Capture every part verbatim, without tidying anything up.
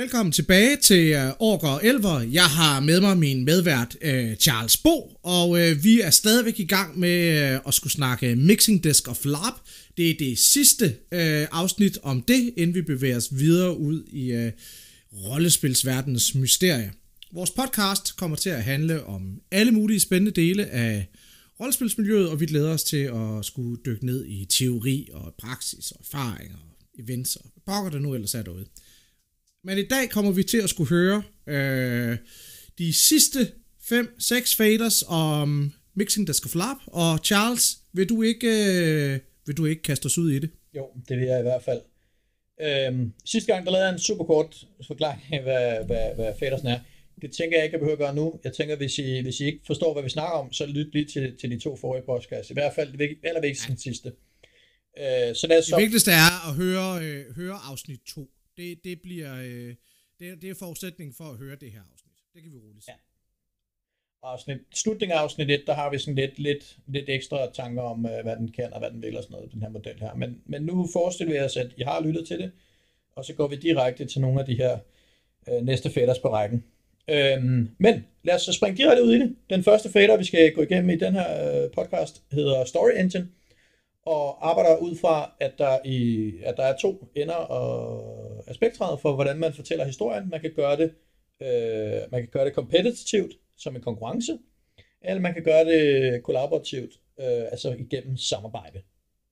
Velkommen tilbage til uh, Orker og Elver. Jeg har med mig min medvært uh, Charles Bo, og uh, vi er stadigvæk i gang med uh, at skulle snakke Mixing Desk of LARP. Det er det sidste uh, afsnit om det, inden vi bevæger os videre ud i uh, rollespilsverdenens mysterie. Vores podcast kommer til at handle om alle mulige spændende dele af rollespilsmiljøet, og vi glæder os til at skulle dykke ned i teori og praksis og erfaringer og events og hvad pokker det nu ellers er derude. Men i dag kommer vi til at skulle høre øh, de sidste fem seks faders om Mixing Desk of LARP. Og Charles, vil du ikke, øh, vil du ikke kaste os ud i det? Jo, det vil jeg i hvert fald. Øhm, sidste gang, der lavede jeg en super kort forklaring af, hvad, hvad, hvad fadersen er. Det tænker jeg ikke, jeg behøver at gøre nu. Jeg tænker, hvis I, hvis I ikke forstår, hvad vi snakker om, så lyt lige til, til de to forrige podcasts. I hvert fald det allervigtigste den sidste. Øh, så det, så... det vigtigste er at høre, øh, høre afsnit to. Det, det bliver øh, det, det er forudsætningen for at høre det her afsnit. Det kan vi roligt sige. Ja. Afsnit, slutningen af afsnit et, der har vi sådan lidt, lidt, lidt ekstra tanker om, øh, hvad den kan og hvad den vil og sådan noget, den her model her. Men, men nu forestiller vi os, at I har lyttet til det, og så går vi direkte til nogle af de her øh, næste faders på rækken. Øhm, men lad os så springe direkte ud i det. Den første fader, vi skal gå igennem i den her øh, podcast, hedder Story Engine, og arbejder ud fra, at der, i, at der er to ender og af spektret for, hvordan man fortæller historien. Man kan gøre det, øh, man kan gøre det kompetitivt, som en konkurrence, eller man kan gøre det kollaborativt, øh, altså igennem samarbejde.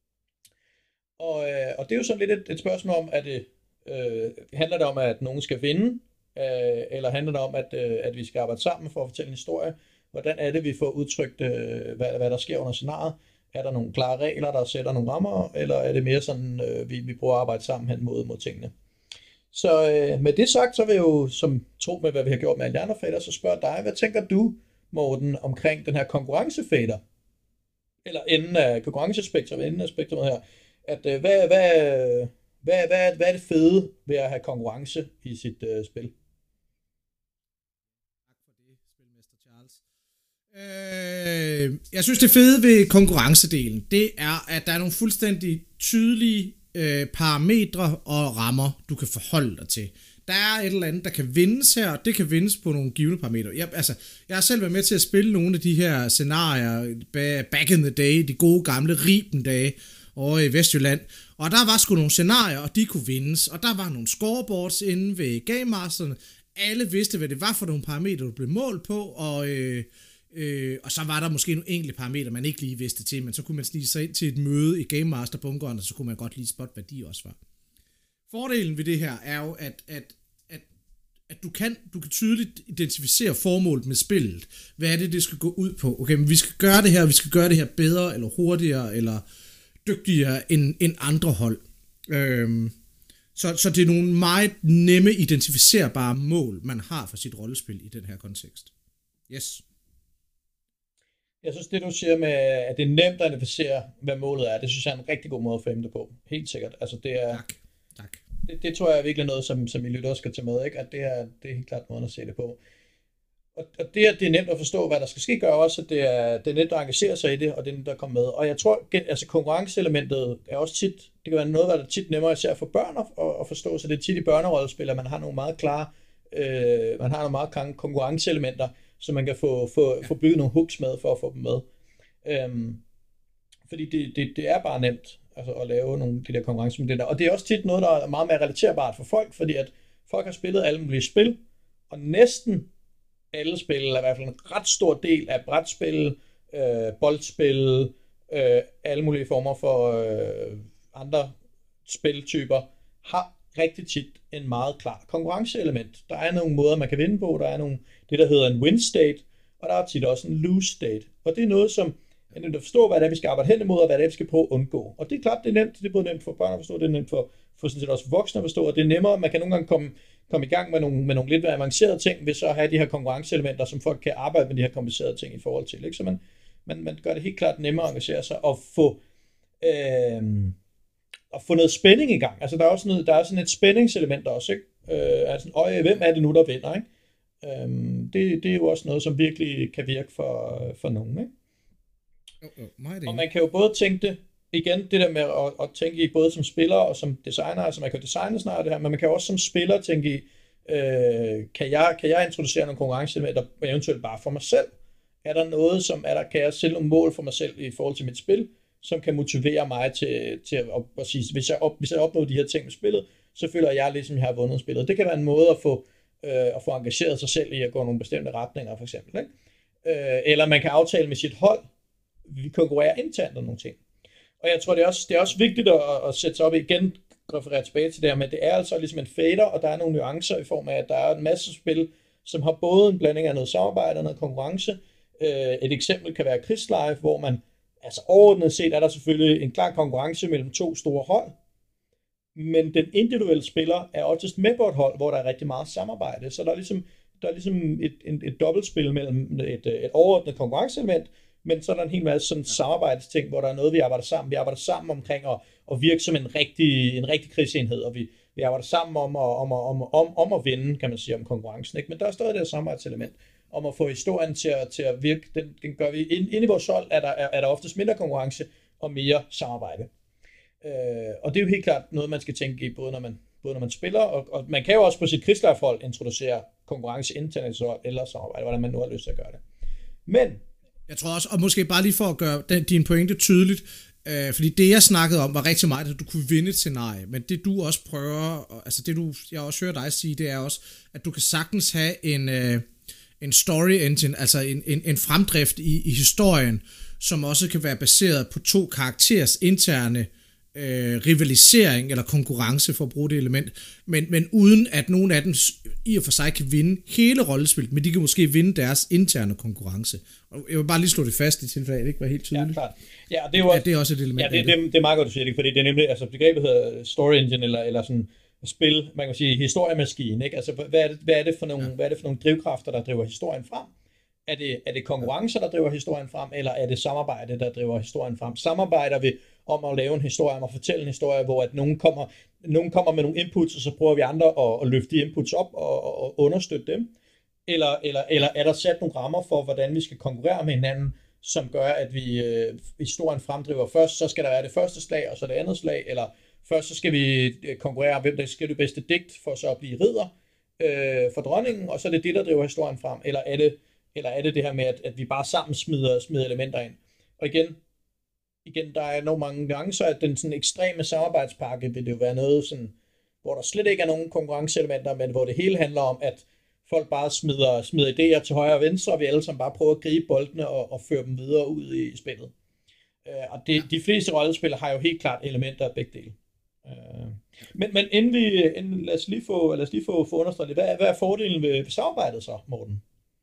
Og, øh, og det er jo sådan lidt et, et spørgsmål om, at det øh, handler det om, at nogen skal vinde, øh, eller handler det om, at, øh, at vi skal arbejde sammen for at fortælle en historie. Hvordan er det, vi får udtrykt, øh, hvad, hvad der sker under scenariet? Er der nogle klare regler, der sætter nogle rammer, eller er det mere sådan, øh, vi, vi prøver at arbejde sammen hen mod, mod tingene? Så øh, med det sagt, så vil jeg jo, som tro med, hvad vi har gjort med alle de andre fader, så spørge dig, hvad tænker du, Morten, omkring den her konkurrencefader? Eller enden af konkurrencespektret, enden af spektret her. At, øh, hvad, hvad, hvad, hvad, hvad er det fede ved at have konkurrence i sit øh, spil? Øh, jeg synes det fede ved konkurrencedelen, det er, at der er nogle fuldstændig tydelige øh, parametre og rammer, du kan forholde dig til. Der er et eller andet, der kan vindes her, og det kan vindes på nogle givne parametre. Jeg, altså, jeg har selv været med til at spille nogle af de her scenarier back in the day, de gode gamle Riben-dage over i Vestjylland, og der var sgu nogle scenarier, og de kunne vindes, og der var nogle scoreboards inde ved Game Masterne. Alle vidste, hvad det var for nogle parametre, du blev målt på, og øh, Øh, og så var der måske nogle enkelte parametre, man ikke lige vidste til, men så kunne man snige sig ind til et møde i Game Master bunkeren, og så kunne man godt lige spotte, hvad de også var. Fordelen ved det her er jo, at, at, at, at du, kan, du kan tydeligt identificere formålet med spillet. Hvad er det, det skal gå ud på? Okay, men vi skal gøre det her, vi skal gøre det her bedre, eller hurtigere, eller dygtigere end, end andre hold. Øhm, så, så det er nogle meget nemme, identificerbare mål, man har for sit rollespil i den her kontekst. Yes. Jeg synes, det du siger med, at det er nemt at identificere, hvad målet er, det synes jeg er en rigtig god måde at frame det på. Helt sikkert. Altså, det er, tak. tak. Det, det tror jeg er virkelig noget, som, som I lytter skal tage med, ikke? At det er, det er helt klart måden at se det på. Og, og det, at det er nemt at forstå, hvad der skal ske, gør også, at det er, det er nemt at engagere sig i det, og det er nemt at komme med. Og jeg tror, altså konkurrenceelementet er også tit, det kan være noget, der er tit nemmere især for børn at, at forstå, så det er tit i børnerollespil, at man har nogle meget klare, øh, man har nogle meget klare konkurrenceelementer, så man kan få, få, ja. få bygget nogle hooks med, for at få dem med. Øhm, fordi det, det, det er bare nemt altså, at lave nogle af de der konkurrencemodeller. Og det er også tit noget, der er meget mere relaterbart for folk, fordi at folk har spillet alle mulige spil, og næsten alle spil, eller i hvert fald en ret stor del af brætspil, øh, boldspil, øh, alle mulige former for øh, andre spiltyper, har rigtig tit en meget klar konkurrenceelement. Der er nogle måder, man kan vinde på, der er nogle, det der hedder en win state, og der er tit også en lose state. Og det er noget, som er nemt at forstå, hvad det er, vi skal arbejde hen imod, og hvad det er, vi skal prøve at undgå. Og det er klart, det er nemt, det er både nemt for børn at forstå, det er nemt for, for sådan set også voksne at forstå, og det er nemmere, man kan nogle gange komme, komme i gang med nogle, med nogle lidt mere avancerede ting, ved så at have de her konkurrenceelementer, som folk kan arbejde med de her komplicerede ting i forhold til. Ikke? Så man, man, man gør det helt klart nemmere at engagere sig, og få... Øh, at få noget spænding i gang. Altså der er også noget, der er sådan et spændingselement også, ikke? Øh, altså, øj, hvem er det nu, der vinder, ikke? Øhm, det, det er jo også noget, som virkelig kan virke for, for nogen, ikke? Jo, jo, meget og man kan jo både tænke det, igen, det der med at, at tænke i både som spiller og som designer, altså man kan designe snart det her, men man kan også som spiller tænke i, Øh, kan, jeg, kan jeg introducere nogle konkurrenceelementer, eventuelt bare for mig selv? Er der noget, som er der, kan jeg sætte nogle mål for mig selv i forhold til mit spil, som kan motivere mig til, til at, at sige, hvis jeg, op, hvis jeg opnår de her ting med spillet, så føler jeg ligesom, jeg har vundet spillet. Det kan være en måde at få, øh, at få engageret sig selv i at gå nogle bestemte retninger, for eksempel. Ikke? Øh, eller man kan aftale med sit hold, vi konkurrerer internt om nogle ting. Og jeg tror, det er også, det er også vigtigt at, at sætte sig op igen, referere tilbage til det her, men det er altså ligesom en fader, og der er nogle nuancer i form af, at der er en masse spil, som har både en blanding af noget samarbejde og noget konkurrence. Et eksempel kan være Krigslive, hvor man, altså overordnet set er der selvfølgelig en klar konkurrence mellem to store hold, men den individuelle spiller er oftest med på et hold, hvor der er rigtig meget samarbejde, så der er ligesom, der er ligesom et, et, et dobbeltspil mellem et, et overordnet konkurrenceelement, men så er der en hel masse sådan samarbejdsting, hvor der er noget, vi arbejder sammen. Vi arbejder sammen omkring at, at virke som en rigtig, en rigtig krigsenhed, og vi, vi arbejder sammen om at, om, at, om, om, om at vinde, kan man sige, om konkurrencen. Ikke? Men der er stadig det her samarbejdselement, om at få historien til at, til at virke. Den, den gør vi. Inde ind i vores hold er der, er, er der oftest mindre konkurrence og mere samarbejde. Øh, og det er jo helt klart noget, man skal tænke i, både når man, både når man spiller, og, og man kan jo også på sit krigslejehold introducere konkurrence internt eller samarbejde, hvordan man nu har lyst til at gøre det. Men jeg tror også, og måske bare lige for at gøre den, din pointe tydeligt, øh, fordi det jeg snakkede om var rigtig meget, at du kunne vinde et scenarie, men det du også prøver, altså det du, jeg også hører dig sige, det er også, at du kan sagtens have en, øh, en story engine, altså en, en, en fremdrift i, i historien, som også kan være baseret på to karakterers interne øh, rivalisering eller konkurrence, for at bruge det element, men, men uden at nogen af dem i og for sig kan vinde hele rollespillet, men de kan måske vinde deres interne konkurrence. Og jeg vil bare lige slå det fast i tilfælde, at det ikke var helt tydeligt. Ja, klart. Ja, det er jo også, ja, det er også et element. Ja, det, det, det er meget godt, du siger det, fordi det er nemlig, altså begrebet hedder story engine, eller, eller sådan spil, man kan sige historiemaskine, ikke? Altså, hvad er det, hvad er det for nogle, ja. hvad er det for nogle drivkræfter, der driver historien frem? Er det, er det konkurrencer, der driver historien frem, eller er det samarbejde, der driver historien frem? Samarbejder vi om at lave en historie, om at fortælle en historie, hvor at nogen kommer, nogen kommer med nogle inputs, og så prøver vi andre at, at løfte de inputs op og, og understøtte dem? Eller, eller, eller er der sat nogle rammer for, hvordan vi skal konkurrere med hinanden, som gør, at vi øh, historien fremdriver først, så skal der være det første slag, og så det andet slag, eller først så skal vi konkurrere, hvem der skal det bedste digt, for så at blive ridder øh, for dronningen, og så er det det, der driver historien frem, eller er det Eller er det det her med, at, at vi bare sammen smider, smider elementer ind? Og igen, igen, der er nogle mange gange, så at den sådan ekstreme samarbejdspakke vil det jo være noget, sådan, hvor der slet ikke er nogen konkurrenceelementer, men hvor det hele handler om, at folk bare smider, smider idéer til højre og venstre, og vi alle sammen bare prøver at gribe boldene og, og føre dem videre ud i spillet. Uh, og det, de fleste rollespil har jo helt klart elementer af begge dele. Uh, men, men inden vi, inden, lad os lige få, lad os lige få, få understreget det. Hvad, hvad er fordelen ved, ved samarbejdet så, Morten?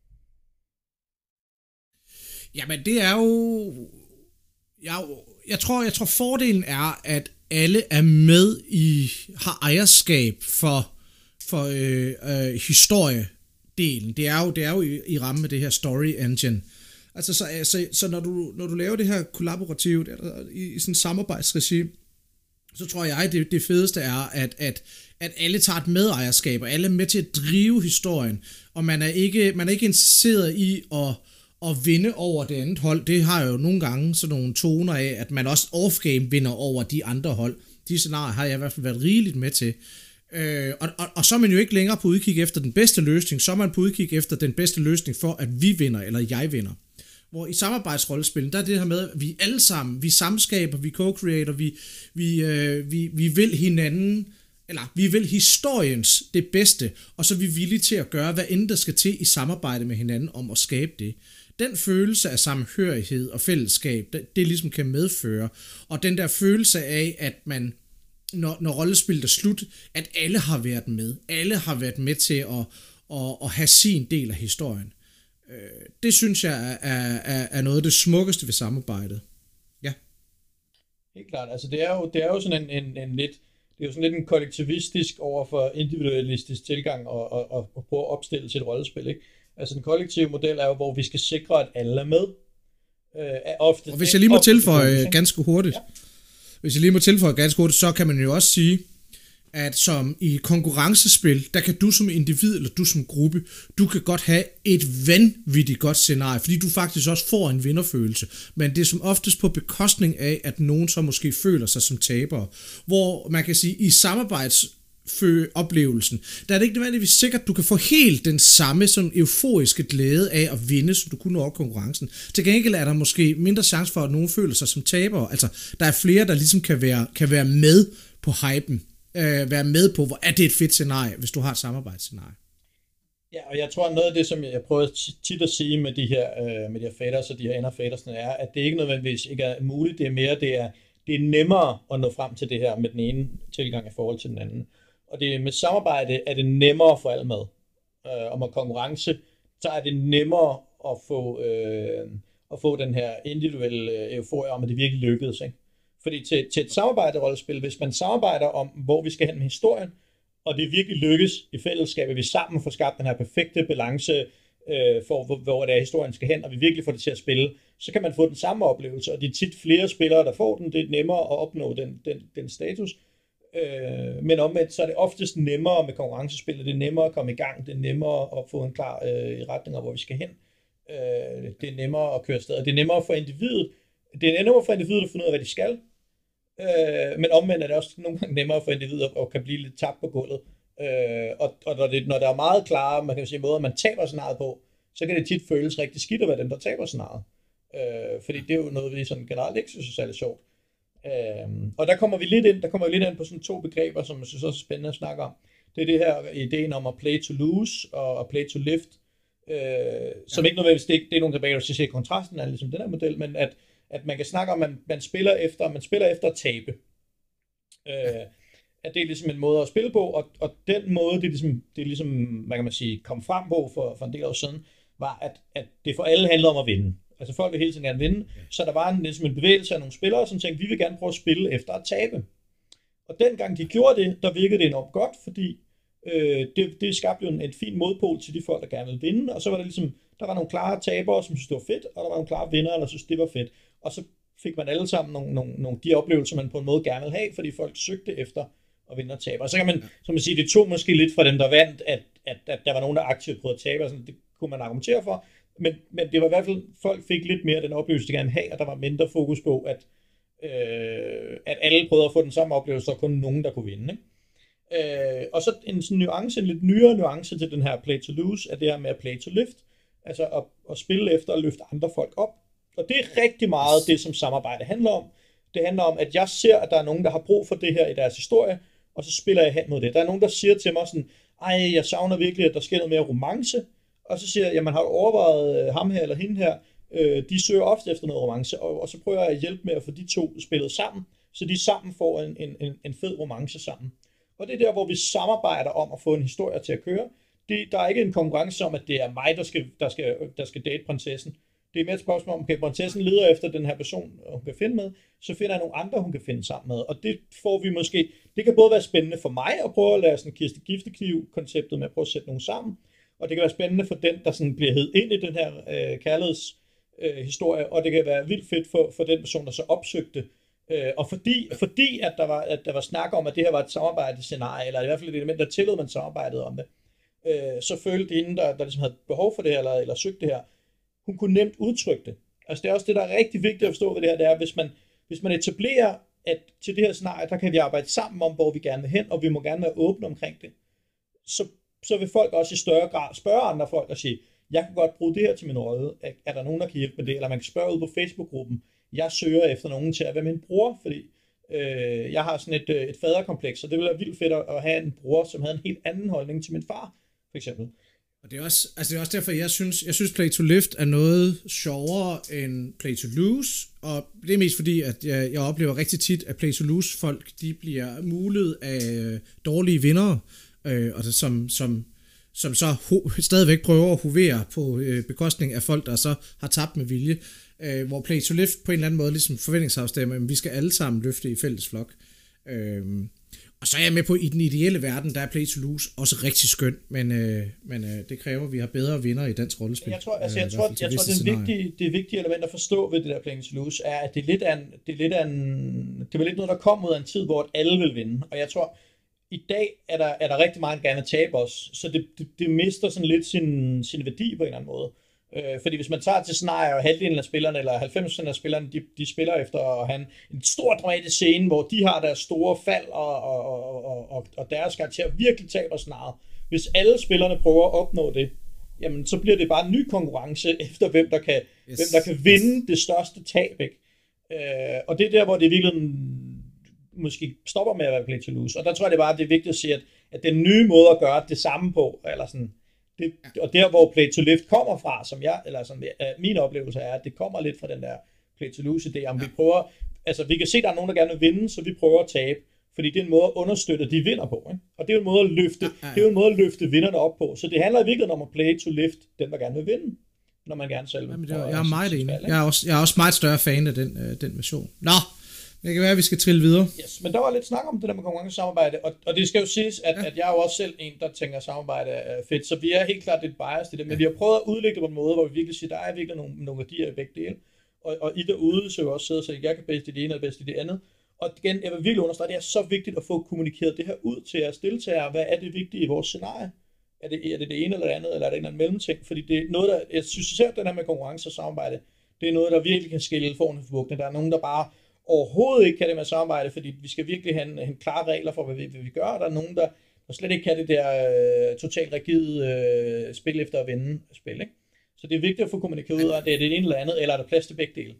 Jamen det er jo, jeg, jeg tror, jeg tror fordelen er, at alle er med i, har ejerskab for, for øh, øh, historiedelen. Det er jo, det er jo i, i ramme med det her story engine. Altså så, så, så når du, når du laver det her kollaborativt, eller i, i sådan en samarbejdsregi, så tror jeg, det, det fedeste er, at, at, at alle tager et medejerskab, og alle er med til at drive historien, og man er ikke, man er ikke interesseret i at og vinde over det andet hold. Det har jo nogle gange sådan nogle toner af, at man også off-game vinder over de andre hold. De scenarier har jeg i hvert fald været rigeligt med til. Øh, og, og, og så er man jo ikke længere på udkig efter den bedste løsning, så er man på udkig efter den bedste løsning for, at vi vinder, eller jeg vinder. Hvor i samarbejdsrollespillet, der er det her med, at vi alle sammen, vi samskaber, vi co-creator, vi, vi, øh, vi, vi vil hinanden, eller vi vil historiens det bedste, og så er vi villige til at gøre, hvad end der skal til i samarbejde med hinanden om at skabe det. Den følelse af samhørighed og fællesskab, det, det ligesom kan medføre, og den der følelse af, at man, når, når rollespillet er slut, at alle har været med, alle har været med til at, at, at have sin del af historien. Det synes jeg er, er, er noget af det smukkeste ved samarbejdet. Ja. Helt klart, altså det er jo, det er jo sådan en, en, en lidt, det er jo sådan lidt en kollektivistisk overfor individualistisk tilgang og, og, og, og prøve at opstille sit rollespil, ikke? Altså den kollektive model er jo, hvor vi skal sikre, at alle er med. Øh, er ofte, og hvis jeg lige må tilføje ganske hurtigt, ja. hvis jeg lige må tilføje ganske hurtigt, så kan man jo også sige, at som i konkurrencespil, der kan du som individ eller du som gruppe, du kan godt have et vanvittigt godt scenarie, fordi du faktisk også får en vinderfølelse, men det er som oftest på bekostning af, at nogen så måske føler sig som tabere. Hvor man kan sige, i samarbejds oplevelsen, der er det ikke nødvendigvis sikkert, du kan få helt den samme sådan euforiske glæde af at vinde, som du kunne over konkurrencen. Til gengæld er der måske mindre chance for, at nogen føler sig som tabere. Altså, der er flere, der ligesom kan være, kan være med på hypen. Øh, være med på, hvor er det et fedt scenarie, hvis du har et samarbejdsscenarie. Ja, og jeg tror, noget af det, som jeg prøver tit at sige med de her, øh, med de her faders og de her ender faders, er, at det ikke nødvendigvis ikke er muligt. Det er mere, det er, det er nemmere at nå frem til det her med den ene tilgang i forhold til den anden. Og det, med samarbejde er det nemmere for alle med. Øh, og med konkurrence, så er det nemmere at få, øh, at få den her individuelle euforie om, at det virkelig lykkedes. Ikke? Fordi til, til et samarbejde-rollespil, hvis man samarbejder om, hvor vi skal hen med historien, og det virkelig lykkes i fællesskab, at vi sammen får skabt den her perfekte balance, øh, for hvor, hvor det er, historien skal hen, og vi virkelig får det til at spille, så kan man få den samme oplevelse, og det er tit flere spillere, der får den. Det er nemmere at opnå den, den, den status. Øh, men omvendt, så er det oftest nemmere med konkurrencespil, det er nemmere at komme i gang, det er nemmere at få en klar øh, i retning af, hvor vi skal hen. Øh, det er nemmere at køre afsted, det er nemmere for individet, det er nemmere for individet at finde ud af, hvad de skal. Øh, men omvendt er det også nogle gange nemmere for individer og kan blive lidt tabt på gulvet. Øh, og og når, det, når der er meget klare, man kan sige, måder, man taber scenariet på, så kan det tit føles rigtig skidt at være den, der taber scenariet. Øh, fordi det er jo noget, vi sådan generelt ikke synes er særlig sjovt. Øh, og der kommer vi lidt ind, der kommer vi lidt ind på sådan to begreber, som jeg synes også er spændende at snakke om. Det er det her ideen om at play to lose og at play to lift. Øh, som ja. Ikke nødvendigvis, det, det er nogle tilbage, der siger, at kontrasten er ligesom den her model, men at at man kan snakke om, at man, man spiller efter, man spiller efter at tabe. Øh, at det er ligesom en måde at spille på, og, og den måde, det er ligesom, det er ligesom, hvad kan man sige, kom frem på for, for en del år siden, var, at, at det for alle handlede om at vinde. Altså folk vil hele tiden gerne vinde, så der var en, ligesom en bevægelse af nogle spillere, som tænkte, vi vil gerne prøve at spille efter at tabe. Og dengang de gjorde det, der virkede det enormt godt, fordi øh, det, det skabte jo en, en fin modpol til de folk, der gerne ville vinde, og så var der ligesom, der var nogle klare tabere, som synes det var fedt, og der var nogle klare vindere, der synes det var fedt. Og så fik man alle sammen nogle, nogle, nogle de oplevelser, man på en måde gerne ville have, fordi folk søgte efter at vinde og tabe. Og så kan man, som man sige, det tog måske lidt fra dem, der vandt, at, at, at der var nogen, der aktivt prøvede at tabe, og sådan, det kunne man argumentere for. Men, men det var i hvert fald, folk fik lidt mere den oplevelse, de gerne ville have, og der var mindre fokus på, at, øh, at alle prøvede at få den samme oplevelse, og kun nogen, der kunne vinde. Ikke? Øh, og så en sådan nuance, en lidt nyere nuance til den her play to lose, er det her med at play to lift, altså at, at spille efter at løfte andre folk op. Og det er rigtig meget det, som samarbejde handler om. Det handler om, at jeg ser, at der er nogen, der har brug for det her i deres historie, og så spiller jeg hen mod det. Der er nogen, der siger til mig sådan, ej, jeg savner virkelig, at der sker noget mere romance. Og så siger jeg, jamen har du overvejet ham her eller hende her? Øh, de søger ofte efter noget romance, og, og så prøver jeg at hjælpe med at få de to spillet sammen, så de sammen får en, en, en fed romance sammen. Og det er der, hvor vi samarbejder om at få en historie til at køre. Det, der er ikke en konkurrence om, at det er mig, der skal, der skal, der skal date prinsessen. Det er mere et spørgsmål om, okay, prinsessen leder efter den her person, hun kan finde med, så finder jeg nogle andre, hun kan finde sammen med. Og det får vi måske, det kan både være spændende for mig at prøve at lade sådan Kirste Giftekniv-konceptet med at prøve at sætte nogen sammen, og det kan være spændende for den, der sådan bliver hed ind i den her øh, kærlighedshistorie, øh, og det kan være vildt fedt for, for den person, der så opsøgte. Øh, og fordi, fordi at, der var, at der var snak om, at det her var et samarbejdsscenarie, eller i hvert fald et element, der tillod, man samarbejdede om det, øh, så følte hende, der, der ligesom havde behov for det her, eller, eller søgte det her, hun kunne nemt udtrykke det. Altså det er også det, der er rigtig vigtigt at forstå ved det her, det er, hvis man, hvis man etablerer, at til det her scenarie, der kan vi arbejde sammen om, hvor vi gerne vil hen, og vi må gerne være åbne omkring det, så, så vil folk også i større grad spørge andre folk og sige, jeg kan godt bruge det her til min rolle, er der nogen, der kan hjælpe med det, eller man kan spørge ud på Facebook-gruppen, jeg søger efter nogen til at være min bror, fordi øh, jeg har sådan et, et faderkompleks, og det ville være vildt fedt at have en bror, som havde en helt anden holdning til min far, for eksempel. Og det er også, altså det er også derfor, jeg synes, jeg synes Play to Lift er noget sjovere end Play to Lose, og det er mest fordi, at jeg, jeg oplever rigtig tit, at Play to Lose folk, de bliver mulet af dårlige vindere, øh, og det, som, som, som så ho- stadigvæk prøver at hovere på øh, bekostning af folk, der så har tabt med vilje, øh, hvor Play to Lift på en eller anden måde ligesom forventningsafstemmer, at vi skal alle sammen løfte i fælles flok. Øh, Og så er jeg med på, i den ideelle verden, der er Play to Lose også rigtig skøn, men, øh, men øh, det kræver, at vi har bedre vinder i dansk rollespil. Jeg tror, altså, jeg tror, jeg tror det, er vigtige, det vigtige element at forstå ved det der Play to Lose, er, at det er lidt af en, det er lidt af en, det var lidt noget, der kom ud af en tid, hvor alle vil vinde. Og jeg tror, i dag er der, er der rigtig meget gerne at tabe os, så det, det, det mister sådan lidt sin, sin værdi på en eller anden måde. Øh, fordi hvis man tager til scenarie, og halvdelen af spillerne, eller halvfems procent af spillerne, de, de spiller efter at have en, en stor dramatisk scene, hvor de har deres store fald, og, og, og, og, og deres karakter virkelig taber scenariet. Hvis alle spillerne prøver at opnå det, jamen så bliver det bare en ny konkurrence efter, hvem der kan, yes. hvem der kan vinde yes. det største tab, ikke? Øh, og det er der, hvor det virkelig måske stopper med at være play to lose. Og der tror jeg det bare, det er vigtigt at sige, at, at den nye måde at gøre det samme på, eller sådan, det, og der hvor play to lift kommer fra, som jeg, eller som jeg, min oplevelse er, at det kommer lidt fra den der play to lose idé, om ja. vi prøver, altså vi kan se, at der er nogen, der gerne vil vinde, så vi prøver at tabe, fordi det er en måde at understøtte, at de vinder på, ikke? Og det er jo en måde at løfte, ja, ja, ja. det er jo en måde at løfte vinderne op på, så det handler i virkeligheden om at play to lift, den der gerne vil vinde, når man gerne selv vil. Jamen, det er, jeg er meget enig. Jeg er også, jeg er også meget større fan af den, øh, den version. Nå, det kan være, at vi skal trille videre. Yes, men der var lidt snak om det der med konkurrencesamarbejde, og, og det skal jo siges, at, ja. at jeg er jo også selv en, der tænker samarbejde er fedt, så vi er helt klart lidt biased i det, men ja. vi har prøvet at udlægge det på en måde, hvor vi virkelig siger, der er virkelig nogle, nogle værdier i begge dele, og, og I derude så jo også sidder, så jeg kan bedst i det ene og bedst i det andet, og igen, jeg vil virkelig understrege, det er så vigtigt at få kommunikeret det her ud til jeres deltagere, hvad er det vigtige i vores scenarie? Er det, er det det ene eller det andet, eller er det en eller anden mellemting? Fordi det er noget, der, jeg synes især, at den her med konkurrence og samarbejde, det er noget, der virkelig kan skille foran for bukkene. Der er nogen, der bare overhovedet ikke kan det med samarbejde, fordi vi skal virkelig have en, en klare regler for, hvad vi, hvad vi gør. Og der er nogen, der, der slet ikke kan det der øh, totalt rigide øh, spil efter at vinde spil, ikke? Så det er vigtigt at få kommunikeret ud af, det er det ene eller andet, eller er der plads til begge dele?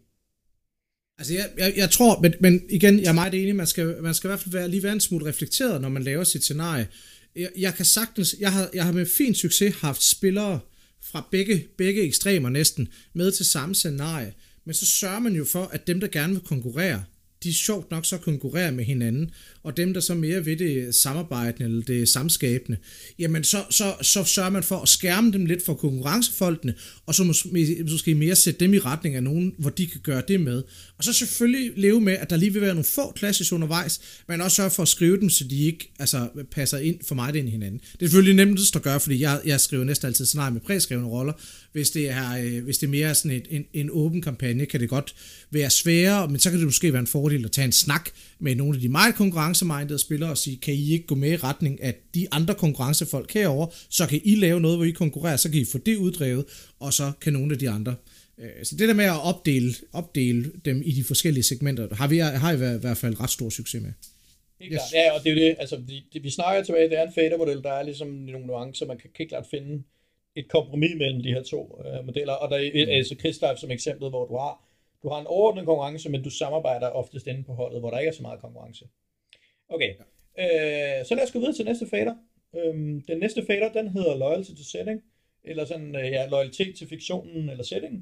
Altså, jeg, jeg, jeg tror, men, men igen, jeg er meget enig, man skal, man skal i hvert fald være, lige være en smule reflekteret, når man laver sit scenarie. Jeg, jeg kan sagtens, jeg har, jeg har med fin succes haft spillere fra begge, begge ekstremer næsten med til samme scenarie, men så sørger man jo for, at dem, der gerne vil konkurrere, de sjovt nok så konkurrerer med hinanden, og dem, der så mere ved det samarbejdende, eller det samskabende, jamen så, så, så sørger man for at skærme dem lidt for konkurrencefolkene, og så måske, måske mere sætte dem i retning af nogen, hvor de kan gøre det med. Og så selvfølgelig leve med, at der lige vil være nogle få clashes undervejs, men også sørge for at skrive dem, så de ikke altså, passer ind for meget ind i hinanden. Det er selvfølgelig nemmest at gøre, fordi jeg, jeg skriver næsten altid scenarie med præskrevne roller. Hvis det er, øh, hvis det er mere sådan et, en, en åben kampagne, kan det godt være sværere, men så kan det måske være en fordel at tage en snak med nogle af de meget konkurrencemindede spillere og sige, kan I ikke gå med i retning af de andre konkurrencefolk herover, så kan I lave noget, hvor I konkurrerer, så kan I få det uddrevet, og så kan nogle af de andre. Så det der med at opdele, opdele dem i de forskellige segmenter, har vi har i hvert fald ret stor succes med. Helt yes. klart, ja, og det er jo det, altså det, det, vi snakker tilbage, det er en fader-model, der er ligesom nogle nuancer, man kan helt klart finde et kompromis mellem de her to øh, modeller, og der er altså Crystalife som eksempel, hvor du har Du har en overordnet konkurrence, men du samarbejder oftest inde på holdet, hvor der ikke er så meget konkurrence. Okay, ja. øh, så lad os gå videre til næste fader. Øhm, den næste fader, den hedder loyalty to setting, eller sådan, øh, ja, loyalitet til fiktionen eller settingen.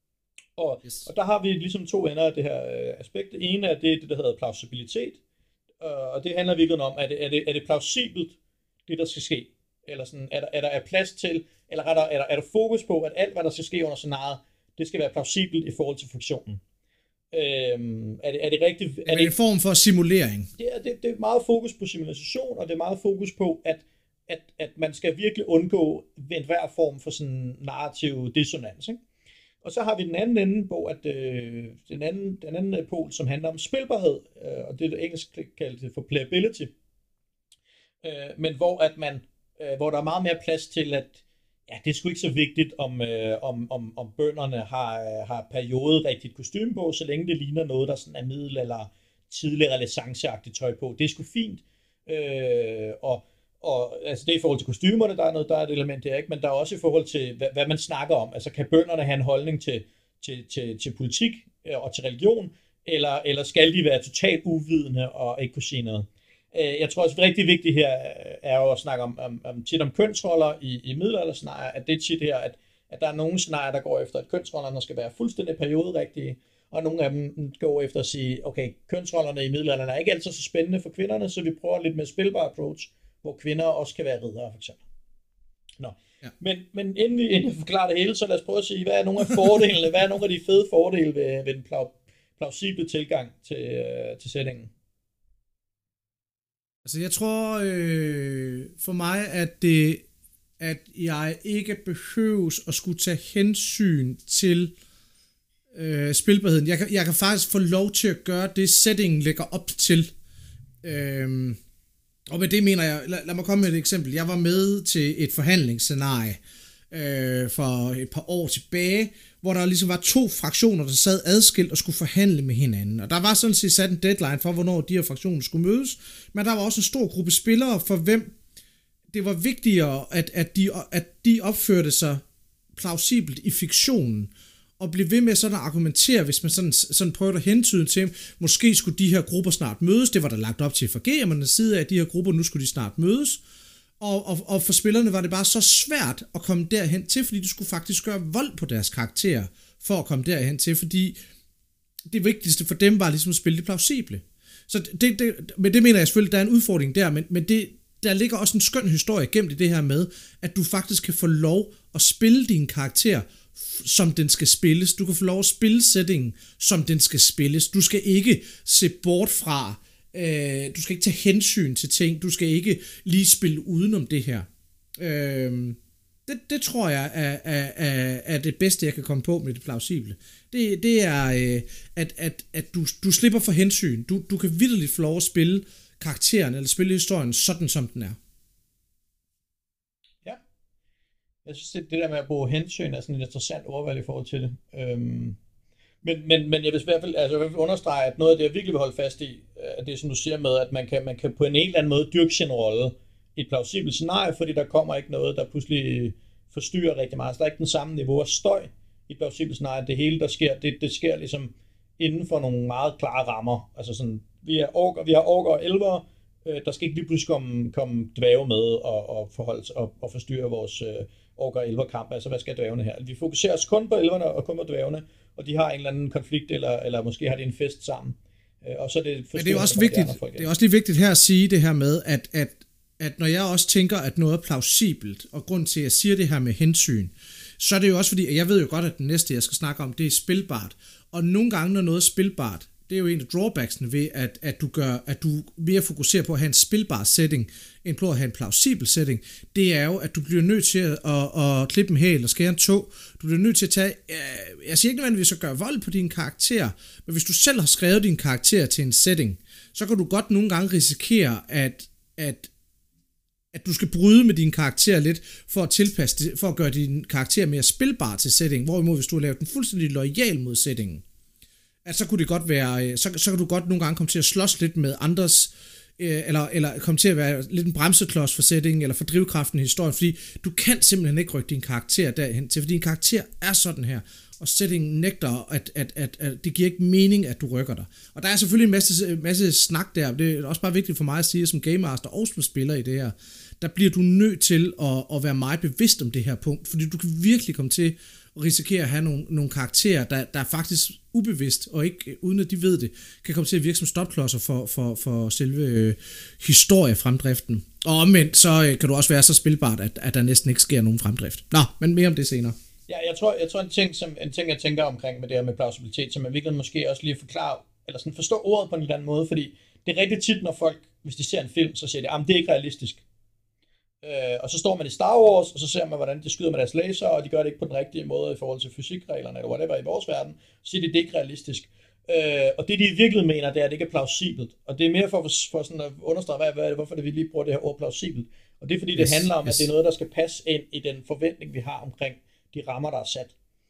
Og, yes. og der har vi ligesom to ender af det her øh, aspekt. Det ene er det, det, der hedder plausibilitet, øh, og det handler virkelig om, er det, er, det, er det plausibelt, det der skal ske? Eller sådan, er der, er der er plads til, eller er der, er, der, er der fokus på, at alt, hvad der skal ske under scenariet, det skal være plausibelt i forhold til funktionen. Øhm, er, det, er det rigtigt? Er, er det en form for simulering? Det er, det, det er meget fokus på simulation, og det er meget fokus på, at, at, at man skal virkelig undgå enhver form for sådan narrativ dissonans. Ikke? Og så har vi den anden ende, hvor at, øh, den, anden, den anden pol, som handler om spilbarhed, øh, og det er engelsk kaldt for playability. Øh, men hvor, at man, øh, hvor der er meget mere plads til, at ja, det er sgu ikke så vigtigt, om, øh, om, om, om bønderne har, har perioderigtigt kostume på, så længe det ligner noget, der sådan er middel- eller tidligere renaissanceagtigt tøj på. Det er sgu fint. Øh, og, og altså det er i forhold til kostymerne, der er noget, der er et element der, ikke? Men der er også i forhold til, hvad, hvad man snakker om. Altså kan bønderne have en holdning til, til, til, til politik og til religion, eller, eller skal de være totalt uvidende og ikke kunne sige noget? Jeg tror også, det rigtig vigtigt her er jo at snakke om, om, om tit om kønsroller i, i middelalderscenarier, at det er tit her, at, at der er nogle scenarier, der går efter, at kønsrollerne skal være fuldstændig perioderigtige, og nogle af dem går efter at sige, okay, kønsrollerne i middelalderen er ikke altid så spændende for kvinderne, så vi prøver lidt mere spilbar approach, hvor kvinder også kan være riddere, for eksempel. Nå. Ja. Men, men inden, vi, inden jeg forklarer det hele, så lad os prøve at sige, hvad er nogle af fordelene, hvad er nogle af de fede fordele ved, ved den plausible tilgang til, til settingen? Altså jeg tror øh, for mig, at det, at jeg ikke behøves at skulle tage hensyn til øh, spilbarheden. Jeg kan, jeg kan faktisk få lov til at gøre det, settingen lægger op til. Øh, og med det mener jeg, lad, lad mig komme med et eksempel. Jeg var med til et forhandlingsscenarie, øh, for et par år tilbage, hvor der ligesom var to fraktioner, der sad adskilt og skulle forhandle med hinanden. Og der var sådan set sat en deadline for, hvornår de her fraktioner skulle mødes, men der var også en stor gruppe spillere, for hvem det var vigtigere, at, at, de, at de opførte sig plausibelt i fiktionen, og blive ved med sådan at argumentere, hvis man sådan, sådan prøvede at hentyde til, måske skulle de her grupper snart mødes, det var der lagt op til for G M'ernes side af, at de her grupper, nu skulle de snart mødes, og, og, og for spillerne var det bare så svært at komme derhen til, fordi de skulle faktisk gøre vold på deres karakterer, for at komme derhen til, fordi det vigtigste for dem var ligesom at spille det plausible. Så det, det, men det mener jeg selvfølgelig, der er en udfordring der, men, men det, der ligger også en skøn historie gemt i det her med, at du faktisk kan få lov at spille din karakter, som den skal spilles. Du kan få lov at spille settingen, som den skal spilles. Du skal ikke se bort fra, øh, du skal ikke tage hensyn til ting, du skal ikke lige spille udenom det her. Øh, det, det tror jeg er, er, er, er det bedste, jeg kan komme på med det plausible. Det, det er, øh, at, at, at du, du slipper for hensyn. Du, du kan vitterligt få lov at spille karakteren, eller spille historien sådan, som den er. Jeg synes, det, det der med at bruge hensyn er sådan et interessant ordvalg i forhold til det. Øhm, men, men, men jeg vil i hvert fald, altså, jeg vil understrege, at noget af det, jeg virkelig vil holde fast i, er det, som du siger med, at man kan, man kan på en eller anden måde dyrke sin rolle i et plausibelt scenarie, fordi der kommer ikke noget, der pludselig forstyrrer rigtig meget. Så der er ikke den samme niveau af støj i et plausibelt scenarie. Det hele, der sker, det, det sker ligesom inden for nogle meget klare rammer. Altså sådan, vi er orker, vi har orker og elver, øh, der skal ikke lige pludselig komme, komme dvæve med og, og, forholde, og, og forstyrre vores øh, orker og elverkamp. Altså, hvad skal dvævene her? Vi fokuserer os kun på elverne og kun på dvævene, og de har en eller anden konflikt, eller, eller måske har de en fest sammen. Øh, og så er det Men det er også vigtigt, det er også lige vigtigt her at sige det her med, at, at, at når jeg også tænker, at noget er plausibelt, og grund til, at jeg siger det her med hensyn, så er det jo også fordi, at jeg ved jo godt, at den næste, jeg skal snakke om, det er spilbart. Og nogle gange, når noget er spilbart, det er jo en af drawbacksene ved, at, at du gør, at du mere fokuserer på at have en spilbar setting, end på at have en plausibel setting. Det er jo, at du bliver nødt til at, at, at klippe en hæl og skære en tog. Du bliver nødt til at tage, jeg siger ikke nødvendigvis at gøre vold på din karakter, men hvis du selv har skrevet din karakter til en setting, så kan du godt nogle gange risikere, at, at at du skal bryde med din karakter lidt, for at tilpasse det, for at gøre din karakter mere spilbar til setting, hvorimod hvis du har lavet den fuldstændig loyal mod settingen, at så kunne det godt være, så, så kan du godt nogle gange komme til at slås lidt med andres, øh, eller, eller komme til at være lidt en bremseklods for settingen, eller for drivkraften i historien, fordi du kan simpelthen ikke rykke din karakter derhen til, fordi din karakter er sådan her, og settingen nægter, at, at, at, at det giver ikke mening, at du rykker dig. Og der er selvfølgelig en masse, masse snak der, det er også bare vigtigt for mig at sige, som Game Master og som spiller i det her, der bliver du nødt til at, at være meget bevidst om det her punkt, fordi du kan virkelig komme til at risikere at have nogle, nogle karakterer, der, der er faktisk ubevidst, og ikke uden at de ved det, kan komme til at virke som stopklodser for, for, for selve øh, historiefremdriften. Og omvendt, så øh, kan du også være så spilbart, at, at der næsten ikke sker nogen fremdrift. Nå, men mere om det senere. Ja, jeg tror, jeg tror en ting, som, en ting, jeg tænker omkring med det her med plausibilitet, som jeg virkelig måske også lige forklare, eller sådan forstå ordet på en eller anden måde, fordi det er rigtig tit, når folk, hvis de ser en film, så siger de, at det er ikke realistisk. Øh, og så står man i Star Wars, og så ser man, hvordan de skyder med deres laser, og de gør det ikke på den rigtige måde i forhold til fysikreglerne, eller whatever i vores verden, så siger de, det er ikke realistisk. Øh, og det de virkelig mener, det er, at det ikke er plausibelt. Og det er mere for, for sådan at understrege, hvad, hvad er det, hvorfor det, vi lige bruger det her ord plausibelt. Og det er fordi, det yes, handler om, yes. at det er noget, der skal passe ind i den forventning, vi har omkring de rammer, der er sat.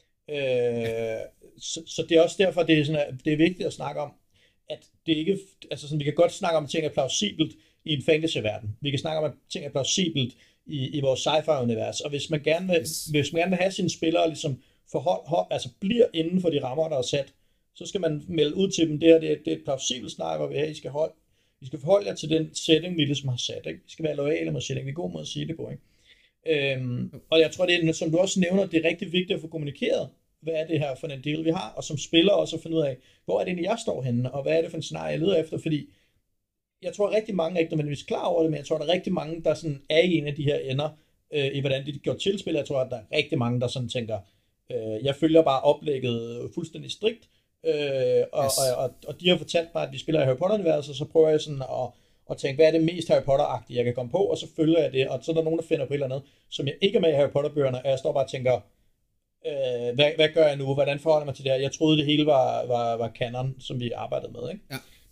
Øh, så, så det er også derfor, det er, sådan, at det er vigtigt at snakke om, at det ikke, altså sådan, vi kan godt snakke om, at ting er plausibelt i en fantasy-verden. Vi kan snakke om, at ting er plausibelt i, i vores sci-fi-univers. Og hvis man gerne vil, yes. hvis man gerne vil have sine spillere ligesom forhold, hold, altså bliver inden for de rammer, der er sat, så skal man melde ud til dem, det her det er, det er et plausibelt scenarie, hvor vi her, I skal, hold, I skal forholde jer til den setting, vi ligesom har sat. Ikke? Vi skal være loyale mod setting. Det er en god måde at sige det på. Ikke? Øhm, og jeg tror, det er, som du også nævner, det er rigtig vigtigt at få kommunikeret, hvad er det her for en deal, vi har, og som spiller også at finde ud af, hvor er det egentlig, jeg står henne, og hvad er det for en scenarie, jeg leder efter, fordi jeg tror rigtig mange er ikke nødvendigvis klar over det, men jeg tror, der er rigtig mange, der sådan er i en af de her ender, øh, i hvordan de gjort tilspil. Jeg tror, at der er rigtig mange, der sådan tænker, øh, jeg følger bare oplægget fuldstændig strikt, øh, og, yes. og, og, og de har fortalt mig, at vi spiller i Harry Potter-universet, så prøver jeg sådan at, at tænke, hvad er det mest Harry Potter-agtige, jeg kan komme på, og så følger jeg det, og så er der nogen, der finder på et eller andet, som jeg ikke er med i Harry Potter-bøgerne, og jeg står bare og tænker, øh, hvad, hvad gør jeg nu, hvordan forholder jeg mig til det her? Jeg troede, det hele var, var, var canon, som vi arbejdede med, ikke? Ja.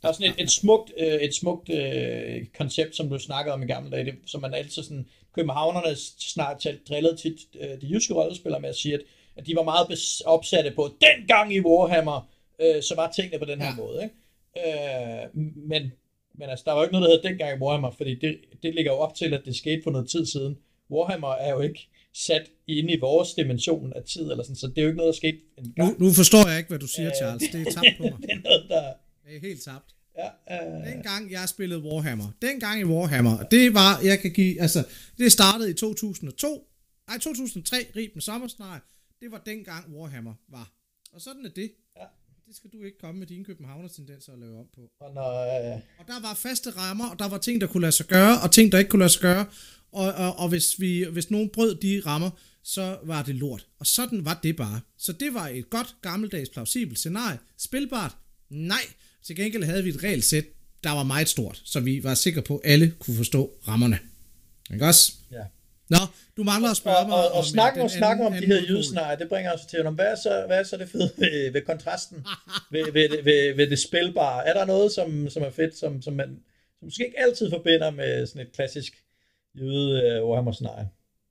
Der er sådan et, et smukt, øh, et smukt øh, koncept, som du snakkede om i gamle dage, det, som man altid sådan, københavnerne snart talt, drillede tit øh, de jyske rollespillere med at sige, at, at de var meget bes, opsatte på, dengang i Warhammer, øh, så var tingene på den her ja. måde, ikke? Øh, men, men altså, der var jo ikke noget, der hedder dengang i Warhammer, fordi det, det ligger jo op til, at det skete for noget tid siden. Warhammer er jo ikke sat inde i vores dimension af tid, eller sådan, så det er jo ikke noget, der skete en gang. Nu, nu forstår jeg ikke, hvad du siger, Charles. Det er tabt på mig. Det er noget, der... Det er helt tabt. Ja, øh... Dengang jeg spillede Warhammer, dengang i Warhammer, det var, jeg kan give, altså, det startede i to tusind og to, nej, to tusind og tre, Riben Sommersnare, det var dengang Warhammer var. Og sådan er det. Ja. Det skal du ikke komme med dine københavner-tendenser at lave om på. Og, når, øh... og der var faste rammer, og der var ting, der kunne lade sig gøre, og ting, der ikke kunne lade sig gøre, og, og, og hvis, vi, hvis nogen brød de rammer, så var det lort. Og sådan var det bare. Så det var et godt, gammeldags, plausibelt scenarie. Spilbart? Nej. Til gengæld havde vi et regelsæt, der var meget stort, så vi var sikre på, at alle kunne forstå rammerne. Ikke også? Ja. Nå, du mangler at spørge mig og, og, og om... snakken den og snakken om anden, de her anden jydescenarier, det bringer os til, om hvad er så, hvad er så det fede ved, ved kontrasten, ved, ved, ved, ved det spilbare? Er der noget, som, som er fedt, som, som man som måske ikke altid forbinder med sådan et klassisk jyde uh, Warhammer-scenarie?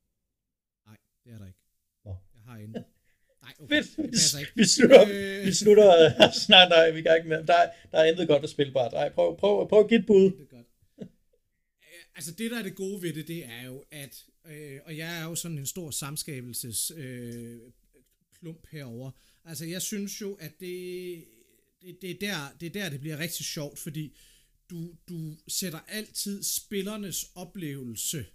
Nej, det er der ikke. Nå. Jeg har intet. Nej, okay, Fedt. det passer ikke. Vi slutter, øh... vi slutter snart, nej, vi kan ikke med. Der, der er intet godt at spilbart. Nej, prøv, prøv, prøv at give et bud. Det er godt. Altså det, der er det gode ved det, det er jo, at, øh, og jeg er jo sådan en stor samskabelses øh, klump herover. Altså jeg synes jo, at det, det, det, er der, det er der, det bliver rigtig sjovt, fordi du, du sætter altid spillernes oplevelse,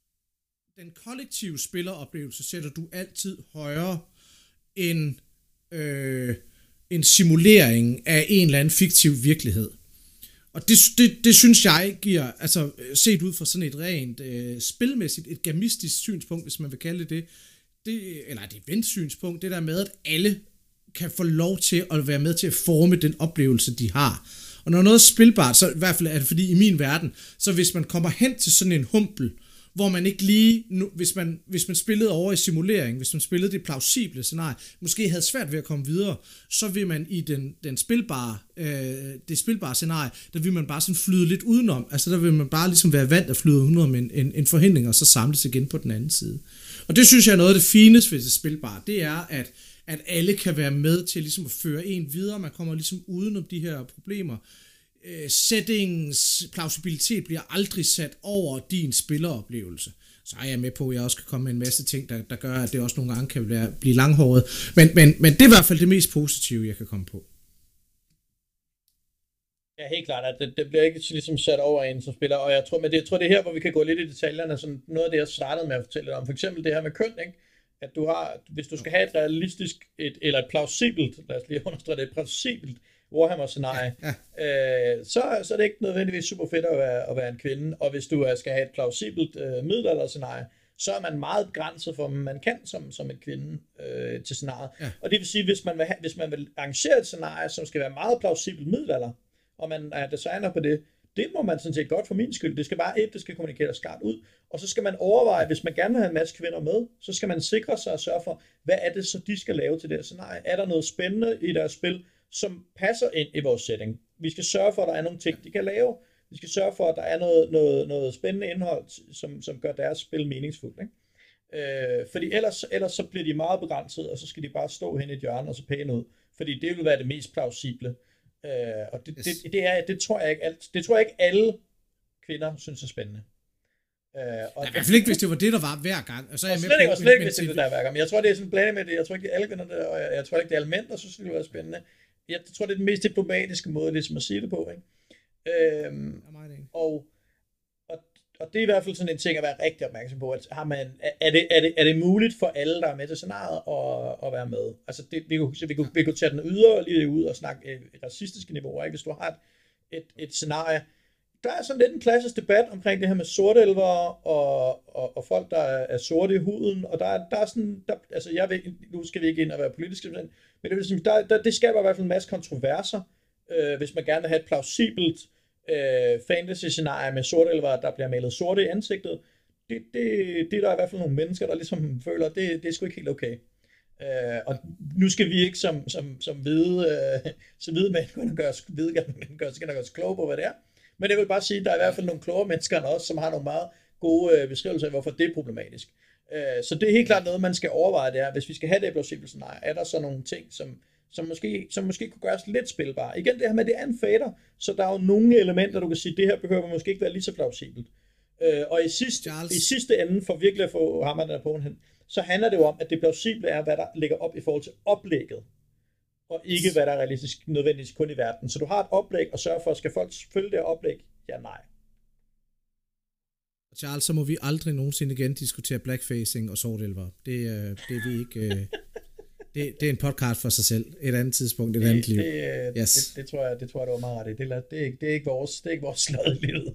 den kollektive spilleroplevelse, sætter du altid højere end øh, en simulering af en eller anden fiktiv virkelighed. Og det, det, det synes jeg giver, altså set ud fra sådan et rent øh, spilmæssigt, et gamistisk synspunkt, hvis man vil kalde det det, det eller et eventsynspunkt, det der med, at alle kan få lov til at være med til at forme den oplevelse, de har. Og når noget er spilbart, så i hvert fald er det fordi i min verden, så hvis man kommer hen til sådan en humpel, hvor man ikke lige, nu, hvis, man, hvis man spillede over i simulering, hvis man spillede det plausible scenarie, måske havde svært ved at komme videre, så vil man i den, den spilbare, øh, det spilbare scenarie, der vil man bare sådan flyde lidt udenom, altså der vil man bare ligesom være vant at flyde udenom en, en, en forhindring, og så samles igen på den anden side. Og det synes jeg er noget af det fineste ved det spilbare, det er, at, at alle kan være med til ligesom at føre en videre, man kommer ligesom udenom de her problemer. Settings plausibilitet bliver aldrig sat over din spilleroplevelse. Så er jeg med på, at jeg også kan komme med en masse ting, der, der gør, at det også nogle gange kan være, blive langhåret. Men, men, men det er i hvert fald det mest positive, jeg kan komme på. Ja, helt klart, at det, det bliver ikke ligesom sat over en som spiller, og jeg tror, men det, jeg tror, det er her, hvor vi kan gå lidt i detaljerne, sådan noget af det, jeg startede med at fortælle om, for eksempel det her med køn, ikke? At du har, hvis du skal have et realistisk, et, eller et plausibelt, lad os lige understrege det, et plausibelt Warhammer-scenarie, ja, ja. øh, så, så er det ikke nødvendigvis super fedt at være, at være en kvinde, og hvis du skal have et plausibelt øh, middelalder-scenarie, så er man meget begrænset for, hvad man kan som, som en kvinde øh, til scenariet. Ja. Og det vil sige, hvis man, vil have, hvis man vil arrangere et scenarie, som skal være meget plausibelt middelalder, og man er designer på det, det må man sådan set godt for min skyld. Det skal bare et, det skal kommunikeres klart ud, og så skal man overveje, hvis man gerne vil have en masse kvinder med, så skal man sikre sig og sørge for, hvad er det så, de skal lave til det her scenarie? Er der noget spændende i deres spil, som passer ind i vores setting? Vi skal sørge for, at der er nogle ting, de kan lave. Vi skal sørge for, at der er noget, noget, noget spændende indhold, som, som gør deres spil meningsfuldt. Ikke? Øh, fordi ellers, ellers så bliver de meget begrænset, og så skal de bare stå hen i et hjørne og så pæne ud. Fordi det vil være det mest plausible. Øh, og det, yes. det, det, er, det, tror jeg ikke alt, det tror jeg ikke alle kvinder synes er spændende. Øh, og I hvert fald ikke, hvis det var det, der var hver gang. Og så er jeg med slet på, ikke, og slet ikke, hvis det er det, der er hver gang. Men jeg tror, det er sådan en blanding med det. Jeg tror ikke, det er alle kvinder, der, og jeg, jeg tror ikke, det er alle mænd, der synes, det vil være spændende. Jeg tror, det er den mest diplomatiske måde, ligesom at sige det på. Ikke? Øhm, og, og, og det er i hvert fald sådan en ting at være rigtig opmærksom på. At har man, er, det, er, det, er det muligt for alle, der er med til scenariet, at, at være med? Altså, det, vi, kunne, vi, kunne, vi kunne tage den yderligere ud og snakke øh, racistiske niveauer. Ikke? Hvis du har et, et, et scenarie, der er sådan lidt en klassisk debat omkring det her med sortelvere og, og, og folk, der er sorte i huden, og der er, der er sådan, der, altså jeg ved, nu skal vi ikke ind og være politiske, men det, vil sige, der, der, det skaber i hvert fald en masse kontroverser, øh, hvis man gerne vil have et plausibelt øh, fantasy-scenarie med sortelvere, der bliver malet sorte i ansigtet. Det, det, det er der i hvert fald nogle mennesker, der ligesom føler, det, det er sgu ikke helt okay. Øh, og nu skal vi ikke som, som, som hvide, øh, så hvide mænd kunne gøre os, hvide mænd gøre, skal gøre os kloge på, hvad det er. Men jeg vil bare sige, at der er i hvert fald nogle klogere mennesker end os, som har nogle meget gode øh, beskrivelser af, hvorfor det er problematisk. Øh, så det er helt klart noget, man skal overveje, det er, hvis vi skal have det plausibelt scenarie, er der så nogle ting, som, som, måske, som måske kunne gøres lidt spilbare. Igen det her med, det er en fader, så der er jo nogle elementer, du kan sige, det her behøver måske ikke være lige så plausibelt. Øh, og i sidste, i sidste ende, for virkelig at få hammeren der på hen, så handler det jo om, at det plausible er, hvad der ligger op i forhold til oplægget, og ikke hvad der er realistisk nødvendigvis kun i verden. Så du har et oplæg, og sørger for, at skal folk følge det oplæg? Ja, nej. Charles, så må vi aldrig nogensinde igen diskutere blackfacing og sortelver. Det, øh, det er vi ikke... Øh, det, det er en podcast for sig selv. Et andet tidspunkt, et det, andet liv. Det, yes. det, det, tror jeg, det tror jeg, du var meget ret i. Det er, det er, ikke, det er ikke vores, det er ikke vores sløjde i livet.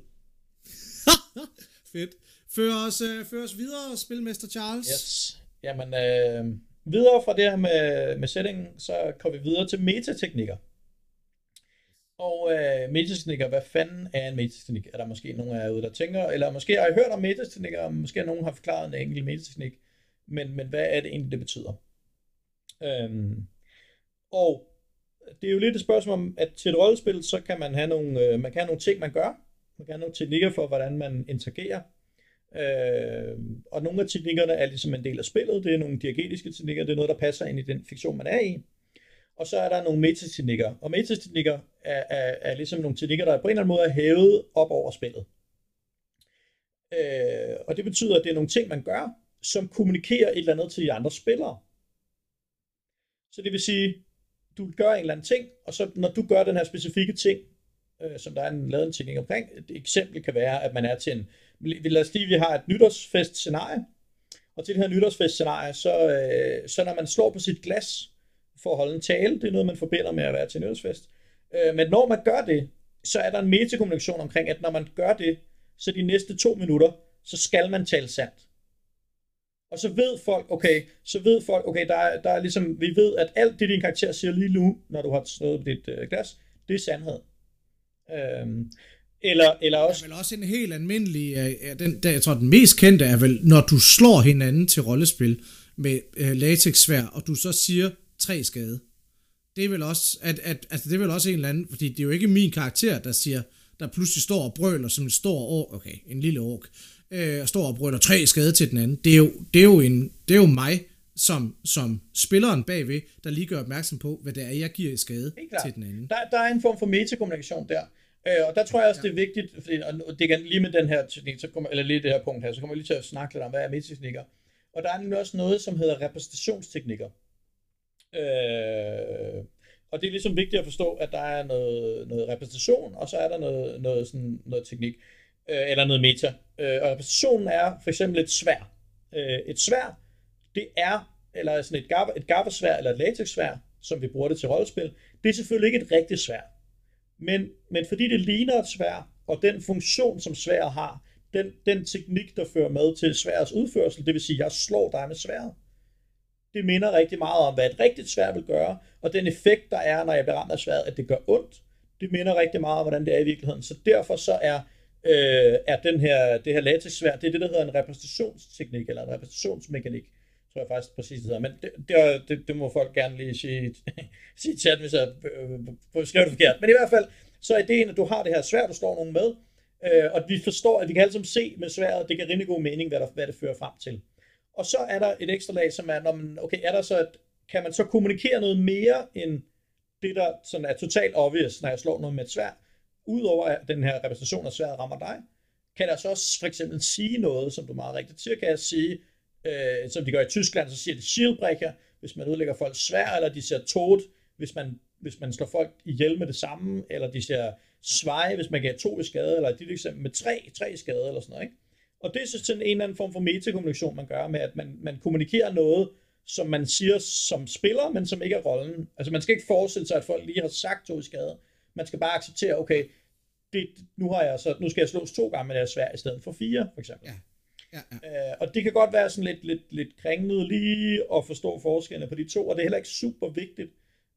Fedt. Før os, øh, før os videre, spilmester Charles. Yes. Jamen, øh, videre fra det her med, med settingen, så kommer vi videre til metateknikker. Og øh, metateknikker, hvad fanden er en metateknik? Er der måske nogen af jer ude, der tænker, eller måske har I hørt om metateknikker, og måske har nogen har forklaret en enkelt metateknik, men, men hvad er det egentlig, det betyder? Øhm, og det er jo lidt et spørgsmål om, at til et rollespil, så kan man have nogle, øh, man kan have nogle ting, man gør, man kan have nogle teknikker for, hvordan man interagerer, øh, og nogle af teknikkerne er ligesom en del af spillet, det er nogle diegetiske teknikker, det er noget, der passer ind i den fiktion, man er i. Og så er der nogle metateknikker, og metateknikker er, er, er ligesom nogle teknikker, der på en eller anden måde er hævet op over spillet. Øh, og det betyder, at det er nogle ting, man gør, som kommunikerer et eller andet til de andre spillere. Så det vil sige, du gør en eller anden ting, og så når du gør den her specifikke ting, øh, som der er en, lavet en teknik omkring, et eksempel kan være, at man er til en, lad os lige, vi har et nytårsfest-scenarie, og til det her nytårsfest-scenarie, så, øh, så når man slår på sit glas, for at holde en tale, det er noget, man forbinder med at være til nytårsfest. Øh, men når man gør det, så er der en metakommunikation omkring, at når man gør det, så de næste to minutter, så skal man tale sandt. Og så ved folk, okay, så ved folk, okay, der er, der er ligesom, vi ved, at alt det, din karakter siger lige nu, når du har slået på dit øh, glas, det er sandhed. Øhm, eller, eller også... Der er vel også en helt almindelig, øh, den, der, jeg tror, den mest kendte er vel, når du slår hinanden til rollespil med øh, latexsværd, og du så siger tre skade. Det er vel også, at, at, altså det er vel også en eller anden, fordi det er jo ikke min karakter, der siger, der pludselig står og brøler som en stor ork, okay, en lille ork, øh, og står og brøler tre skade til den anden. Det er jo, det er jo, en, det er jo mig, som, som spilleren bagved, der lige gør opmærksom på, hvad det er, jeg giver i skade til den anden. Der, der er en form for metakommunikation der, øh, og der tror jeg også, ja. Det er vigtigt, fordi, og det kan lige med den her teknik, så kommer, eller lige det her punkt her, så kommer vi lige til at snakke lidt om, hvad er metateknikker. Og der er nemlig også noget, som hedder repræsentationsteknikker. Øh, og det er ligesom vigtigt at forstå, at der er noget, noget repræsentation, og så er der noget, noget, sådan, noget teknik, øh, eller noget meta. Øh, og repræsentationen er for eksempel et sværd. Øh, et sværd, det er, eller sådan et, gab, et gabersværd, eller et latexsværd, som vi bruger det til rollespil, det er selvfølgelig ikke et rigtigt sværd. Men, men fordi det ligner et sværd, og den funktion, som sværdet har, den, den teknik, der fører med til sværdets udførsel, det vil sige, at jeg slår dig med sværdet, det minder rigtig meget om, hvad et rigtigt sværd vil gøre, og den effekt, der er, når jeg bliver ramt af sværdet, at det gør ondt, det minder rigtig meget om, hvordan det er i virkeligheden. Så derfor så er, øh, er den her, det her latexsværd, det er det, der hedder en repræsentationsteknik, eller en repræsentationsmekanik, tror jeg faktisk præcis det hedder. Men det, det, det, det må folk gerne lige sige, sige til, hvis jeg øh, skriver det forkert. Men i hvert fald, så er ideen, at du har det her sværd, du slår nogen med, øh, og at vi forstår, at vi kan alle sammen se med sværdet, det kan rimelig god mening, hvad, der, hvad det fører frem til. Og så er der et ekstra lag, som er, når man, okay, er der så, at, kan man så kommunikere noget mere, end det, der sådan er totalt obvious, når jeg slår noget med et sværd, udover at den her repræsentation af sværdet rammer dig, kan jeg så også for eksempel sige noget, som du meget rigtigt siger, kan jeg sige, øh, som de gør i Tyskland, så siger de Shieldbreaker, hvis man udlægger folks sværd, eller de siger Tod, hvis man, hvis man slår folk ihjel med det samme, eller de siger Svej, hvis man giver to i skade, eller dit eksempel med tre, tre i skade, eller sådan noget, ikke? Og det er så sådan en eller anden form for metakommunikation, man gør med, at man, man kommunikerer noget, som man siger som spiller, men som ikke er rollen. Altså man skal ikke forestille sig, at folk lige har sagt to i skade. Man skal bare acceptere, okay, det, nu, har jeg så, nu skal jeg slås to gange med det her sværd, i stedet for fire, for eksempel. Ja. Ja, ja. Øh, og det kan godt være sådan lidt, lidt, lidt kringlet lige at forstå forskellene på de to, og det er heller ikke super vigtigt.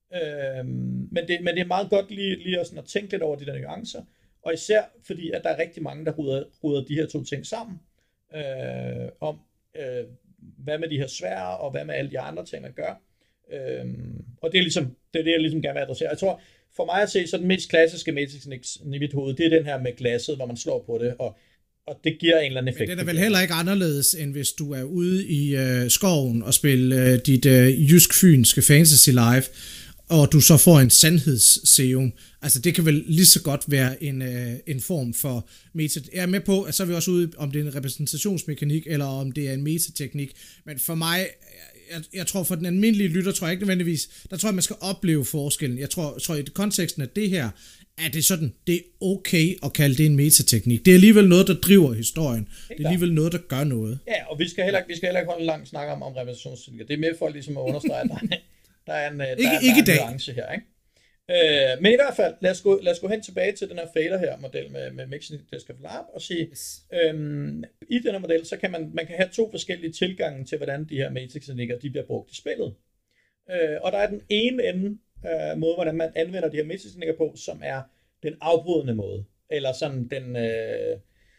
Øh, men, det, men det er meget godt lige, lige at, sådan at tænke lidt over de der nuancer. Og især fordi, at der er rigtig mange, der ruder, ruder de her to ting sammen, øh, om øh, hvad med de her sværd, og hvad med alle de andre ting, man gør. Øhm, og det er ligesom det, er det jeg ligesom gerne vil adressere. Jeg tror, for mig at se, så den mest klassiske Matrix i mit hoved, det er den her med glasset, hvor man slår på det, og, og det giver en eller anden effekt. Men det er vel heller ikke anderledes, end hvis du er ude i øh, skoven og spiller øh, dit øh, jysk-fynske Fantasy Live, og du så får en sandhedsserum. Altså det kan vel lige så godt være en, øh, en form for meta. Jeg er med på, at så er vi også ude, om det er en repræsentationsmekanik, eller om det er en metateknik. Men for mig, jeg, jeg tror for den almindelige lytter, tror jeg ikke nødvendigvis, der tror jeg, man skal opleve forskellen. Jeg tror, tror i konteksten af det her, er det sådan, det er okay at kalde det en metateknik. Det er alligevel noget, der driver historien. Det er alligevel noget, der gør noget. Ja, og vi skal heller, vi skal heller ikke holde en lang snak om, om repræsentationsteknikker. Det er mere for ligesom at understrege, at der, der er en, der, ikke, der ikke er en nuance her, ikke? Øh, men i hvert fald, lad os, gå, lad os gå hen tilbage til den her fader her model med, med Mixing Desk of Lab og sige, yes. øhm, i den her model, så kan man, man kan have to forskellige tilgange til, hvordan de her matrix-teknikker, de bliver brugt i spillet. Øh, og der er den ene ende øh, måde, hvordan man anvender de her matrix-teknikker på, som er den afbrydende måde, eller sådan den, øh,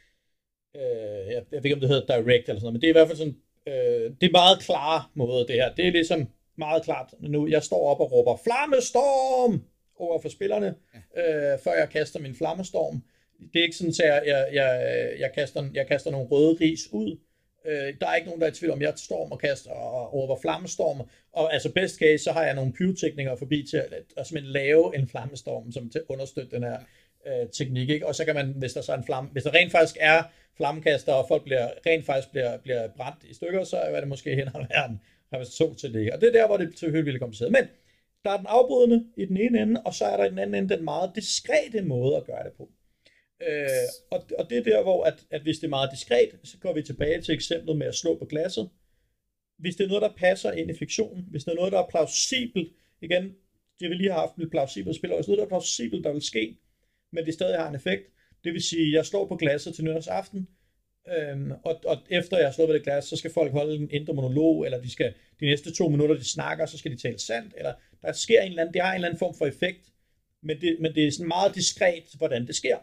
øh, jeg ved ikke om det hedder direct eller sådan noget, men det er i hvert fald sådan, øh, det er meget klare måde det her, det er ligesom meget klart, nu jeg står op og råber, flammestorm! Over for spillerne, ja. øh, før jeg kaster min flammestorm. Det er ikke sådan, at jeg, jeg, jeg, jeg, kaster, jeg kaster nogle røde ris ud. Øh, der er ikke nogen, der er i tvivl om, jeg storm og kaster og råber flammestorm. Og altså best case, så har jeg nogle pyroteknikere forbi til at, at simpelthen lave en flammestorm, som til at understøtte den her øh, teknik. Ikke? Og så kan man, hvis der så er en flamme, hvis der rent faktisk er flammekaster, og folk bliver, rent faktisk bliver, bliver brændt i stykker, så er det måske hen og være en repræsentation til det. Og det er der, hvor det selvfølgelig bliver kompliceret. Men der er den afbrydende i den ene ende, og så er der i den anden ende den meget diskrete måde at gøre det på. Øh, og, og det er der, hvor at, at hvis det er meget diskret, så går vi tilbage til eksemplet med at slå på glasset. Hvis det er noget, der passer ind i fiktionen, hvis det er noget, der er plausibelt, igen, det vi lige har haft med plausibelt spil, hvis noget, der er plausibelt, der vil ske, men det stadig har en effekt, det vil sige, at jeg slår på glasset til nytårsaften, øhm, og, og efter jeg har slået på det glas, så skal folk holde en indre monolog, eller de skal de næste to minutter, de snakker, så skal de tale sandt, eller der sker en eller anden, det har en eller anden form for effekt, men det, men det er sådan meget diskret, hvordan det sker.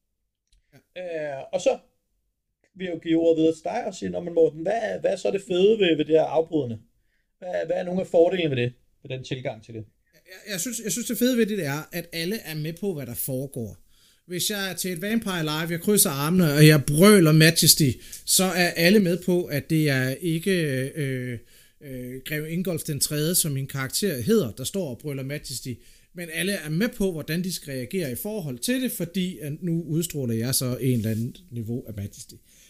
Ja. Øh, og så vil jeg jo give ordet videre til dig og sige, men Morten, hvad er, hvad er så det fede ved, ved det her afbrydende? Hvad, hvad er nogle af fordelene ved det, ved den tilgang til det? Jeg, jeg, synes, jeg synes, det fede ved det er, at alle er med på, hvad der foregår. Hvis jeg er til et Vampire Live, jeg krydser armene, og jeg brøler Majesty, så er alle med på, at det er ikke øh, øh, Greve Ingolf den tredje, som min karakter hedder, der står og brøler Majesty. Men alle er med på, hvordan de skal reagere i forhold til det, fordi nu udstråler jeg så en eller anden niveau af Majesty.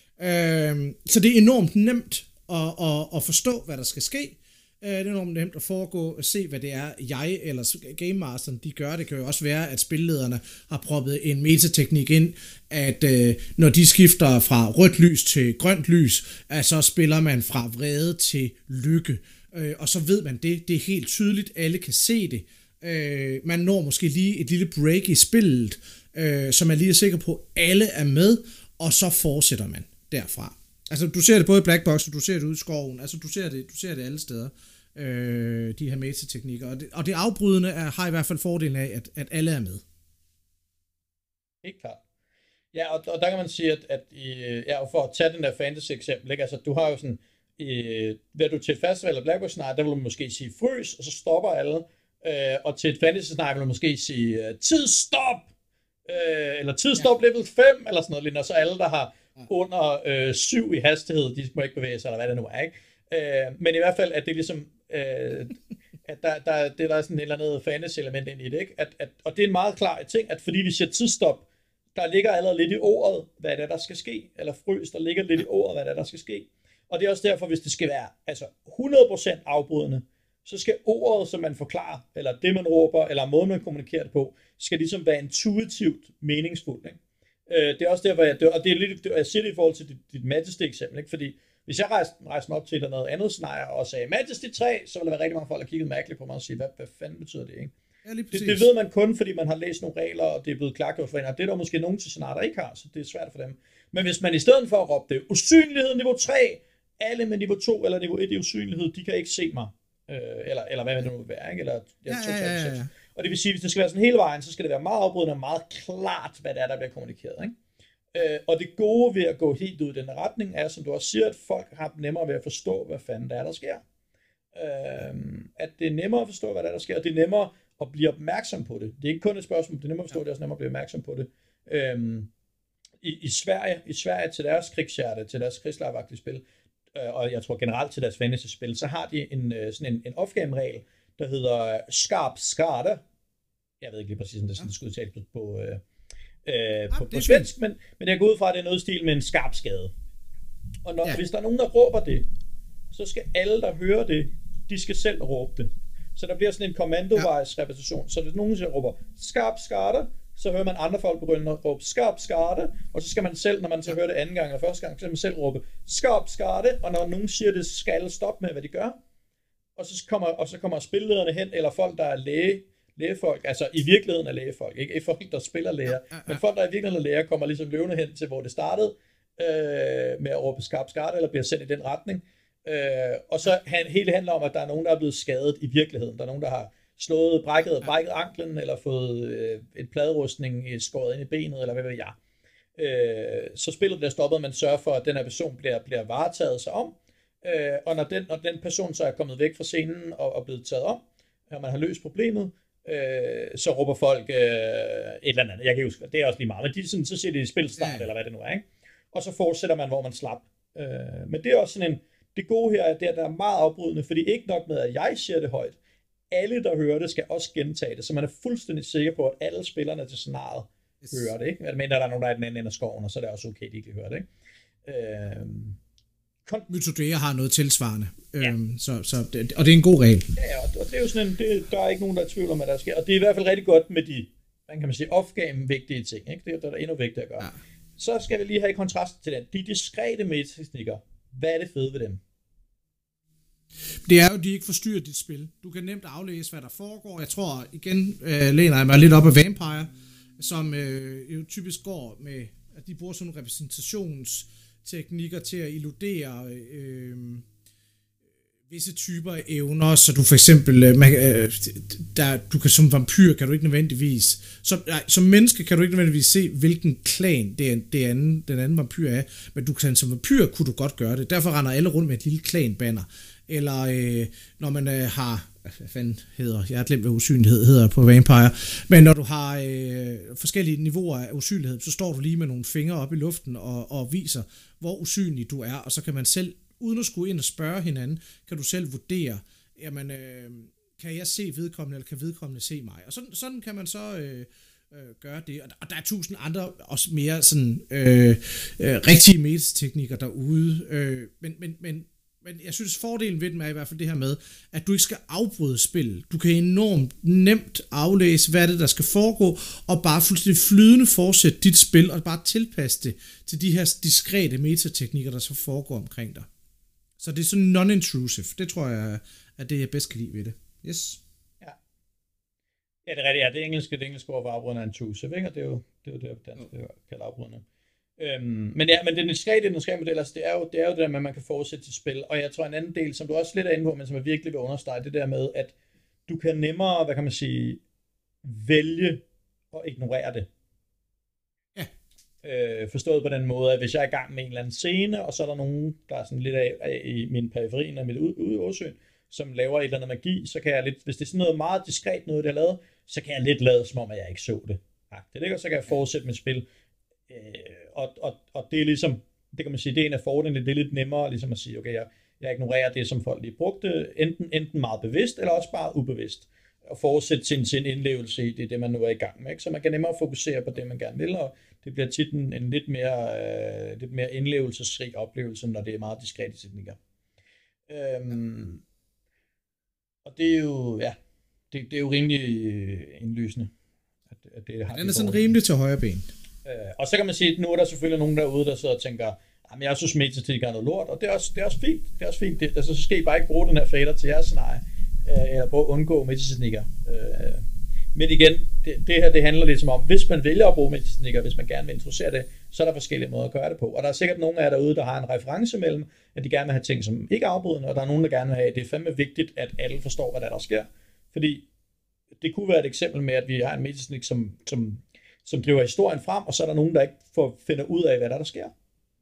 Øh, så det er enormt nemt at, at, at forstå, hvad der skal ske. Det er enormt nemt at foregå og se, hvad det er, jeg eller Game Masteren, de gør. Det kan jo også være, at spillederne har proppet en metateknik ind, at øh, når de skifter fra rødt lys til grønt lys, at så spiller man fra vrede til lykke. Øh, og så ved man det. Det er helt tydeligt. Alle kan se det. Øh, man når måske lige et lille break i spillet, øh, så man lige er sikker på, at alle er med, og så fortsætter man derfra. Altså, du ser det både i Black Box, og du ser det ude i skoven. Altså, du ser det, du ser det alle steder. Øh, de her metateknikker. Og det, og det afbrydende er, har i hvert fald fordelen af, at, at alle er med. Helt klart. Ja, og, og der kan man sige, at, at i, ja, for at tage den der fantasy-eksempel, ikke? Altså, du har jo sådan, i, ved du til et festival eller Black Box scenarie, der vil du måske sige frys, og så stopper alle. Øh, og til et fantasy-scenarie vil du måske sige uh, tidsstop, øh, eller tidsstop ja. level fem, eller sådan noget lignende, og så alle, der har under øh, syv i hastighed, de må ikke bevæge sig, eller hvad det nu er, ikke? Øh, men i hvert fald, at det er ligesom, øh, at der, der, det, der er sådan et eller andet fantasy-element ind i det, ikke? At, at, og det er en meget klar ting, at fordi vi siger tidsstop, der ligger allerede lidt i ordet, hvad det er, der skal ske, eller frys, der ligger lidt i ordet, hvad det er, der skal ske. Og det er også derfor, hvis det skal være altså hundrede procent afbrydende, så skal ordet, som man forklarer, eller det, man råber, eller måden, man kommunikerer det på, skal ligesom være intuitivt meningsfuldt, ikke? Det er også derfor, jeg, og det er lidt, jeg siger det i forhold til dit, dit Majesty-eksempel, ikke? Fordi hvis jeg rejste, rejste mig op til noget andet scenarie og sagde Majesty tre, så ville der være rigtig mange folk, der kiggede mærkeligt på mig og sige, hvad, hvad fanden betyder det, ikke? Ja, det, det ved man kun, fordi man har læst nogle regler, og det er blevet klargjort for en, og det er der måske nogen til scenarier, der ikke har, så det er svært for dem. Men hvis man i stedet for at råbe det, usynlighed niveau tre, alle med niveau to eller niveau et i usynlighed, de kan ikke se mig, øh, eller, eller hvad det nu vil være, ikke? Eller, ja, ja, ja, ja, ja. Og det vil sige, hvis det skal være sådan hele vejen, så skal det være meget afbrydende og meget klart, hvad det er, der bliver kommunikeret, ikke? Øh, og det gode ved at gå helt ud i den retning er, som du også siger, at folk har nemmere ved at forstå, hvad fanden der er, der sker. Øh, at det er nemmere at forstå, hvad der, er, der sker, og det er nemmere at blive opmærksom på det. Det er ikke kun et spørgsmål, det er nemmere at forstå, det er også nemmere at blive opmærksom på det. Øh, i, i, Sverige, I Sverige til deres krigshjerte, til deres krigslejragtige spil, øh, og jeg tror generelt til deres fantasy-spil, så har de en, sådan en, en off-game-regel, der hedder skarp skade. Jeg ved ikke lige præcis, om det er sådan, det skal udtales på, på, øh, ja, på, på svensk, men, men jeg går ud fra, at det er noget stil med en skarp skade. Og når, ja. hvis der er nogen, der råber det, så skal alle, der hører det, de skal selv råbe det. Så der bliver sådan en kommandovejs repetition. Så hvis nogen siger, råber skarp skade, så hører man andre folk begynde at råbe skarp skade, og så skal man selv, når man så hører det anden gang eller første gang, så skal man selv råbe skarp skade, og når nogen siger det, skal alle stoppe med, hvad de gør. Og så kommer, og så kommer spillederne hen, eller folk, der er læge, lægefolk, altså i virkeligheden er lægefolk, ikke folk, der spiller læger, ja, ja, ja. men folk, der i virkeligheden er læger, kommer ligesom løvende hen til, hvor det startede, øh, med at råbe skarp skade, eller bliver sendt i den retning. Øh, og så han, hele handler om, at der er nogen, der er blevet skadet i virkeligheden. Der er nogen, der har slået, brækket, brækket anklen, eller fået øh, et pladerustning skåret ind i benet, eller hvad ved jeg. Øh, så spillet bliver stoppet, man sørger for, at den her person bliver, bliver varetaget sig om. Øh, og når den, når den person så er kommet væk fra scenen og, og blevet taget om, og man har løst problemet, øh, så råber folk øh, et eller andet. Jeg kan huske, det er også lige meget, men de, sådan, så siger de spilstart, ja. eller hvad det nu er, ikke? Og så fortsætter man, hvor man slap. Øh, men det er også sådan en, det gode her er, at der er meget afbrydende, fordi ikke nok med, at jeg siger det højt, alle, der hører det, skal også gentage det, så man er fuldstændig sikker på, at alle spillerne til scenariet yes. hører det, ikke? Men der er nogen, der er i den anden ende af skoven, og så er det også okay, de ikke hører det, ikke? Øh, Kon- Mythodea har noget tilsvarende, ja. øhm, så, så det, og det er en god regel. Ja, og det er jo sådan en, det, der er ikke nogen, der er tvivl om, hvad der sker, og det er i hvert fald rigtig godt med de, hvad kan man sige, off-game vigtige ting, ikke? Det er der er endnu vigtigere at gøre. Ja. Så skal vi lige have i kontrast til den. De diskrete metateknikker, hvad er det fede ved dem? Det er jo, de ikke forstyrrer dit spil. Du kan nemt aflæse, hvad der foregår. Jeg tror, igen, øh, læner jeg mig lidt op af Vampire, som øh, jo typisk går med, at de bruger sådan nogle repræsentationsteknikker til at illudere øh, visse typer af evner, så du for eksempel, øh, man, øh, der, du kan som vampyr, kan du ikke nødvendigvis, som, nej, som menneske kan du ikke nødvendigvis se, hvilken klan det, det anden, den anden vampyr er, men du kan som vampyr, kunne du godt gøre det. Derfor render alle rundt med et lille klanbanner. Eller øh, når man øh, har, hvad fanden hedder, jeg har glemt, hvad usynlighed hedder på Vampire, men når du har øh, forskellige niveauer af usynlighed, så står du lige med nogle fingre op i luften og, og viser, hvor usynlig du er, og så kan man selv, uden at skulle ind og spørge hinanden, kan du selv vurdere, jamen, øh, kan jeg se vedkommende, eller kan vedkommende se mig? Og sådan, sådan kan man så øh, øh, gøre det, og der er tusind andre, også mere sådan øh, øh, rigtige metateknikker derude, øh, men, men, men Men jeg synes, fordelen ved dem er i hvert fald det her med, at du ikke skal afbryde spil. Du kan enormt nemt aflæse, hvad det er, der skal foregå, og bare fuldstændig flydende fortsætte dit spil, og bare tilpasse det til de her diskrete metateknikker, der så foregår omkring dig. Så det er sådan non-intrusive. Det tror jeg, at det jeg bedst kan lide ved det. Yes. Ja. Ja, det er rigtigt. Ja, det engelske, det engelske ord for afbrydende er intrusive, ikke? Og det er jo det, er jo det dansk, det kalder afbrydende. Øhm, men ja, men den diskrete, den diskrete model, altså det er jo det er jo det der med, at man kan fortsætte til spil, og jeg tror en anden del, som du også lidt er inde på, men som jeg virkelig vil understrege, det der med, at du kan nemmere, hvad kan man sige, vælge og ignorere det. Ja. Øh, forstået på den måde, at hvis jeg er i gang med en eller anden scene, og så er der nogen, der er sådan lidt af, af i min periferien og mit ude ud i Åsøen, som laver et eller andet magi, så kan jeg lidt, hvis det er sådan noget meget diskret noget, det har lavet, så kan jeg lidt lade som om, at jeg ikke så det. Det ligger, så kan jeg fortsætte med spil. Øh, og, og, og det er ligesom, det kan man sige, det er en af fordelene, det er lidt nemmere ligesom at sige, okay, jeg, jeg ignorerer det, som folk lige brugte, enten, enten meget bevidst, eller også bare ubevidst, og fortsætte sin, sin indlevelse i det, det man nu er i gang med, ikke? Så man kan nemmere fokusere på det, man gerne vil, og det bliver tit en, en lidt mere, øh, lidt mere indlevelsesrig oplevelse, når det er meget diskrete teknikker. Øhm, og det er jo, ja, det, det er jo rimelig indlysende. At, at det har den er sådan rimelig til højre ben. Øh, og så kan man sige, at nu er der selvfølgelig nogen derude, der sidder og tænker, jamen jeg synes metateknik er noget lort, og det er også, det er også fint. Det er også fint. Det, altså, så skal I bare ikke bruge den her fader til jeres scenarie, øh, eller prøve at undgå metateknikker. Øh, men igen, det, det her det handler ligesom om, hvis man vælger at bruge metateknikker, hvis man gerne vil introducere det, så er der forskellige måder at gøre det på. Og der er sikkert nogen af jer derude, der har en reference mellem, at de gerne vil have ting, som ikke er afbrydende, og der er nogen, der gerne vil have, at det er fandme vigtigt, at alle forstår, hvad der, der sker. Fordi det kunne være et eksempel med, at vi har en metateknik, som, som, som driver historien frem, og så er der nogen, der ikke får finder ud af, hvad der, der sker.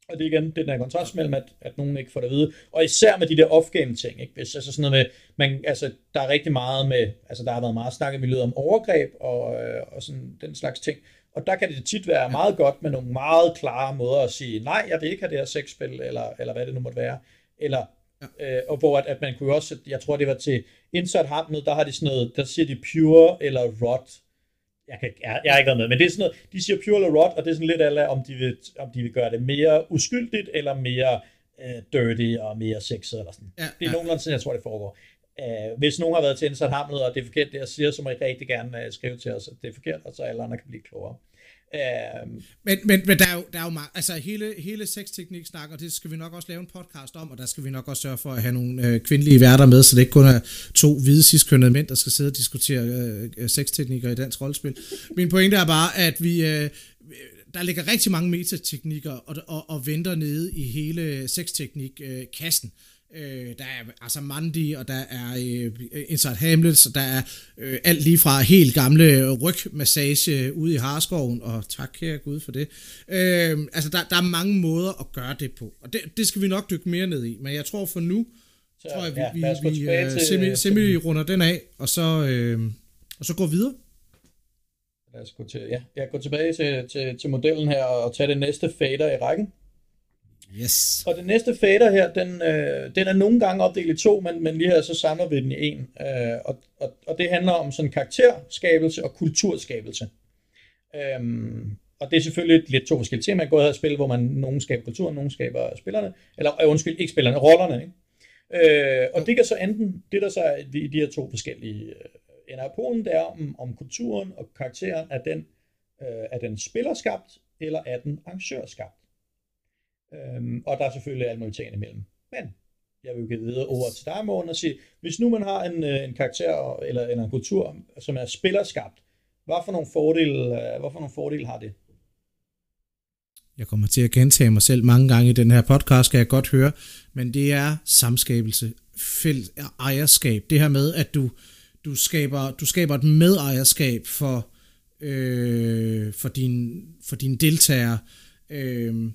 Og det er igen den der kontrast mellem, at, at nogen ikke får det at vide. Og især med de der off-game ting, ikke? Hvis, altså sådan noget med, man, altså, der er rigtig meget med, altså der har været meget snak i miljøet om overgreb og, øh, og sådan den slags ting. Og der kan det tit være meget godt med nogle meget klare måder at sige, nej, jeg vil ikke have det her sexspil, eller, eller hvad det nu måtte være. Eller, ja. øh, og hvor at, at man kunne også, jeg tror det var til Inside Hamlet, der har de sådan noget, der siger de pure eller rot. Jeg, kan, jeg, jeg har ikke været med, men det er sådan noget, de siger pure eller rot, og det er sådan lidt af, om de vil, om de vil gøre det mere uskyldigt, eller mere øh, dirty og mere sexet, eller sådan. Ja, det er ja. nogenlunde sådan, jeg tror, det foregår. Uh, hvis nogen har været til Inside Hamlet, og det er forkert, det jeg siger, så må I rigtig gerne uh, skrive til os, at det er forkert, og så alle andre kan blive klogere. Uh, men, men, men der er jo, der er jo mange, altså hele, hele sexteknik-snak, og det skal vi nok også lave en podcast om, og der skal vi nok også sørge for at have nogle øh, kvindelige værter med, så det ikke kun er to hvide cis-kønnede mænd, der skal sidde og diskutere øh, sexteknikker i dansk rollespil. Min pointe er bare, at vi... Øh, der ligger rigtig mange metateknikker og, og, og venter nede i hele sexteknik-kassen. Øh, der er altså Mandy, og der er øh, Inside Hamlet, og der er øh, alt lige fra helt gamle rygmassage ude i Harskoven, og tak kære Gud for det. Øh, altså der, der er mange måder at gøre det på, og det, det skal vi nok dykke mere ned i, men jeg tror for nu, så, tror jeg, vi, ja, vi, vi uh, til, semi, semi runder den af, og så, øh, og så går videre. Lad os gå, til, ja, jeg går tilbage til, til, til modellen her, og tage det næste fader i rækken. Yes. Og den næste fader her, den, øh, den er nogle gange opdelt i to, men, men lige her så samler vi den i en. Øh, og, og, og det handler om sådan karakterskabelse og kulturskabelse. Øhm, og det er selvfølgelig lidt to forskellige ting. Man kan gå og spille, hvor man nogen skaber kulturen, nogen skaber spillerne. Eller øh, undskyld, ikke spillerne, rollerne. Ikke? Øh, og det kan så enten, det der så er i de her to forskellige øh, ender af polen, det er om, om kulturen og karakteren, er den, øh, er den spillerskabt, eller er den arrangørskabt. Øhm, og der er selvfølgelig alle mulige ting imellem. Men jeg vil give videre over til dig, Morten, og sige, hvis nu man har en, en karakter eller, eller en kultur, som er spillerskabt, hvad for nogle fordele, hvad for nogle fordele har det? Jeg kommer til at gentage mig selv mange gange i den her podcast, skal jeg godt høre, men det er samskabelse, fælles ejerskab. Det her med, at du, du, skaber, du skaber et medejerskab for, øh, for, din, for dine deltagere. Øh,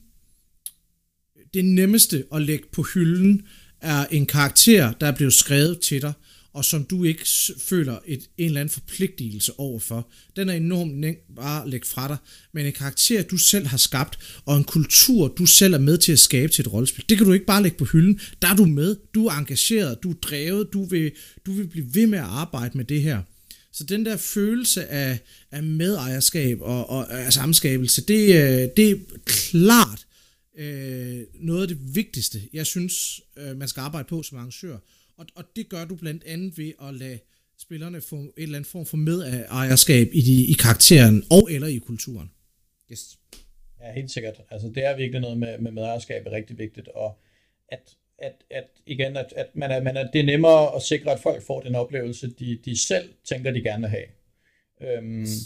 Det nemmeste at lægge på hylden er en karakter, der er blevet skrevet til dig, og som du ikke føler et, en eller anden forpligtelse overfor. Den er enormt nem bare at lægge fra dig, men en karakter, du selv har skabt, og en kultur, du selv er med til at skabe til et rollespil, det kan du ikke bare lægge på hylden. Der er du med, du er engageret, du er drevet, du vil, du vil blive ved med at arbejde med det her. Så den der følelse af, af medejerskab og, og af samskabelse, det, det er klart Øh, noget af det vigtigste, jeg synes, øh, man skal arbejde på som arrangør. Og, og det gør du blandt andet ved at lade spillerne få en eller anden form for medejerskab i, de, i karakteren og eller i kulturen. Yes. Ja, helt sikkert. Altså, det er virkelig noget med, med medejerskab er rigtig vigtigt, og at, at, at igen, at, at man er, man er, det er nemmere at sikre, at folk får den oplevelse, de, de selv tænker, de gerne vil have. Øhm, yes.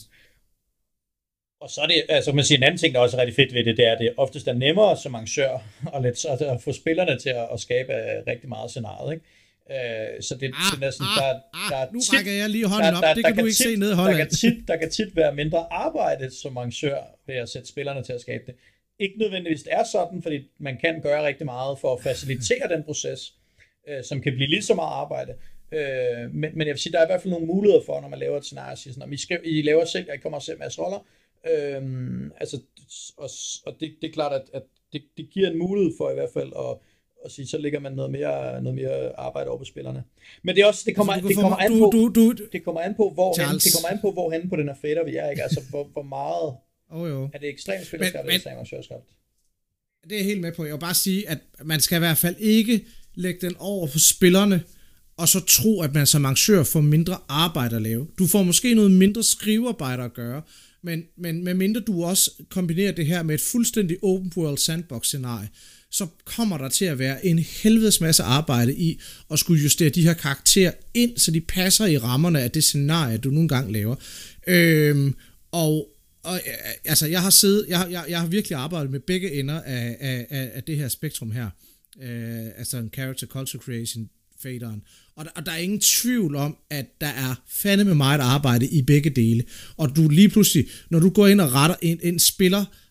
Og så er det, altså man siger en anden ting, der også er rigtig fedt ved det, det er, at det oftest er nemmere som arrangør at, let, at, at få spillerne til at, at skabe rigtig meget scenariet, ikke? Øh, så det, ah, det er næsten, ah, der, ah, der er nu tit, rækker jeg lige hånden der, op, der, det der, kan der du ikke tit, se ned i Holland. Der kan, tit, der kan tit være mindre arbejde som arrangør ved at sætte spillerne til at skabe det. Ikke nødvendigvis det er sådan, fordi man kan gøre rigtig meget for at facilitere den proces, øh, som kan blive lige så meget arbejde. Øh, men, men jeg vil sige, der er i hvert fald nogle muligheder for, når man laver et scenarie, og siger sådan, at I, skal, I laver selv, jeg kommer selv med masse roller. Øhm, altså, og, og det, det er klart, at, at det, det giver en mulighed for i hvert fald at, at sige, så lægger man noget mere, noget mere arbejde over på spillerne. Men det er også, det kommer, altså, det kommer an på, du, du, du, det kommer an på, hvor hen, det kommer an på, hvor hen på den her fader vi er, ikke? Altså, hvor, hvor meget oh, jo. Er det ekstremt spillerskabt eller ekstremt arrangørskabt? Det er jeg helt med på. Jeg vil bare sige, at man skal i hvert fald ikke lægge den over på spillerne, og så tro, at man som arrangør får mindre arbejde at lave. Du får måske noget mindre skrivearbejde at gøre, Men, men medmindre du også kombinerer det her med et fuldstændig open world sandbox scenarie, så kommer der til at være en helvedes masse arbejde i at skulle justere de her karakterer ind, så de passer i rammerne af det scenarie, du nogle gange laver. Øhm, og, og altså, jeg har siddet, jeg, jeg, jeg har virkelig arbejdet med begge ender af, af, af det her spektrum her. Øh, altså en character culture creation faderen. Og der, og der er ingen tvivl om, at der er fandeme meget arbejde i begge dele. Og du lige pludselig, når du går ind og retter en, en spiller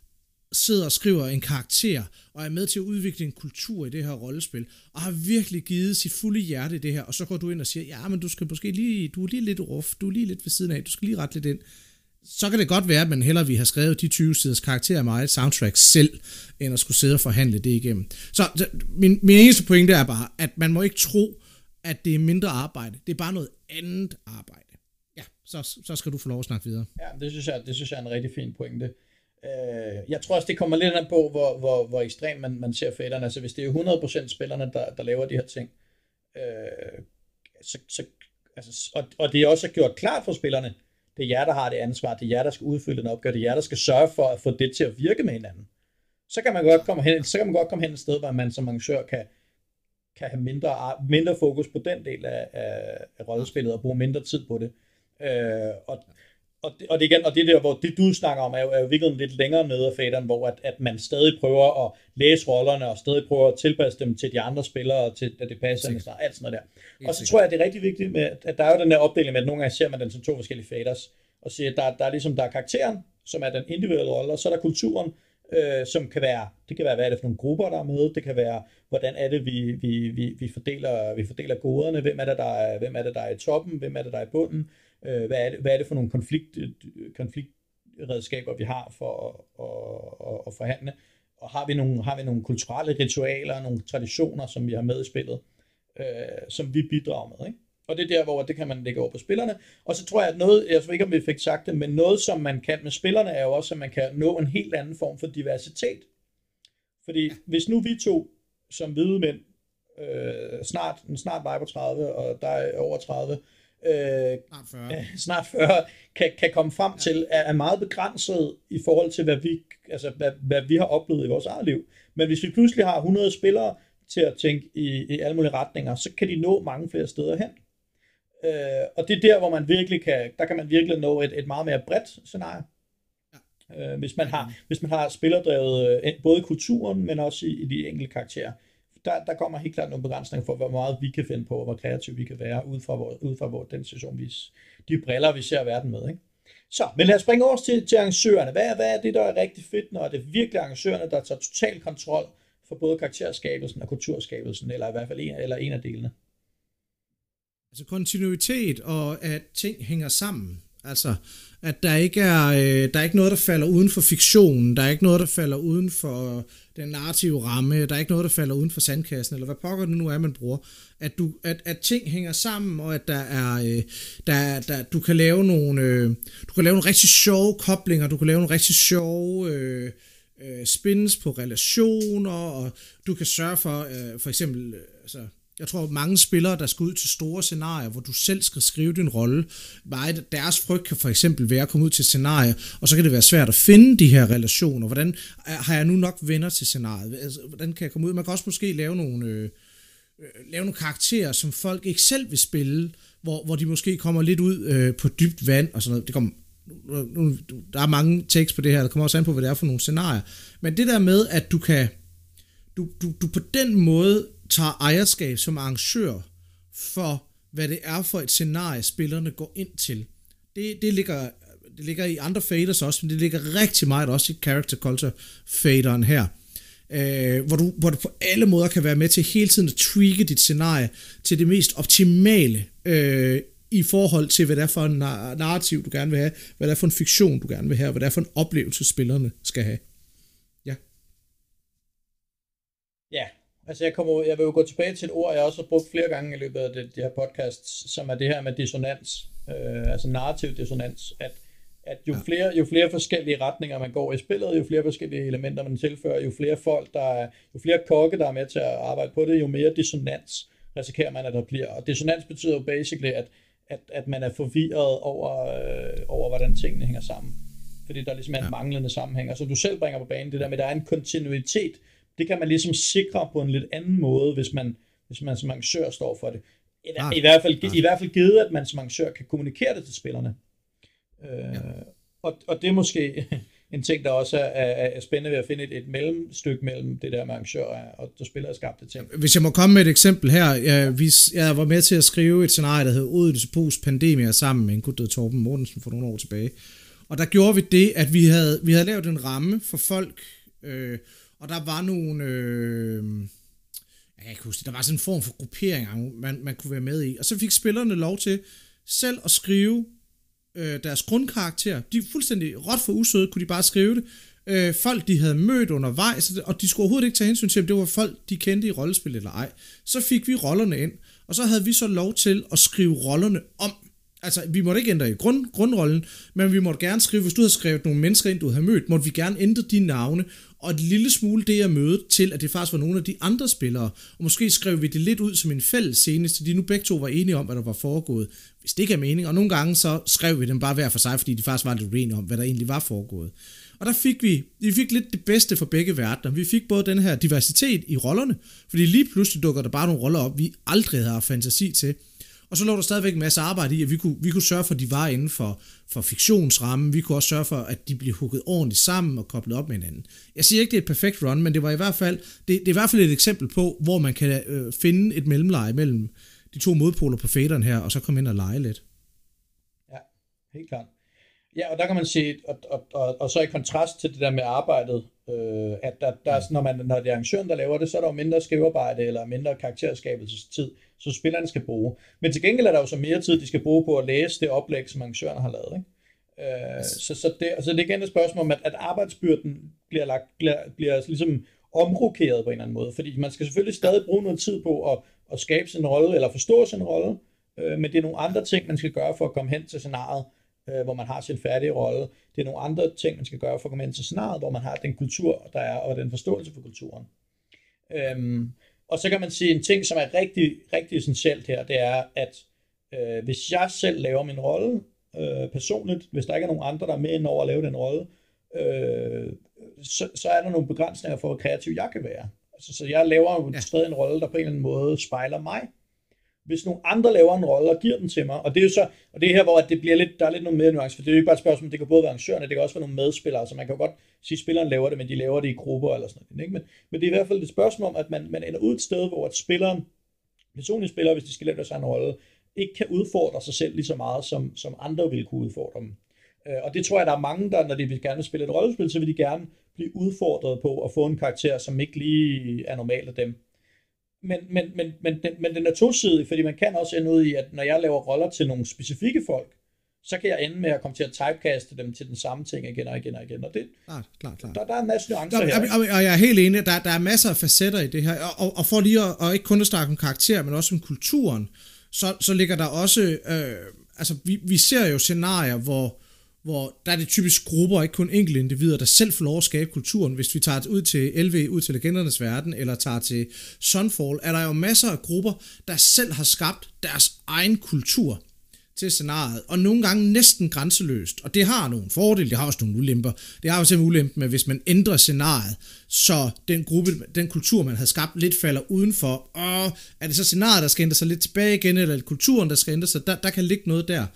sidder og skriver en karakter, og er med til at udvikle en kultur i det her rollespil, og har virkelig givet sit fulde hjerte i det her, og så går du ind og siger, ja, men du skal måske lige, du er lige lidt rough, du er lige lidt ved siden af, du skal lige rette lidt ind. Så kan det godt være, at man hellere vil have skrevet de tyve siders karakterer med et soundtrack selv, end at skulle sidde og forhandle det igennem. Så, så min, min eneste pointe er bare, at man må ikke tro, at det er mindre arbejde. Det er bare noget andet arbejde. Ja, så, så skal du få lov at snakke videre. Ja, det synes jeg, det synes jeg er en rigtig fin pointe. Jeg tror også, det kommer lidt an på, hvor, hvor, hvor ekstremt man, man ser fætterne. Altså, hvis det er hundrede procent spillerne, der, der laver de her ting, øh, så, så, altså, og, og det er også gjort klart for spillerne, det er jer, der har det ansvar, det er jer, der skal udfylde den opgave, det er jer, der skal sørge for at få det til at virke med hinanden. Så kan man godt komme hen, så kan man godt komme hen et sted, hvor man som arrangør kan, kan have mindre, mindre fokus på den del af, af, af rollespillet, og bruge mindre tid på det. Øh, og, og, det, og, det igen, og det der, hvor det du snakker om, er jo, er jo virkelig lidt længere nede af faderen, hvor at, at man stadig prøver at læse rollerne, og stadig prøver at tilpasse dem til de andre spillere, og til at det passer, og alt sådan noget der. Og så tror jeg, det er rigtig vigtigt, med, at der er jo den der opdeling med, at nogle gange ser man den som to forskellige faders, og siger, at der, der er ligesom, der er karakteren, som er den individuelle rolle, og så er der kulturen, øh, som kan være, det kan være, hvad er det for nogle grupper, der er med, det kan være, hvordan er det, vi, vi, vi, vi, fordeler, vi fordeler goderne, hvem er det, der er, hvem er det, der er i toppen, hvem er det, der er i bunden, øh, hvad, er det, hvad er det for nogle konflikt, konfliktredskaber, vi har for at, at, at, at forhandle, og har vi, nogle, har vi nogle kulturelle ritualer, nogle traditioner, som vi har med i spillet, øh, som vi bidrager med, ikke? Og det er der, hvor det kan man lægge over på spillerne. Og så tror jeg, at noget, jeg ved ikke, om vi fik sagt det, men noget, som man kan med spillerne, er jo også, at man kan nå en helt anden form for diversitet. Fordi hvis nu vi to, som hvide mænd, øh, snart, snart var på tredive, og der er over tredive, øh, snart fyrre, øh, snart fyrre kan, kan komme frem ja. til, er, er meget begrænset i forhold til, hvad vi, altså, hvad, hvad vi har oplevet i vores eget liv. Men hvis vi pludselig har hundrede spillere til at tænke i, i alle mulige retninger, så kan de nå mange flere steder hen. Øh, og det er der, hvor man virkelig kan, der kan man virkelig nå et, et meget mere bredt scenarie. Ja. Øh, hvis man har, hvis man har spillerdrevet øh, både kulturen, men også i, i de enkelte karakterer. Der, der kommer helt klart nogle begrænsninger for, hvor meget vi kan finde på, og hvor kreative vi kan være, ud fra, hvor, ud fra hvor den situation, vi, de briller, vi ser verden med. Ikke? Så, men lad os springe over til, til arrangørerne. Hvad, hvad er det, der er rigtig fedt, når det er virkelig arrangørerne, der tager total kontrol for både karakterskabelsen og kulturskabelsen, eller i hvert fald en, eller en af delene? Altså kontinuitet, og at ting hænger sammen. Altså, at der ikke er, øh, der er ikke noget, der falder uden for fiktionen, der er ikke noget, der falder uden for den narrative ramme, der er ikke noget, der falder uden for sandkassen, eller hvad pokker det nu er, man bruger. At, du, at, at ting hænger sammen, og at der er, øh, der, der, du kan lave nogle, øh, du kan lave nogle rigtig sjove koblinger, du kan lave nogle rigtig sjove øh, øh, spins på relationer, og du kan sørge for, øh, for eksempel, øh, altså, jeg tror, mange spillere, der skal ud til store scenarier, hvor du selv skal skrive din rolle, meget deres frygt kan for eksempel være at komme ud til scenarier, og så kan det være svært at finde de her relationer. Hvordan har jeg nu nok venner til scenariet? Altså, hvordan kan jeg komme ud? Man kan også måske lave nogle, øh, lave nogle karakterer, som folk ikke selv vil spille, hvor, hvor de måske kommer lidt ud øh, på dybt vand og sådan noget. Det kommer, nu, der er mange takes på det her, der kommer også an på, hvad det er for nogle scenarier. Men det der med, at du kan, du, du, du på den måde tager ejerskab som arrangør for, hvad det er for et scenarie, spillerne går ind til. Det, det, ligger, det ligger i andre faders også, men det ligger rigtig meget også i character culture faderen her, øh, hvor, du, hvor du på alle måder kan være med til hele tiden at tweake dit scenarie til det mest optimale øh, i forhold til, hvad det er for en narrativ, du gerne vil have, hvad det er for en fiktion, du gerne vil have, og hvad det er for en oplevelse, spillerne skal have. Ja. Ja. Altså jeg, kommer, jeg vil jo gå tilbage til et ord, jeg også har brugt flere gange i løbet af det, de her podcasts, som er det her med dissonans, øh, altså narrativ dissonans, at, at jo, flere, jo flere forskellige retninger man går i spillet, jo flere forskellige elementer man tilfører, jo flere folk, der er, jo flere kokke, der er med til at arbejde på det, jo mere dissonans risikerer man, at der bliver. Og dissonans betyder jo basically, at, at, at man er forvirret over, øh, over, hvordan tingene hænger sammen. Fordi der ligesom er en ja. manglende sammenhæng. Og så du selv bringer på banen det der med, at der er en kontinuitet. Det kan man ligesom sikre på en lidt anden måde, hvis man, hvis man som arrangør står for det. I, ah, i, hvert fald, ah. I hvert fald givet, at man som arrangør kan kommunikere det til spillerne. Øh, ja. og, og det er måske en ting, der også er, er, er spændende ved at finde et, et mellemstykke mellem det der med arrangør og der spiller skabte ting. Hvis jeg må komme med et eksempel her. Jeg, vi, jeg var med til at skrive et scenarie, der hed Odense Post Pandemia sammen med en gut, der hed Torben Mortensen for nogle år tilbage. Og der gjorde vi det, at vi havde, vi havde lavet en ramme for folk, øh, og der var nogle, øh, jeg kan ikke huske det, der var sådan en form for gruppering, man, man kunne være med i, og så fik spillerne lov til selv at skrive øh, deres grundkarakter. De er fuldstændig råt for usøde, kunne de bare skrive det. Øh, folk, de havde mødt undervejs, og de skulle overhovedet ikke tage hensyn til, om det var folk, de kendte i rollespil eller ej. Så fik vi rollerne ind, og så havde vi så lov til at skrive rollerne om. Altså, vi måtte ikke ændre i grund, grundrollen, men vi måtte gerne skrive, hvis du havde skrevet nogle mennesker ind, du havde mødt, måtte vi gerne ændre de navne, og et lille smule det at møde til, at det faktisk var nogle af de andre spillere, og måske skrev vi det lidt ud som en fælles scene, så de nu begge to var enige om, hvad der var foregået, hvis det ikke er mening, og nogle gange så skrev vi dem bare hver for sig, fordi de faktisk var lidt uenige om, hvad der egentlig var foregået. Og der fik vi, vi fik lidt det bedste for begge verdener. Vi fik både den her diversitet i rollerne, fordi lige pludselig dukker der bare nogle roller op, vi aldrig havde haft fantasi til. Og så lå der stadigvæk en masse arbejde i, at vi kunne, vi kunne sørge for, at de var inden for, for fiktionsrammen. Vi kunne også sørge for, at de blev hugget ordentligt sammen og koblet op med hinanden. Jeg siger ikke, det er et perfekt run, men det var i hvert fald, det, det er i hvert fald et eksempel på, hvor man kan øh, finde et mellemleje mellem de to modpoler på faderen her, og så komme ind og lege lidt. Ja, helt klart. Ja, og der kan man sige, og, og, og, og så i kontrast til det der med arbejdet, øh, at der, der, når, man, når det er arrangøren, der laver det, så er der jo mindre skrivearbejde eller mindre karakterskabelsestid, så spillerne skal bruge. Men til gengæld er der jo så mere tid, de skal bruge på at læse det oplæg, som arrangøren har lavet. Ikke? Øh, yes. så, så, det, altså det er igen et spørgsmål om, at, at arbejdsbyrden bliver, lagt, bliver, bliver ligesom omrokeret på en eller anden måde, fordi man skal selvfølgelig stadig bruge noget tid på at, at skabe sin rolle, eller forstå sin rolle, øh, men det er nogle andre ting, man skal gøre for at komme hen til scenariet, hvor man har sin færdige rolle. Det er nogle andre ting, man skal gøre for at komme ind til scenariet, hvor man har den kultur, der er, og den forståelse for kulturen. Øhm, og så kan man sige, en ting, som er rigtig, rigtig essentielt her, det er, at øh, hvis jeg selv laver min rolle øh, personligt, hvis der ikke er nogen andre, der er med ind over at lave den rolle, øh, så, så er der nogle begrænsninger for, hvor kreativ jeg kan være. Altså, så jeg laver jo ja. stadig en rolle, der på en eller anden måde spejler mig. Hvis nogle andre laver en rolle og giver den til mig, og det er jo så, og det er her, hvor det bliver lidt, der er lidt noget mere nuance, for det er jo ikke bare et spørgsmål, det kan både være arrangørerne, det kan også være nogle medspillere, så man kan jo godt sige, at spilleren laver det, men de laver det i grupper eller sådan noget, ikke? Men, men det er i hvert fald et spørgsmål om, at man, man ender ud et sted, hvor at spilleren, personlige spillere, hvis de skal lave sig en rolle, ikke kan udfordre sig selv lige så meget, som, som andre vil kunne udfordre dem. Og det tror jeg, der er mange, der, når de vil gerne spille et rollespil, så vil de gerne blive udfordret på at få en karakter, som ikke lige er normal af dem. Men, men, men, men, den, men den er tosidig, fordi man kan også ende ud i, at når jeg laver roller til nogle specifikke folk, så kan jeg ende med at komme til at typecaste dem til den samme ting igen og igen og igen. Og det, klart, klart, klart. Der, der er en masse nuancer Nå, her. Og, og jeg er helt enig, der, der er masser af facetter i det her, og, og for lige at og ikke kun at snakke om karakter, men også om kulturen, så, så ligger der også, øh, altså vi, vi ser jo scenarier, hvor hvor der er det typisk grupper, ikke kun enkelte individer, der selv får lov at skabe kulturen. Hvis vi tager ud til L V, ud til Legendernes Verden, eller tager til Sunfall, er der jo masser af grupper, der selv har skabt deres egen kultur til scenariet, og nogle gange næsten grænseløst. Og det har nogle fordele, det har også nogle ulemper. Det har jo simpelthen ulempen med, hvis man ændrer scenariet, så den gruppe, den kultur, man havde skabt, lidt falder udenfor. Og er det så scenariet, der skal ændre sig lidt tilbage igen, eller kulturen, der skal ændre sig? Der, der kan ligge noget der.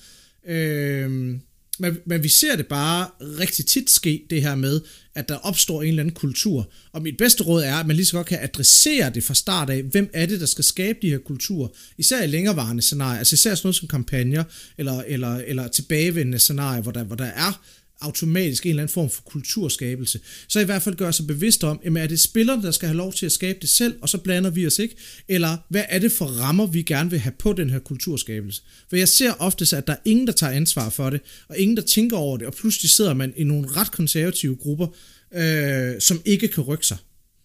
Øh... Men, men vi ser det bare rigtig tit ske, det her med, at der opstår en eller anden kultur. Og mit bedste råd er, at man lige så godt kan adressere det fra start af, hvem er det, der skal skabe de her kulturer. Især i længerevarende scenarier, altså især sådan noget som kampagner, eller, eller, eller tilbagevendende scenarier, hvor der, hvor der er automatisk en eller anden form for kulturskabelse, så i hvert fald gør sig bevidst om, jamen er det spillerne, der skal have lov til at skabe det selv, og så blander vi os ikke, eller hvad er det for rammer, vi gerne vil have på den her kulturskabelse? For jeg ser ofte, at der er ingen, der tager ansvar for det, og ingen, der tænker over det, og pludselig sidder man i nogle ret konservative grupper, øh, som ikke kan rykke sig.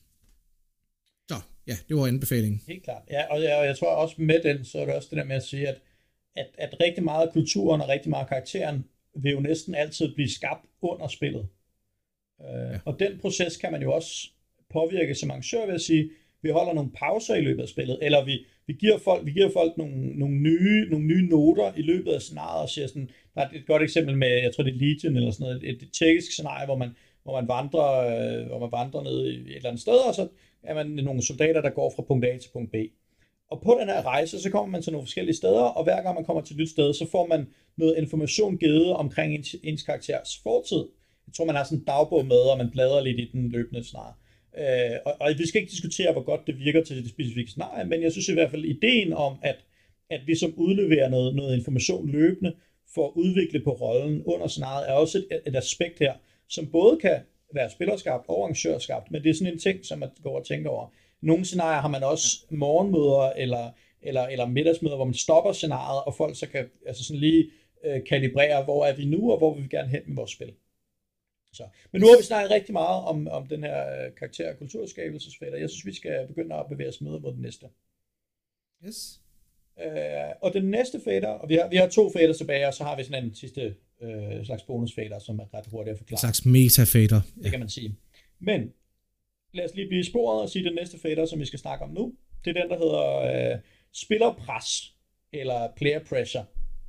Så, ja, det var anbefalingen. Helt klart, ja, og jeg, og jeg tror også med den, så er det også det der med at sige, at, at, at rigtig meget af kulturen og rigtig meget af karakteren vil jo næsten altid blive skabt under spillet. Ja. Og den proces kan man jo også påvirke som arrangør ved at sige, vi holder nogle pauser i løbet af spillet, eller vi, vi giver folk, vi giver folk nogle, nogle, nye, nogle nye noter i løbet af scenariet, og siger sådan, der er et godt eksempel med, jeg tror det er Legion eller sådan noget, et, et tjekkisk scenarie, hvor man, hvor man vandrer, øh, hvor man vandrer ned i et eller andet sted, og så er man nogle soldater, der går fra punkt A til punkt B. Og på den her rejse, så kommer man til nogle forskellige steder, og hver gang man kommer til et nyt sted, så får man noget information givet omkring ens, ens karakters fortid. Jeg tror, man har sådan en dagbog med, og man bladrer lidt i den løbende scenarie. Øh, og, og vi skal ikke diskutere, hvor godt det virker til det specifikke scenarie, men jeg synes i hvert fald, ideen om, at, at vi som udleverer noget, noget information løbende for at udvikle på rollen under scenariet, er også et, et aspekt her, som både kan være spillerskabt og arrangørskabt, men det er sådan en ting, som man går og tænker over. Nogle scenarier har man også morgenmøder eller, eller, eller middagsmøder, hvor man stopper scenariet, og folk så kan altså sådan lige øh, kalibrere, hvor er vi nu, og hvor vil vi gerne hen med vores spil. Så. Men nu har vi snakket rigtig meget om, om den her øh, karakter- og kulturskabelsesfader. Jeg synes, vi skal begynde at bevæge os med mod den næste. Yes. Øh, og den næste fader, og vi har, vi har to fader tilbage, og så har vi sådan en sidste øh, slags bonusfader, som er ret hurtigt at forklare. En slags meta-fader. Ja. Det kan man sige. Men lad os lige blive i sporet og sige den næste fader, som vi skal snakke om nu. Det er den, der hedder øh, spillerpres, eller player pressure.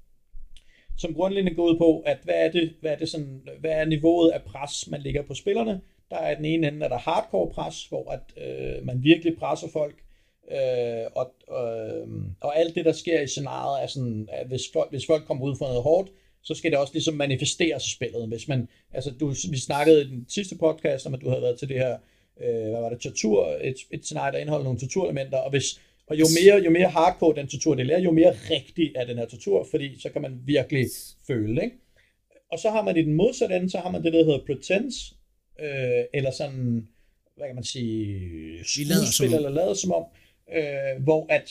Som grundlæggende går ud på, at hvad er det, hvad er det sådan, hvad er niveauet af pres, man ligger på spillerne. Der er den ene ende, er der hardcore pres, hvor at, øh, man virkelig presser folk, øh, og, øh, og alt det, der sker i scenariet, er sådan, at hvis folk, hvis folk kommer ud for noget hårdt, så skal det også ligesom manifesteres i spillet. Hvis man, altså du, vi snakkede i den sidste podcast om, at du havde været til det her, øh, hvad var det, tortur, et, et scenarie, der indeholder nogle torturelementer, og hvis Og jo mere, jo mere hardcore den tortur det er, jo mere rigtig er den her tortur, fordi så kan man virkelig føle, ikke? Og så har man i den modsatte ende, så har man det, der hedder pretense, øh, eller sådan, hvad kan man sige, skuespil, eller lader som om, øh, hvor at,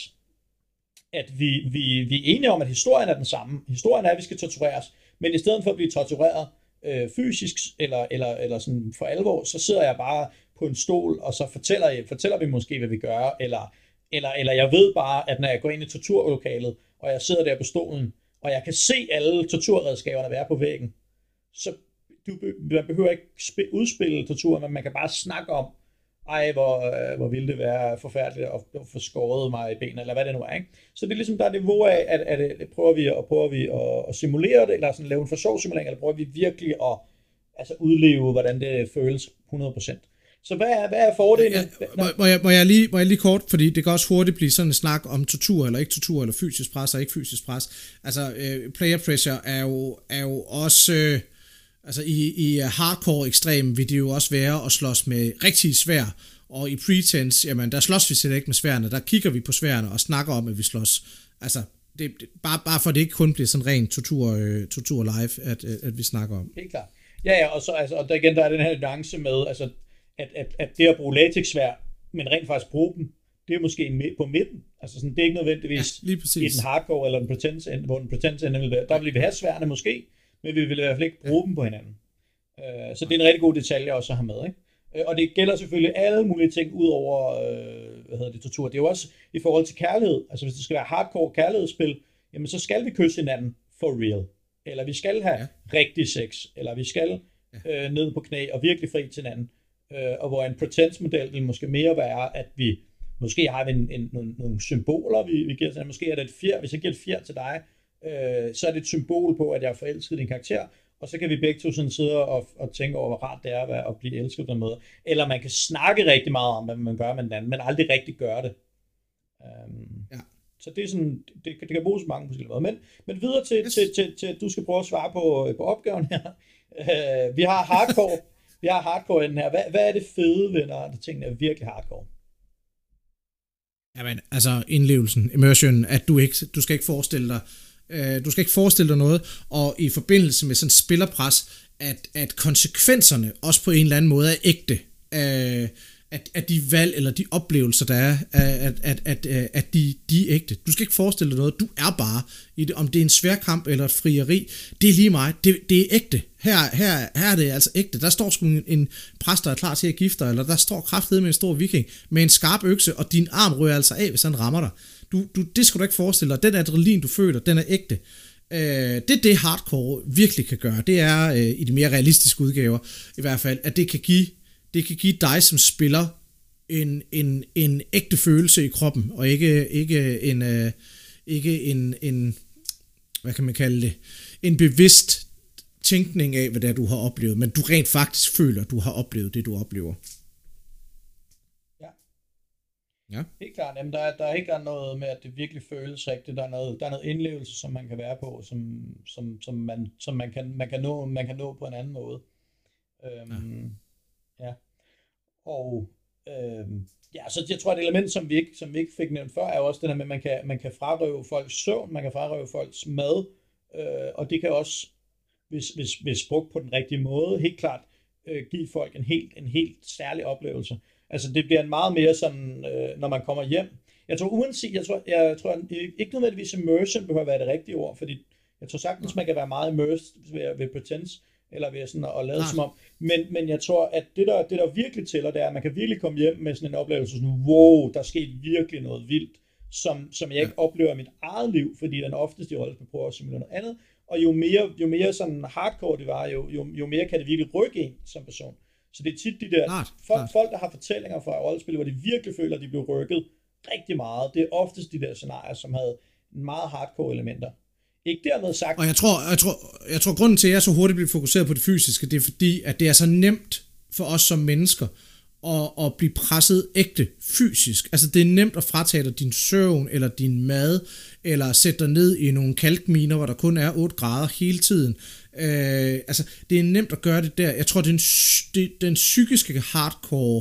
at vi, vi, vi er enige om, at historien er den samme. Historien er, at vi skal tortureres, men i stedet for at blive tortureret øh, fysisk, eller, eller, eller sådan for alvor, så sidder jeg bare på en stol, og så fortæller, jeg, fortæller vi måske, hvad vi gør, eller Eller, eller jeg ved bare, at når jeg går ind i torturlokalet, og jeg sidder der på stolen, og jeg kan se alle torturredskaberne være på væggen, så du, man behøver ikke spil, udspille tortur, men man kan bare snakke om, ej, hvor, hvor ville det være forfærdeligt at få skåret mig i benene, eller hvad det nu er, ikke? Så det er ligesom, der er det niveau af, at, at, at prøver vi, at, prøver vi at, at simulere det, eller sådan lave en forsøgssimulering, eller prøver vi virkelig at altså, udleve, hvordan det føles hundrede procent. Så hvad er, hvad er fordelen? Ja, må, må, jeg, må, jeg lige, må jeg lige kort, fordi det kan også hurtigt blive sådan en snak om tortur eller ikke tortur, eller fysisk pres og ikke fysisk pres. Altså, øh, player pressure er jo, er jo også, øh, altså i, i hardcore ekstrem vil det jo også være at slås med rigtig svær, og i pretense, jamen der slås vi slet ikke med sværene, der kigger vi på sværene og snakker om, at vi slås. Altså, det, det, bare, bare for det ikke kun bliver sådan ren tortur, øh, tortur live, at, at vi snakker om. Helt klart. Ja, ja, og så altså, og der igen, der er den her nuance med, altså, At, at, at det at bruge latexsvær, men rent faktisk bruge dem, det er måske på midten. Altså sådan, det er ikke nødvendigvis ja, i den hardcore eller den pretense ende, hvor den pretense ende vil være. Der vil vi have sværene måske, men vi vil i hvert fald ikke bruge ja. dem på hinanden. Uh, så det er en rigtig god detalje også at have med, ikke? Uh, og det gælder selvfølgelig alle mulige ting ud over, uh, hvad hedder det, tortur. Det er jo også i forhold til kærlighed. Altså hvis det skal være hardcore kærlighedsspil, jamen så skal vi kysse hinanden for real. Eller vi skal have ja. rigtig sex. Eller vi skal ja. uh, ned på knæ og virkelig fri til hinanden. Uh, og hvor en pretense-model vil måske mere være, at vi måske har en, en, nogle, nogle symboler, vi, vi giver til. Måske er det et fjer, hvis jeg giver et fjer til dig, uh, så er det et symbol på, at jeg er forelsket i din karakter, og så kan vi begge to sådan sidde og, og tænke over, hvor rart det er at, være, at blive elsket på den måde. Eller man kan snakke rigtig meget om, hvad man gør med den anden, men aldrig rigtig gøre det. Um, ja. Så det er sådan, det, det kan bruges på mange forskellige måder. Men, men videre til, yes. til, til, til, at du skal prøve at svare på, på opgaven her. Uh, vi har hardcore. Vi har hardcore i den her. Hvad, hvad er det fede ved, når tingene er virkelig hardcore? Jamen, altså indlevelsen, immersion, at du ikke, du skal ikke forestille dig, øh, du skal ikke forestille dig noget, og i forbindelse med sådan spillerpres, at, at konsekvenserne også på en eller anden måde er ægte. Øh, at, at de valg eller de oplevelser, der er, at, at, at, at de, de er ægte. Du skal ikke forestille dig noget, du er bare i det, om det er en svær kamp eller et frieri, det er lige mig, det, det er ægte. Her, her, her er det altså ægte. Der står sgu en, en præst, der er klar til at gifte dig, eller der står kraftedeme med en stor viking med en skarp økse, og din arm rører altså af, hvis han rammer dig. Du, du, det skal du ikke forestille dig. Den adrenalin, du føler, den er ægte. Øh, det er det hardcore virkelig kan gøre. Det er øh, i de mere realistiske udgaver i hvert fald, at det kan give det kan give dig som spiller en, en, en ægte følelse i kroppen, og ikke, ikke, en, øh, ikke en, en, hvad kan man kalde det, en bevidst tænkning af, hvad det er, du har oplevet, men du rent faktisk føler, at du har oplevet det, du oplever. Ja. Ja. Helt klart. Jamen, der, er, der er helt klart noget med, at det virkelig føles rigtigt. Der er noget, der er noget indlevelse, som man kan være på, som, som, som, man, som man, kan, man, kan nå, man kan nå på en anden måde. Øhm, ja. ja. Og øhm, ja, så jeg tror, at et element, som vi ikke, som vi ikke fik nævnt før, er også det der med, at man kan, man kan frarøve folks søvn, man kan frarøve folks mad, øh, og det kan også, hvis, hvis, hvis brugt på den rigtige måde, helt klart øh, give folk en helt, en helt særlig oplevelse. Altså det bliver en meget mere sådan, øh, når man kommer hjem. Jeg tror uanset, jeg tror, jeg tror ikke nødvendigvis immersion behøver at være det rigtige ord, fordi jeg tror sagtens, man kan være meget immersed ved, ved pretense, eller ved sådan at, at lade som om. Men, men jeg tror, at det der, det der virkelig tæller, det er, at man kan virkelig komme hjem med sådan en oplevelse, sådan, wow, der skete virkelig noget vildt, som, som jeg ikke ja. oplever i mit eget liv, fordi den oftest i rollespil prøver at simulere noget andet. Og jo mere, jo mere sådan hardcore det var, jo, jo, jo mere kan det virkelig rykke en som person. Så det er tit de der klart, folk, klart. folk, der har fortællinger fra rollespil, hvor de virkelig føler, at de blev rykket rigtig meget. Det er oftest de der scenarier, som havde meget hardcore elementer. Ikke dermed sagt. Og jeg tror, jeg tror, jeg tror grunden til, at jeg så hurtigt bliver fokuseret på det fysiske, det er fordi, at det er så nemt for os som mennesker at, at blive presset ægte fysisk. Altså det er nemt at fratage dig din søvn, eller din mad, eller sætte dig ned i nogle kalkminer, hvor der kun er otte grader hele tiden. Øh, altså det er nemt at gøre det der. Jeg tror, den, den, den psykiske hardcore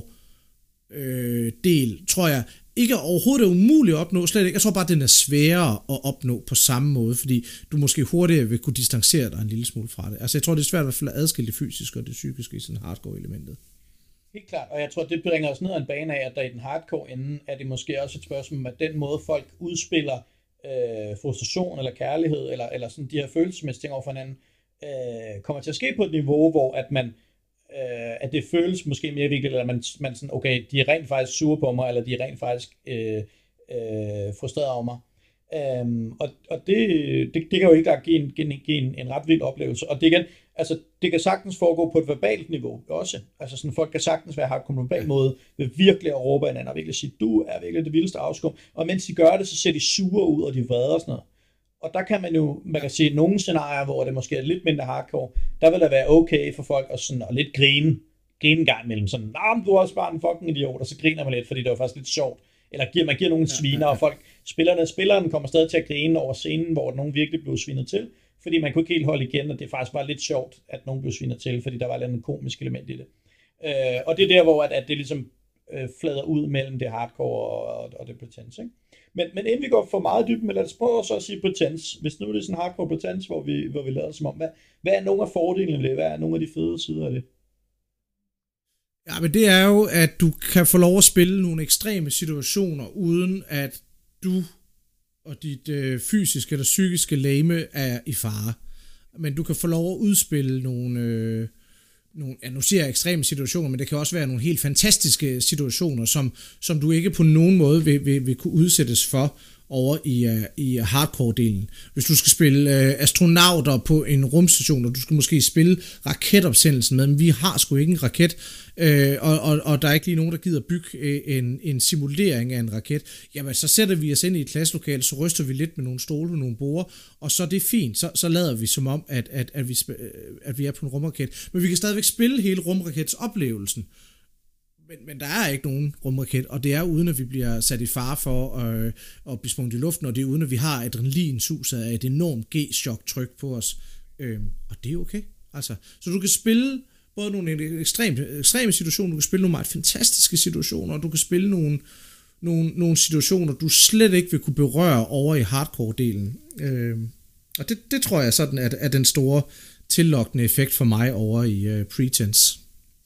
øh, del, tror jeg, ikke overhovedet er umuligt at opnå, slet ikke. Jeg tror bare, den er sværere at opnå på samme måde, fordi du måske hurtigere vil kunne distancere dig en lille smule fra det. Altså jeg tror, det er svært i hvert fald at adskille det fysiske og det psykiske i sådan hardcore-elementet. Helt klart, og jeg tror, det bringer os ned ad en bane af, at der i den hardcore ende, er det måske også et spørgsmål om, at den måde folk udspiller øh, frustration eller kærlighed, eller, eller sådan de her følelsesmæssige ting over for hinanden, øh, kommer til at ske på et niveau, hvor at man øh, at det føles måske mere vigtigt, eller man, man sådan, okay, de er rent faktisk sure på mig, eller de er rent faktisk øh, øh, frustreret over mig. Um, og og det, det, det kan jo ikke give, en, give, en, give en, en ret vild oplevelse. Og det, igen, altså, det kan sagtens foregå på et verbalt niveau også. Altså sådan, folk kan sagtens være hardcore på en verbal måde, ved virkelig at råbe hinanden, og virkelig sige, du er virkelig det vildeste afskum. Og mens de gør det, så ser de sure ud, og de vreder og sådan noget. Og der kan man jo, man kan sige, nogle scenarier, hvor det måske er lidt mindre hardcore, der vil der være okay for folk at, sådan, at lidt grine, grine en gang imellem. Sådan, nah, du er også bare en fucking idiot, og så griner man lidt, fordi det var faktisk lidt sjovt. Eller giver, man giver nogle ja, sviner, ja, ja. Og folk, spillerne, spilleren kommer stadig til at grine over scenen, hvor nogen virkelig blev svinet til, fordi man kunne ikke helt holde igen, og det faktisk var lidt sjovt, at nogen blev svinet til, fordi der var et komisk element i det. Øh, og det er der, hvor at, at det ligesom øh, flader ud mellem det hardcore og, og, og det pretense. Ikke? Men, men inden vi går for meget dybt, men lad os prøve så at sige pretense. Hvis nu er det sådan hardcore pretense, hvor vi, hvor vi lader som om, hvad, hvad er nogle af fordelene ved det? Hvad er nogle af de fede sider af det? Ja, men det er jo, at du kan få lov at spille nogle ekstreme situationer, uden at du og dit øh, fysiske eller psykiske legeme er i fare. Men du kan få lov at udspille nogle, øh, nogle ja, nu siger jeg ekstreme situationer, men det kan også være nogle helt fantastiske situationer, som, som du ikke på nogen måde vil, vil, vil kunne udsættes for over i, uh, i hardcore-delen. Hvis du skal spille uh, astronauter på en rumstation, og du skal måske spille raketopsendelsen med, men vi har sgu ikke en raket, uh, og, og, og der er ikke lige nogen, der gider bygge en, en simulering af en raket, jamen så sætter vi os ind i et klasselokale, så ryster vi lidt med nogle stole og nogle borde, og så er det fint, så, så lader vi som om, at, at, at, vi, at vi er på en rumraket. Men vi kan stadigvæk spille hele rumraketsoplevelsen. Men, men der er ikke nogen rumraket, og det er uden at vi bliver sat i fare for øh, at blive sprunget i luften, og det er uden at vi har adrenalinsuset af et enormt G-chok-tryk på os. Øh, og det er okay. Altså, så du kan spille både nogle ekstreme, ekstreme situationer, du kan spille nogle meget fantastiske situationer, og du kan spille nogle, nogle, nogle situationer, du slet ikke vil kunne berøre over i hardcore-delen. Øh, og det, det tror jeg sådan er, er den store tillokkende effekt for mig over i øh, Pretense.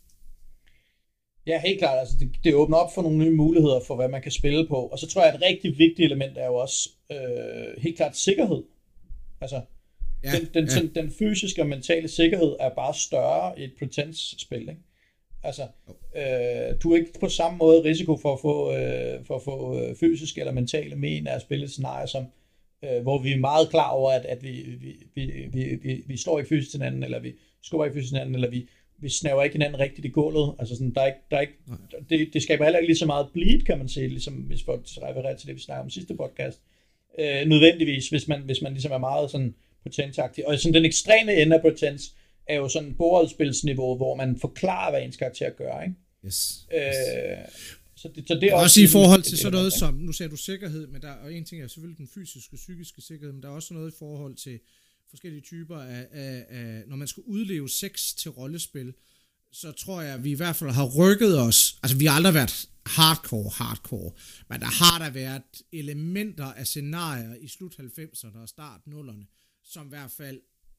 Ja, helt klart. Altså, det, det åbner op for nogle nye muligheder for, hvad man kan spille på. Og så tror jeg, at et rigtig vigtigt element er jo også øh, helt klart sikkerhed. Altså, ja, den, den, ja. den, den fysiske og mentale sikkerhed er bare større i et pretense-spil. Ikke? Altså, øh, du er ikke på samme måde risiko for at få, øh, for at få øh, fysiske eller mentale men af at spille et scenarie, som, øh, hvor vi er meget klar over, at, at vi, vi, vi, vi, vi, vi står ikke fysisk til hinanden, eller vi skubber ikke fysisk til hinanden, eller vi vi snæver ikke hinanden rigtigt i gulvet, altså sådan, der er ikke, der er ikke, det, det skaber heller ikke lige så meget bleed, kan man sige, ligesom hvis folk refererer til det, vi snakker om sidste podcast, øh, nødvendigvis, hvis man, hvis man ligesom er meget sådan pretense-agtig, og sådan den ekstreme ende af pretense, er jo sådan bordspilsniveau, hvor man forklarer, hvad ens karakter gør, ikke? Yes. Øh, så det, så det er også, også i forhold til sådan noget som, nu sagde du sikkerhed, men der, og en ting er selvfølgelig den fysiske og psykiske sikkerhed, men der er også noget i forhold til forskellige typer af, af, af, når man skal udleve sex til rollespil, så tror jeg, at vi i hvert fald har rykket os, altså vi har aldrig været hardcore, hardcore, men der har der været elementer af scenarier i slut halvfemserne og start nullerne, som i hvert fald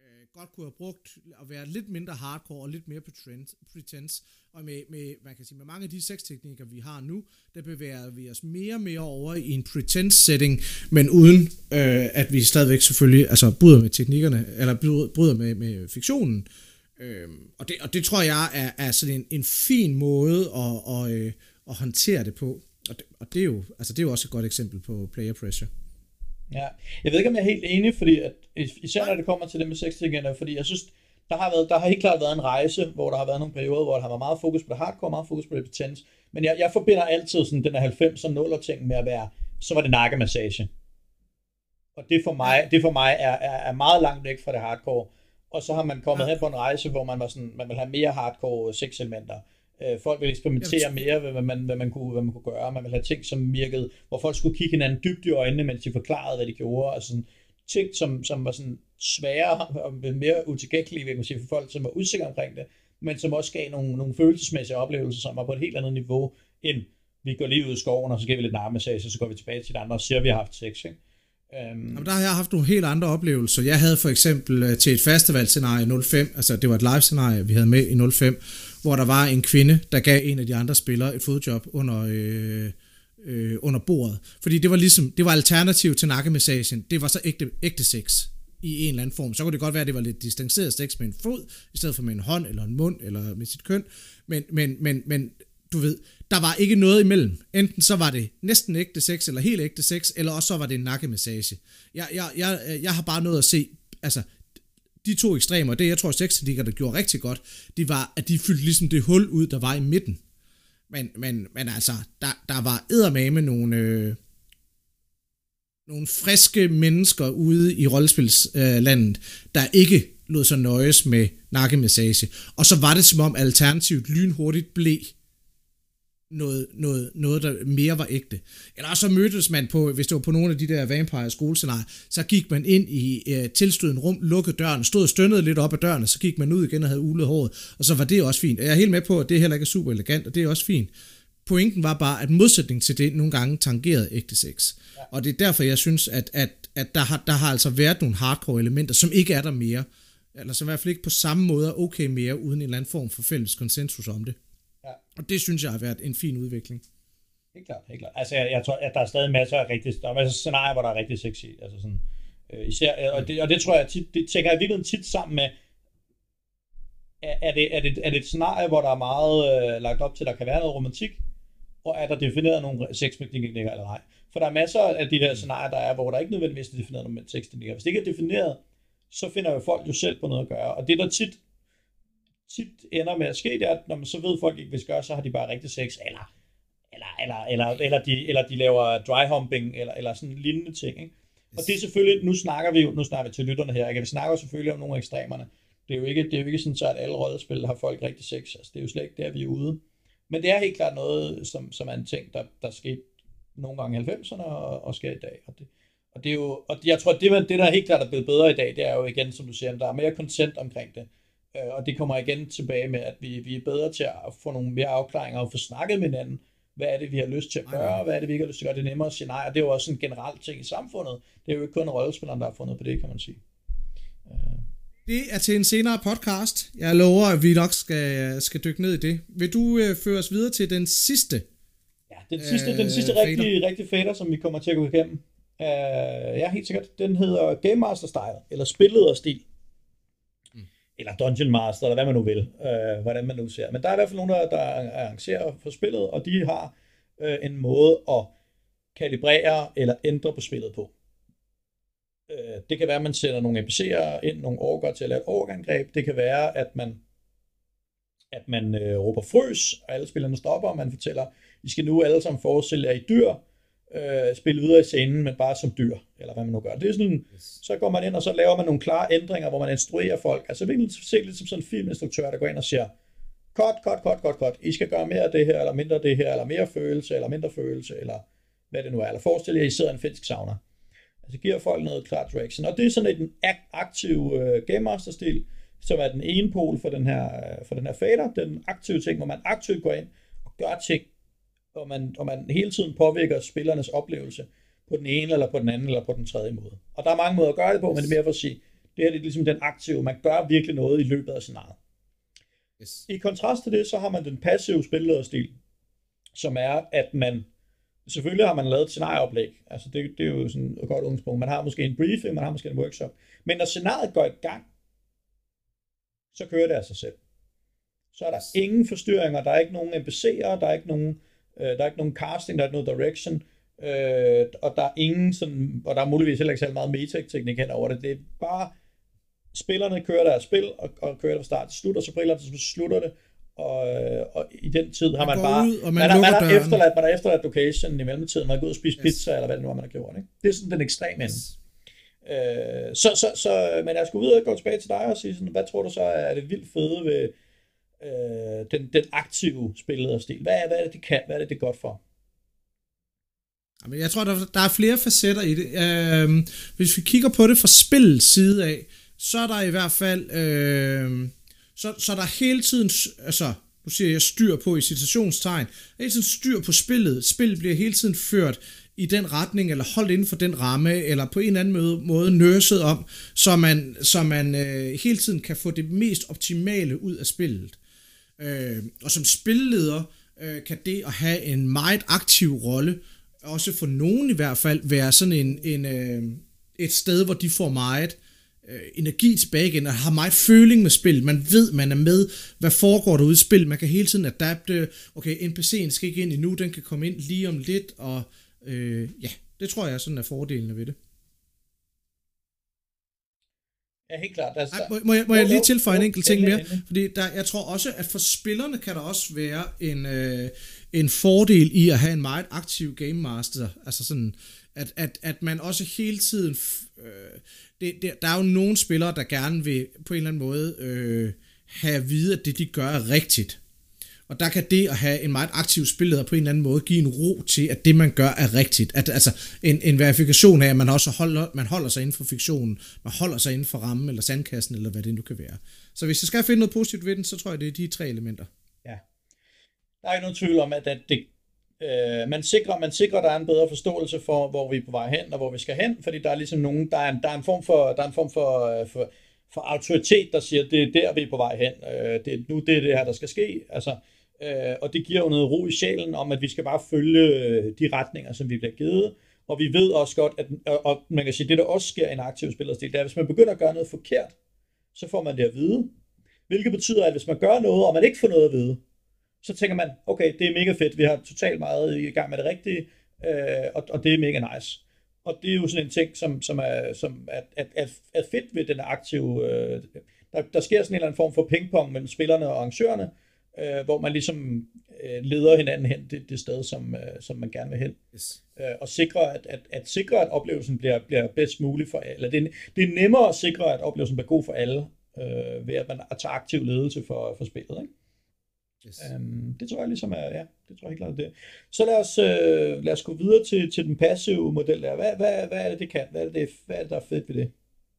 øh, godt kunne have brugt at være lidt mindre hardcore og lidt mere pretense, og med, med, man kan sige, med mange af de sexteknikker, vi har nu, der bevæger vi os mere og mere over i en pretense setting, men uden øh, at vi stadigvæk selvfølgelig altså bryder med teknikkerne, eller bryder med, med fiktionen. Øh, og, det, og det tror jeg er, er sådan en, en fin måde at, og, øh, at håndtere det på. Og det, og det er jo altså det er jo også et godt eksempel på player pressure. Ja, jeg ved ikke om jeg er helt enig, fordi at, især når det kommer til det med sexteknikkerne, fordi jeg synes der har været der har helt klart været en rejse, hvor der har været nogle perioder, hvor der har været meget fokus på det hardcore, meget fokus på det pretense, men jeg, jeg forbinder altid sådan den her halvfems og nuller ting med at være, så var det nakkemassage. Og det for mig, det for mig er, er, er meget langt væk fra det hardcore. Og så har man kommet hen på en rejse, hvor man var sådan, man vil have mere hardcore sexelementer. Folk vil eksperimentere mere, hvad man, hvad, man kunne, hvad man kunne gøre. Man vil have ting, som virkede, hvor folk skulle kigge hinanden dybt i øjnene, mens de forklarede, hvad de gjorde. Altså sådan, ting, som, som var sådan svære og mere utilgængelige, vil man sige, for folk, som var usikre omkring det, men som også gav nogle, nogle følelsesmæssige oplevelser, som var på et helt andet niveau, end vi går lige ud i skoven, og så giver vi lidt nærmemassage, så går vi tilbage til de andre og siger, at vi har haft sex, ikke? Um, Jamen, der har jeg haft nogle helt andre oplevelser. Jeg havde for eksempel til et festivalscenarie nul fem, altså det var et live-scenarie, vi havde med i nul fem, hvor der var en kvinde, der gav en af de andre spillere et fodjob under, øh, øh, under bordet. Fordi det var ligesom, det var alternativ til nakkemassagen. Det var så ægte, ægte sex i en eller anden form. Så kunne det godt være, at det var lidt distanceret sex med en fod, i stedet for med en hånd, eller en mund, eller med sit køn. Men, men, men, men du ved, der var ikke noget imellem. Enten så var det næsten ægte sex, eller helt ægte sex, eller også så var det en nakkemassage. Jeg, jeg, jeg, jeg har bare noget at se, altså, de to ekstremer, det jeg tror sexteknikker, der gjorde rigtig godt, det var, at de fyldte ligesom det hul ud, der var i midten. Men, men, men altså, der, der var eddermame nogle, øh, nogle friske mennesker ude i rollespilslandet, øh, der ikke lod sig nøjes med nakkemassage. Og så var det som om alternativet lynhurtigt blev Noget, noget, noget, der mere var ægte. Eller så mødtes man på, hvis det var på nogle af de der vampire skolescenarier, så gik man ind i øh, tilstødende rum, lukkede døren, stod og stønnede lidt op ad døren, og så gik man ud igen og havde ulet håret, og så var det også fint. Jeg er helt med på, at det heller ikke er super elegant, og det er også fint. Pointen var bare, at modsætning til det nogle gange tangerede ægte sex. Ja. Og det er derfor, jeg synes, at, at, at der, har, der har altså været nogle hardcore elementer, som ikke er der mere. Eller som i hvert fald ikke på samme måde er okay mere, uden en eller anden form for fælles konsensus om det. Ja. Og det synes jeg har været en fin udvikling. Helt klart, helt klart. Altså jeg, jeg tror, at der er stadig masser af rigtig, der er masser af scenarier, hvor der er rigtig sexy. Altså sådan, øh, især, og, det, og det tror jeg tit, det tænker jeg virkelig tit sammen med, er, er, det, er, det, er det et scenarie, hvor der er meget øh, lagt op til, der kan være noget romantik, og er der defineret nogle sexteknikker eller ej? For der er masser af de her scenarier, der er, hvor der ikke nødvendigvis er defineret nogle sexteknikker. Hvis det ikke er defineret, så finder jo folk jo selv på noget at gøre. Og det der tit tit ender med at ske, det er, at når man så ved folk ikke vil gøre, så har de bare rigtig sex, eller, eller, eller, eller, eller, de, eller de laver dry humping, eller, eller sådan lignende ting. Ikke? Og det er selvfølgelig, nu snakker vi jo, nu snakker vi til lytterne her, ikke? Vi snakker jo selvfølgelig om nogle af ekstremerne. Det er jo ikke, det er jo ikke sådan, så at alle rollespil har folk rigtig sex, altså det er jo slet ikke der, vi er ude. Men det er helt klart noget, som, som er en ting, der, der skete nogle gange i halvfemserne og, og sker i dag. Og det, og det er jo, og jeg tror, det, det der helt klart er blevet bedre i dag, det er jo igen, som du siger, der er mere consent omkring det. Og det kommer igen tilbage med, at vi, vi er bedre til at få nogle mere afklaringer og få snakket med hinanden. Hvad er det, vi har lyst til at gøre, og hvad er det, vi ikke har lyst til at gøre? Det er nemmere at sige nej, og det er jo også en generel ting i samfundet. Det er jo ikke kun rollespilleren, der har fundet på det, kan man sige. Det er til en senere podcast. Jeg lover, at vi nok skal, skal dykke ned i det. Vil du øh, føre os videre til den sidste? Ja, den sidste, øh, den sidste rigtig, rigtig fader, som vi kommer til at gå igennem. Uh, ja, helt sikkert. Den hedder Game Master Style, eller spillederstil. Eller Dungeon Master, eller hvad man nu vil, øh, hvordan man nu ser. Men der er i hvert fald nogen, der, der arrangerer for spillet, og de har øh, en måde at kalibrere eller ændre på spillet på. Øh, det kan være, at man sender nogle N P C'er ind, nogle orker til at lave et orkangreb. Det kan være, at man, at man øh, råber frøs, og alle spillerne stopper, og man fortæller, I skal nu alle sammen forestille jer i dyr, Øh, spille videre i scenen, men bare som dyr, eller hvad man nu gør. Det er sådan, yes. Så går man ind, og så laver man nogle klare ændringer, hvor man instruerer folk. Altså virkelig se lidt som sådan en filminstruktør, der går ind og siger, cut, cut, cut, cut, cut. I skal gøre mere af det her, eller mindre af det her, eller mere følelse, eller mindre følelse, eller hvad det nu er. Eller forestil jer, I sidder i en finsk sauna. Altså giver folk noget klar direction. Og det er sådan en aktiv uh, Game Master-stil, som er den ene pol for den her, uh, for den her fader. Den aktive ting, hvor man aktivt går ind og gør ting, og man, og man hele tiden påvirker spillernes oplevelse på den ene, eller på den anden, eller på den tredje måde. Og der er mange måder at gøre det på, men det er mere for at sige, Det her det er ligesom den aktive, man gør virkelig noget i løbet af scenariet. Yes. I kontrast til det, så har man den passive spillederstil, som er, at man, selvfølgelig har man lavet et scenarieoplæg, altså det, det er jo sådan et godt udgangspunkt, man har måske en briefing, man har måske en workshop, men når scenariet går i gang, så kører det af sig selv. Så er der yes. ingen forstyrringer, der er ikke nogen N P C'er, der er ikke nogen, øh, der er ikke nogen casting, der er ikke noget direction, øh, og der er ingen sådan, og der er muligvis heller ikke så meget meta-teknik hen over det, det er bare, spillerne kører deres spil, og, og kører det fra start til slut, og så på et eller andet tidspunkt slutter det, og, og i den tid har man, man bare, ud, man, man, har, man, har efterladt, man har efterladt location i mellemtiden, man har gået ud og spist yes. pizza, eller hvad det nu var, man har gjort, ikke? Det er sådan den ekstreme ende. Yes. Øh, så, så, så, men jeg skulle videre gå tilbage til dig og sige sådan, hvad tror du så er det vildt fede ved øh, den, den aktive spillederstil? Hvad er, hvad er det, det kan? Hvad er det, det er godt for? Jamen, jeg tror, der, der er flere facetter i det. Øh, hvis vi kigger på det fra spillets side af, så er der i hvert fald, øh, så, så er der hele tiden, altså, nu siger jeg styr på i citationstegn, hele tiden styr på spillet. Spillet bliver hele tiden ført i den retning, eller holdt inden for den ramme, eller på en eller anden måde, måde nørset om, så man, så man øh, hele tiden kan få det mest optimale ud af spillet. Øh, og som spilleder øh, kan det at have en meget aktiv rolle, også for nogen i hvert fald, være sådan en, en, øh, et sted, hvor de får meget øh, energi tilbage igen, og har meget føling med spil. Man ved, man er med, hvad foregår der ude i spil. Man kan hele tiden adapte, okay, N P C'en skal ikke ind endnu, den kan komme ind lige om lidt, og øh, ja, det tror jeg sådan er fordelene ved det. Ja, helt klart. Altså, Ej, må, må, jeg, må jeg lige tilføje en enkelt ting mere? Fordi der, jeg tror også, at for spillerne kan der også være en, øh, en fordel i at have en meget aktiv game master. Altså sådan, at, at, at man også hele tiden... Øh, det, det, der er jo nogle spillere, der gerne vil på en eller anden måde øh, have at vide, at det de gør er rigtigt. Og der kan det at have en meget aktiv spilleder på en eller anden måde give en ro til, at det man gør er rigtigt. At, altså en, en verifikation af, at man også holder, man holder sig inden for fiktionen, man holder sig inden for rammen, eller sandkassen, eller hvad det nu kan være. Så hvis jeg skal finde noget positivt ved den, så tror jeg, det er de tre elementer. Ja. Der er ikke nogen tvivl om, at, at det, øh, man, sikrer, man sikrer, at der er en bedre forståelse for, hvor vi er på vej hen, og hvor vi skal hen, fordi der er ligesom nogen, der er en, der er en form for, der er en form for, for, for autoritet, der siger, at det er der, vi er på vej hen. Øh, det er nu det er det her, der skal ske. Altså, Øh, og det giver jo noget ro i sjælen om, at vi skal bare følge øh, de retninger, som vi bliver givet. Og vi ved også godt, at og, og man kan sige, det der også sker i en aktiv spillerstil, det er, at hvis man begynder at gøre noget forkert, så får man det at vide. Hvilket betyder, at hvis man gør noget, og man ikke får noget at vide, så tænker man, okay, det er mega fedt, vi har totalt meget i gang med det rigtige, øh, og, og det er mega nice. Og det er jo sådan en ting, som, som, er, som er, er, er, er fedt ved den aktive... Øh, der, der sker sådan en eller anden form for pingpong mellem spillerne og arrangørerne, Øh, hvor man ligesom øh, leder hinanden hen til det sted, som, øh, som man gerne vil hen. Yes. Øh, og sikre, at, at, at sikre, at oplevelsen bliver, bliver bedst mulig for alle. Det er, det er nemmere at sikre, at oplevelsen bliver god for alle, øh, ved at man tager aktiv ledelse for, for spillet. Ikke? Yes. Øhm, det tror jeg ligesom er, ja, det tror jeg helt klart det. Så lad os, øh, lad os gå videre til, til den passive model der. Hvad, hvad, hvad er det, det kan? Hvad er det, hvad er det, der er fedt ved det?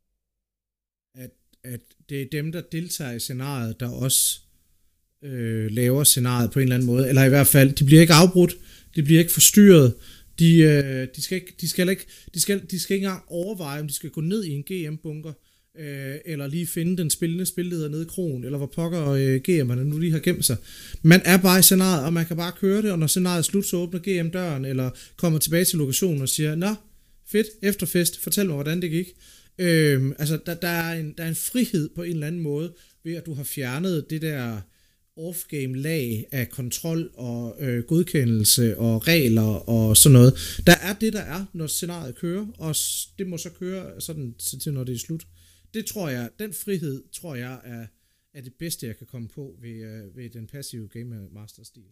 At, at det er dem, der deltager i scenariet, der også Øh, laver scenariet på en eller anden måde, eller i hvert fald, de bliver ikke afbrudt, de bliver ikke forstyrret, de, øh, de, skal, ikke, de, skal, ikke, de, skal, de skal ikke engang overveje, om de skal gå ned i en G M-bunker, øh, eller lige finde den spillende spilleder nede i krogen, eller hvor pokker øh, G M'erne nu lige har gemt sig. Man er bare i scenariet, og man kan bare køre det, og når scenariet er slut, så åbner G M-døren, eller kommer tilbage til lokationen og siger, nå, fedt, efterfest, fortæl mig, hvordan det gik. Øh, altså, der, der, er en, der er en frihed på en eller anden måde, ved at du har fjernet det der off-game lag af kontrol og øh, godkendelse og regler og sådan noget. Der er det, der er, når scenariet kører, og det må så køre sådan til, når det er slut. Det tror jeg, den frihed, tror jeg, er, er det bedste, jeg kan komme på ved, øh, ved den passive Game Master-stil.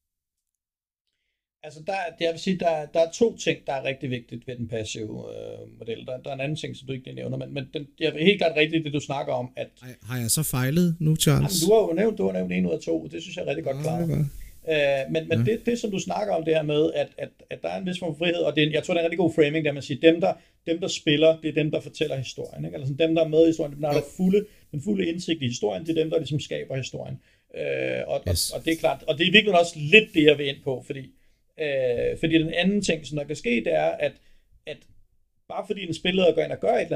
Altså, der, jeg vil sige, der, der er to ting, der er rigtig vigtigt ved den passive øh, model. Der, der er en anden ting, som du ikke nævner, men, men den, jeg er helt klart rigtigt, det du snakker om, at... Har jeg så fejlet nu, Charles? Jamen, du har jo nævnt, du har nævnt en ud af to, det synes jeg er rigtig godt klart. Øh, men men ja. det, det, som du snakker om, det her med, at, at, at der er en vis form for frihed, og det er, jeg tror, det er en rigtig god framing, der man siger, dem der, dem, der spiller, det er dem, der fortæller historien. Ikke? Altså dem, der er med i historien, dem, der har fulde, den fulde indsigt i historien, det er dem, der ligesom skaber historien. Øh, og, yes. og, og det er klart, og det er virkelig også lidt det, jeg vil ind på, fordi Øh, fordi den anden ting, som der kan ske, det er, at, at bare fordi en spiller går ind og gør et eller andet,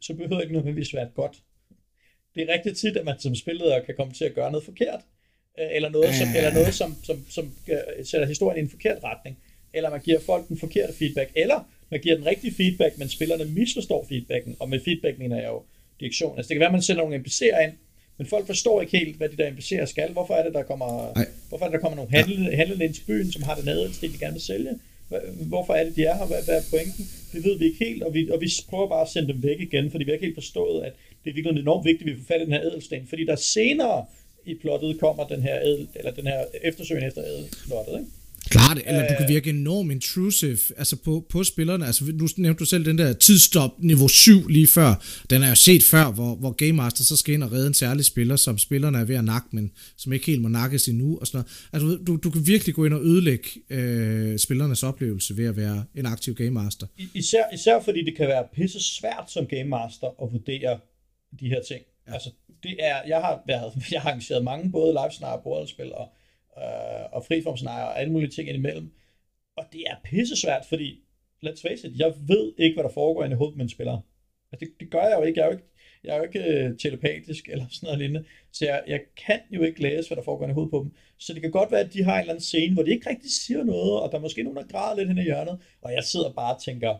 så behøver det ikke nødvendigvis være godt. Det er rigtig tit, at man som spilleder kan komme til at gøre noget forkert, eller noget, som, eller noget som, som, som sætter historien i en forkert retning, eller man giver folk den forkerte feedback, eller man giver den rigtige feedback, men spillerne misforstår feedbacken, og med feedback mener jeg jo direktion. Altså det kan være, at man sender nogle N P C'er ind, men folk forstår ikke helt, hvad de der N P C'er skal. Hvorfor er det, der kommer, hvorfor er det, der kommer nogle handlende, handlende ind til byen, som har det adelstil, de gerne vil sælge? Hvorfor er det, de er her? Hvad, hvad er pointen? Det ved vi ikke helt, og vi, og vi prøver bare at sende dem væk igen, fordi vi har ikke helt forstået, at det er virkelig enormt vigtigt, at vi får fat i den her ædelsten, fordi der senere i plottet kommer den her, ædel, eller den her eftersøgning efter ædelplottet, ikke? Klart, eller du kan virke enormt intrusive altså på, på spillerne. Altså, nu nævnte du selv den der tidsstop niveau syv lige før. Den er jo set før, hvor, hvor Game Master så skal ind og redde en særlig spiller, som spillerne er ved at nakke, men som ikke helt må nakkes endnu. Og sådan noget. Altså, du, du kan virkelig gå ind og ødelægge øh, spillernes oplevelse ved at være en aktiv Game Master. Især, især fordi det kan være pisse svært som Game Master at vurdere de her ting. Ja. Altså, det er, jeg har været, jeg har arrangeret mange både live-scenario og bordspil og og friformscenarier og alle mulige ting indimellem. Og det er pissesvært, fordi, let's face it, jeg ved ikke, hvad der foregår inde i hovedet med en spiller. Altså, det, det gør jeg jo ikke. Jeg er jo ikke, jeg er jo ikke uh, telepatisk eller sådan noget lignende. Så jeg, jeg kan jo ikke læse, hvad der foregår inde i hovedet på dem. Så det kan godt være, at de har en eller anden scene, hvor de ikke rigtig siger noget, og der er måske nogen, der græder lidt hen i hjørnet, og jeg sidder bare og tænker,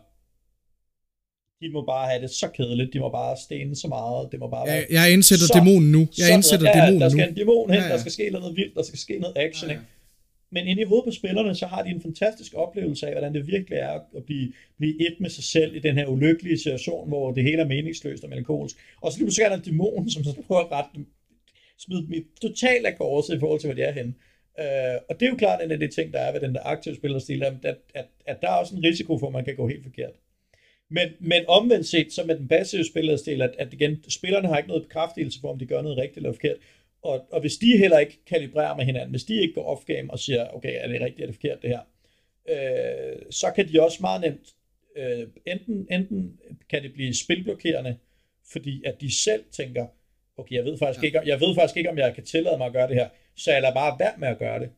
de må bare have det så kedeligt, de må bare stene så meget, det må bare være... Jeg, jeg indsætter så, dæmonen nu. Jeg indsætter ja, dæmonen der skal nu. en dæmon hen, ja, ja. Der skal ske noget vildt, der skal ske noget action, ja, ja. Men inde i hovedet på spillerne, så har de en fantastisk oplevelse af, hvordan det virkelig er at blive, blive et med sig selv i den her ulykkelige situation, hvor det hele er meningsløst og melankolsk. Og så lige pludselig er der en dæmon, som så prøver at rette dem, smide dem totalt af korset i forhold til, hvad de er henne. Uh, og det er jo klart, en af de ting, der er ved den der aktive spillerstil, at, at, at, at der er også en risiko for, at man kan gå helt forkert. Men, men omvendt set, så med den passive spillerstil, at, at igen, spillerne har ikke noget bekræftelse for, om de gør noget rigtigt eller forkert. Og, og hvis de heller ikke kalibrerer med hinanden, hvis de ikke går off-game og siger, okay, er det rigtigt, er det forkert det her, øh, så kan de også meget nemt, øh, enten, enten kan det blive spilblokerende, fordi at de selv tænker, okay, jeg ved faktisk, ja. ikke, jeg ved faktisk ikke, om jeg kan tillade mig at gøre det her, så jeg lader bare være med at gøre det.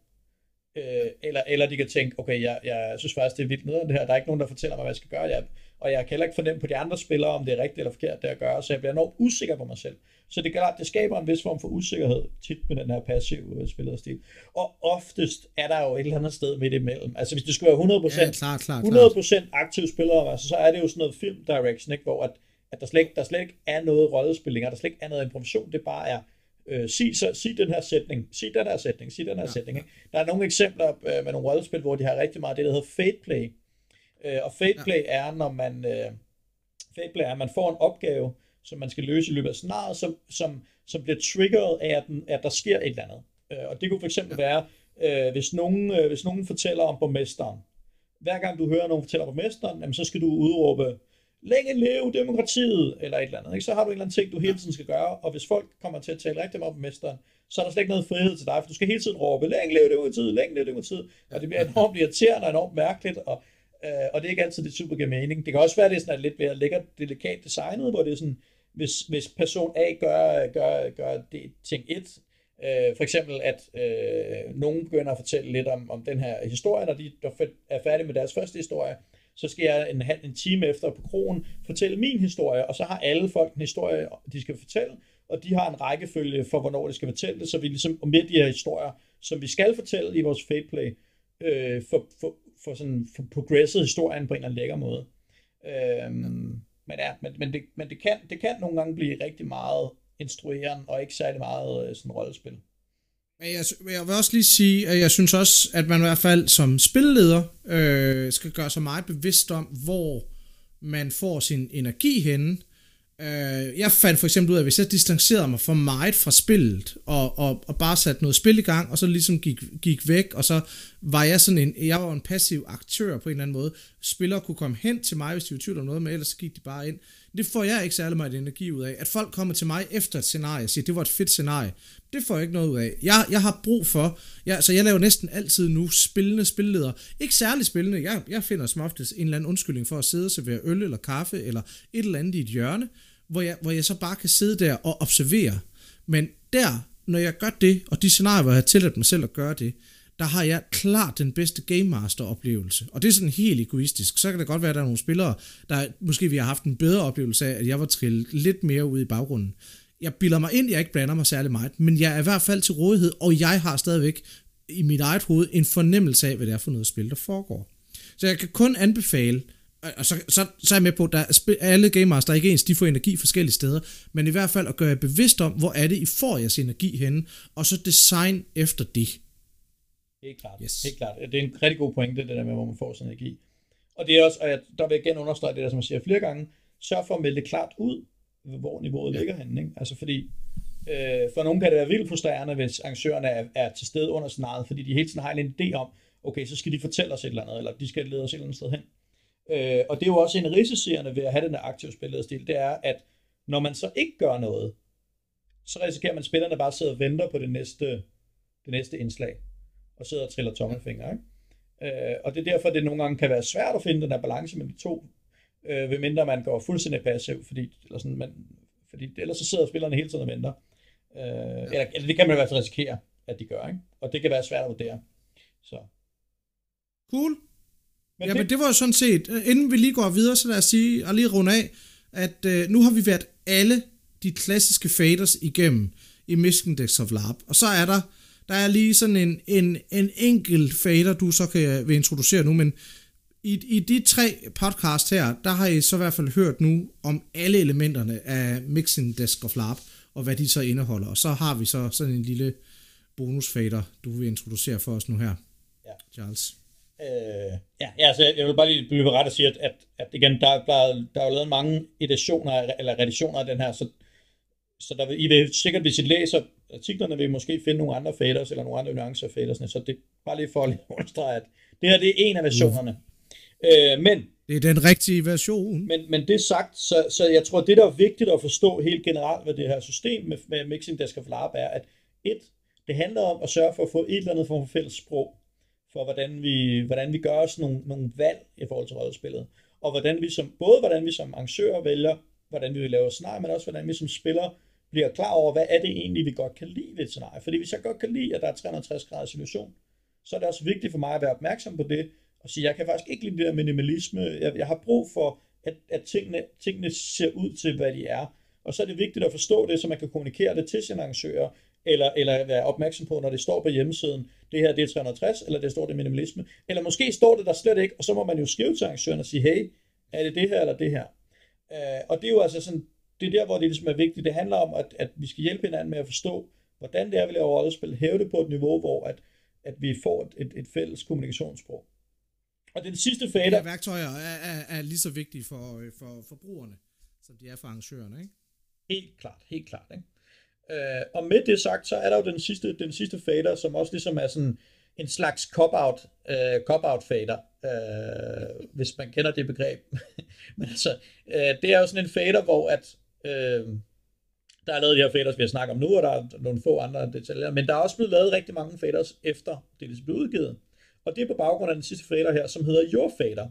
Øh, eller, eller de kan tænke, okay, jeg, jeg synes faktisk, det er vildt noget af det her, der er ikke nogen, der fortæller mig, hvad jeg skal gøre, jeg, og jeg kan heller ikke fornemme på de andre spillere, om det er rigtigt eller forkert, det at gøre, så jeg bliver enormt usikker på mig selv. Så det, det skaber en vis form for usikkerhed, tit med den her passive spillerstil. Og oftest er der jo et eller andet sted midt imellem. Altså hvis det skulle være hundrede procent, ja, klar, klar, hundrede procent aktive spillere, altså, så er det jo sådan noget film direction, ikke? Hvor at, at der, slet ikke, der slet ikke er noget rollespil, der slet ikke er noget information, det bare er, øh, sig, så, sig den her sætning, sig den her sætning, sig den her ja. sætning. Ikke? Der er nogle eksempler øh, med nogle rollespil, hvor de har rigtig meget det, der hedder fate play. Øh, og fate play ja. er, når man, øh, fate play er, at man får en opgave, som man skal løse i løbet af scenariet, som, som, som bliver triggeret af, at, den, at der sker et eller andet. Øh, og det kunne for eksempel være, øh, hvis, nogen, øh, hvis nogen fortæller om borgmesteren. Hver gang du hører nogen fortælle om borgmesteren, jamen, så skal du udråbe, længe leve demokratiet, eller et eller andet. Ikke? Så har du en eller anden ting, du hele tiden skal gøre, og hvis folk kommer til at tale rigtig meget om borgmesteren, så er der slet ikke noget frihed til dig, for du skal hele tiden råbe, længe leve demokratiet, længe leve demokratiet, og det bliver enormt irriterende og enormt mærkeligt, og Uh, og det er ikke altid det super giver mening. Det kan også være, at det er sådan lidt mere lækkert delikat designet, hvor det er sådan, hvis, hvis person A gør, gør, gør det ting et, uh, for eksempel at uh, nogen begynder at fortælle lidt om, om den her historie, når de er færdige med deres første historie, så skal jeg en, en time efter på krogen fortælle min historie, og så har alle folk en historie, de skal fortælle, og de har en rækkefølge for, hvornår de skal fortælle det, så vi ligesom med de her historier, som vi skal fortælle i vores fateplay, uh, for, for for sådan for progresset historien på en eller anden lækker måde. Øhm, men ja, men, men, det, men det, kan, det kan nogle gange blive rigtig meget instruerende, og ikke særlig meget øh, sådan rollespil. Men jeg, jeg vil også lige sige, at jeg synes også, at man i hvert fald som spilleder øh, skal gøre sig meget bevidst om, hvor man får sin energi henne. Øh, jeg fandt for eksempel ud af, at hvis jeg distancerede mig for meget fra spillet, og, og, og bare satte noget spil i gang, og så ligesom gik, gik væk, og så var jeg sådan en, jeg var en passiv aktør på en eller anden måde. Spillere kunne komme hen til mig, hvis de var i tvivl om noget, men ellers så gik de bare ind. Det får jeg ikke særlig meget energi ud af. At folk kommer til mig efter et scenarie og siger, det var et fedt scenarie, det får jeg ikke noget ud af. Jeg, jeg har brug for, jeg, så jeg laver næsten altid nu spillende spilleder. Ikke særlig spillende, jeg, jeg finder som oftest en eller anden undskyldning for at sidde og servere øl eller kaffe, eller et eller andet i et hjørne, hvor jeg, hvor jeg så bare kan sidde der og observere. Men der, når jeg gør det, og de scenarier, hvor jeg har tilladt mig selv at gøre det, der har jeg klart den bedste Game Master-oplevelse. Og det er sådan helt egoistisk. Så kan det godt være, at der er nogle spillere, der måske vi har haft en bedre oplevelse af, at jeg var trillet lidt mere ud i baggrunden. Jeg bilder mig ind, jeg ikke blander mig særlig meget, men jeg er i hvert fald til rådighed, og jeg har stadigvæk i mit eget hoved en fornemmelse af, hvad det er for noget spil, der foregår. Så jeg kan kun anbefale, og så, så, så er jeg med på, at alle Game Master er ikke ens, de får energi forskellige steder, men i hvert fald at gøre jer bevidst om, hvor er det, I får jeres energi henne, og så design efter det. Helt klart, yes. helt klart. Det er en rigtig god pointe, det der med, hvor man får sin energi. Og det er også, og jeg, der vil jeg igen understrege det der, som jeg siger flere gange, sørg for at melde det klart ud, hvor niveauet ja. ligger henne. Ikke? Altså fordi, øh, for nogen kan det være vildt frustrerende, hvis arrangørerne er, er til stede under scenariet, fordi de hele tiden har en idé om, okay, så skal de fortælle os et eller andet, eller de skal lede os et eller andet sted hen. Øh, og det er jo også en risicerende ved at have den her aktive spillederstil, det er, at når man så ikke gør noget, så risikerer man, at spillerne bare sidder og venter på det næste, det næste indslag, og sidder og triller tommelfingre. Ikke? Øh, og det er derfor, det nogle gange kan være svært at finde den her balance mellem de to, øh, ved mindre man går fuldstændig passiv, fordi, eller sådan, man, fordi ellers så sidder spillerne hele tiden og venter. Øh, ja. eller, eller det kan man i hvert fald risikere, at de gør. Ikke? Og det kan være svært at vurdere. Så. Cool. Men ja, det... men det var jo sådan set, inden vi lige går videre, så lad os sige, og lige runde af, at øh, nu har vi været alle de klassiske faders igennem i Mission Decks of LARP, og så er der, der er lige sådan en, en, en enkelt fader, du så kan vil introducere nu, men i, i de tre podcast her, der har I så i hvert fald hørt nu om alle elementerne af Mission Decks of LARP, og hvad de så indeholder, og så har vi så sådan en lille bonusfader, du vil introducere for os nu her, ja. Charles. Øh, ja, altså jeg vil bare lige blive ret og sige, at, at, at igen, der, der, der er jo lavet mange editioner eller redaktioner af den her, så, så der vil, I vil sikkert, hvis I læser artiklerne, vil I måske finde nogle andre faders eller nogle andre nuancer af fadersne, så det er bare lige for at understrege, at det her det er en af versionerne. Mm. Øh, men det er den rigtige version. Men, men det sagt, så, så jeg tror, det der er vigtigt at forstå helt generelt ved det her system med, med Mixing Desk of LARP er, at et, det handler om at sørge for at få et eller andet form for fælles sprog, for hvordan vi, hvordan vi gør os nogle, nogle valg i forhold til rollespillet, og hvordan vi som, både hvordan vi som arrangører vælger, hvordan vi vil lave scenarie, men også hvordan vi som spiller bliver klar over, hvad er det egentlig, vi godt kan lide ved et scenarie. Fordi hvis jeg godt kan lide, at der er tre hundrede og tres graders situation, så er det også vigtigt for mig at være opmærksom på det, og sige, jeg kan faktisk ikke lide det der minimalisme, jeg, jeg har brug for, at, at tingene, tingene ser ud til, hvad de er. Og så er det vigtigt at forstå det, så man kan kommunikere det til sine arrangører, eller, eller være opmærksom på, når det står på hjemmesiden, det her det er tre hundrede og tres, eller det står det minimalisme, eller måske står det der slet ikke, og så må man jo skrive til arrangøren og sige, hey, er det det her eller det her? Uh, og det er jo altså sådan, det er der, hvor det ligesom er vigtigt. Det handler om, at, at vi skal hjælpe hinanden med at forstå, hvordan det er, vi laver rollespil, hæve det på et niveau, hvor at, at vi får et, et, et fælles kommunikationssprog. Og den sidste fader... De her værktøjer er, er, er lige så vigtige for, for forbrugerne, som de er for arrangørerne, ikke? Helt klart, helt klart, ikke? Uh, og med det sagt, så er der jo den sidste, den sidste fader, som også ligesom er sådan en slags cop-out, uh, cop-out fader, uh, hvis man kender det begreb. Men altså, uh, det er jo sådan en fader, hvor at, uh, der er lavet de her faders, vi har snakket om nu, og der er nogle få andre detaljer, men der er også blevet lavet rigtig mange faders efter det, det blev udgivet. Og det er på baggrund af den sidste fader her, som hedder Your Fader,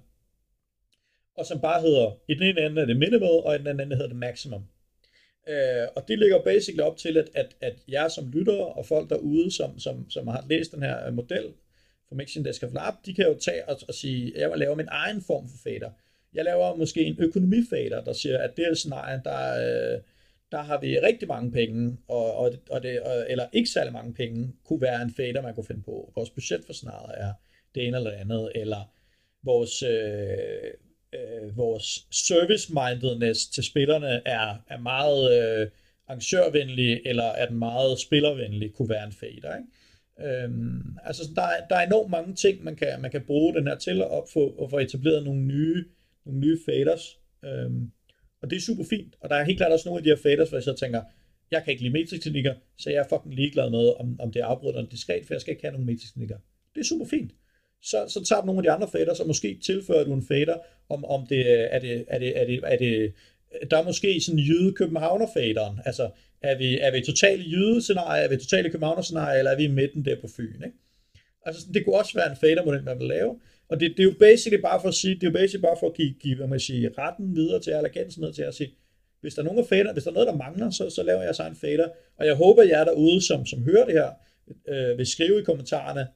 og som bare hedder, i den ene ende er det minimal, og i den anden ende hedder det maximum. Uh, og det ligger basically op til, at, at, at jeg som lyttere og folk derude, som, som, som har læst den her model for Mixing Desk of LARP, de kan jo tage og, og sige, at jeg vil lave min egen form for fader. Jeg laver måske en økonomifader, der siger, at det er scenarie, der, uh, der har vi rigtig mange penge, og, og, og det, og, eller ikke særlig mange penge, kunne være en fader, man kunne finde på. Vores budget for scenariet er det ene eller det andet, eller vores... Uh, Øh, vores service-mindedness til spillerne er, er meget øh, arrangørvenlig, eller er den meget spillervenlig, kunne være en fader, ikke? Øhm, altså, der er, der er enormt mange ting, man kan, man kan bruge den her til at få, at få etableret nogle nye, nogle nye faders. Øhm, og det er super fint. Og der er helt klart også nogle af de her faders, hvor jeg så tænker, jeg kan ikke lide metrisk-teknikker, så jeg er fucking ligeglad med, om, om det er afbrudt eller diskret, for jeg skal ikke have nogle metrisk-teknikker. Det er super fint. Så, så tager du nogle af de andre faders, og måske tilfører du en fader, om, om det er det, er det, er det, er det, der er måske sådan jyde-københavner-faderen, altså er vi, er vi totalt i jyde-scenarie, er vi totalt i københavner-scenarie, eller er vi i midten der på Fyn, ikke? Altså det kunne også være en fader-model, man vil lave, og det, det er jo basically bare for at sige, det er jo basically bare for at give, give hvad man siger, retten videre til, eller agensen ned til at sige, hvis der er nogen af fader, hvis der er noget, der mangler, så, så laver jeg så en fader, og jeg håber, jer derude, som, som hører det her, øh, vil skrive i kommentarerne,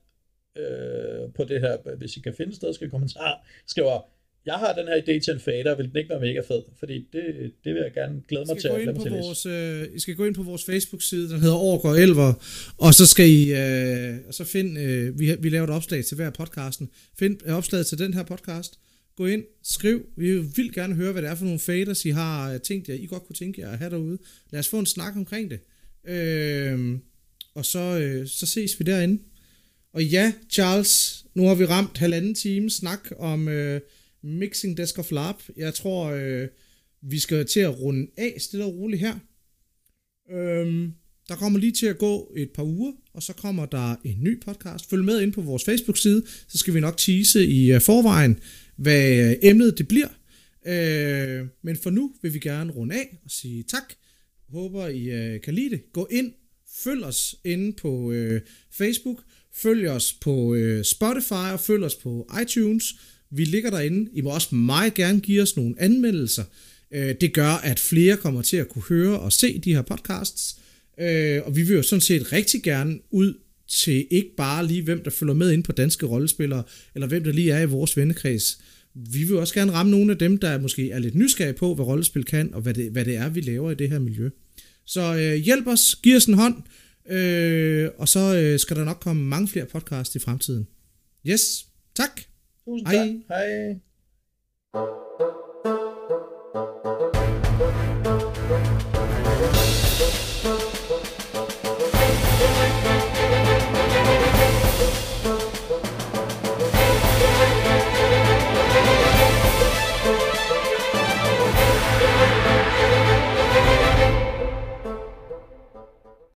øh, på det her, hvis I kan finde et sted, skal I kommentere, skriver, jeg har den her idé til en fader, vil den ikke være mega fed? Fordi det, det vil jeg gerne glæde mig til at glæde mig til vores, øh, I skal gå ind på vores Facebook-side, den hedder Ork og Elver, og så skal I øh, og så finde, øh, vi, vi laver et opslag til hver podcasten, find øh, opslaget til den her podcast, gå ind, skriv, vi vil gerne høre, hvad det er for nogle faders, I har tænkt jer, I godt kunne tænke jer at have derude. Lad os få en snak omkring det. Øh, og så, øh, så ses vi derinde. Og ja, Charles, nu har vi ramt halvanden time snak om øh, Mixing Desk of Lab. Jeg tror, øh, vi skal til at runde af stille og roligt her. Øhm, der kommer lige til at gå et par uger, og så kommer der en ny podcast. Følg med ind på vores Facebook-side, så skal vi nok tease i uh, forvejen, hvad emnet det bliver. Øh, men for nu vil vi gerne runde af og sige tak. Håber I uh, kan lide det. Gå ind, følg os inde på uh, Facebook, følg os på uh, Spotify og følg os på iTunes. Vi ligger derinde. I må også meget gerne give os nogle anmeldelser. Uh, det gør, at flere kommer til at kunne høre og se de her podcasts. Uh, og vi vil jo sådan set rigtig gerne ud til ikke bare lige hvem der følger med ind på danske rollespillere, eller hvem der lige er i vores vennekreds. Vi vil også gerne ramme nogle af dem, der måske er lidt nysgerrige på, hvad rollespil kan, og hvad det, hvad det er, vi laver i det her miljø. Så øh, hjælp os, giv os en hånd, øh, og så øh, skal der nok komme mange flere podcasts i fremtiden. Yes, tak. Tusind Hej. tak. Hej.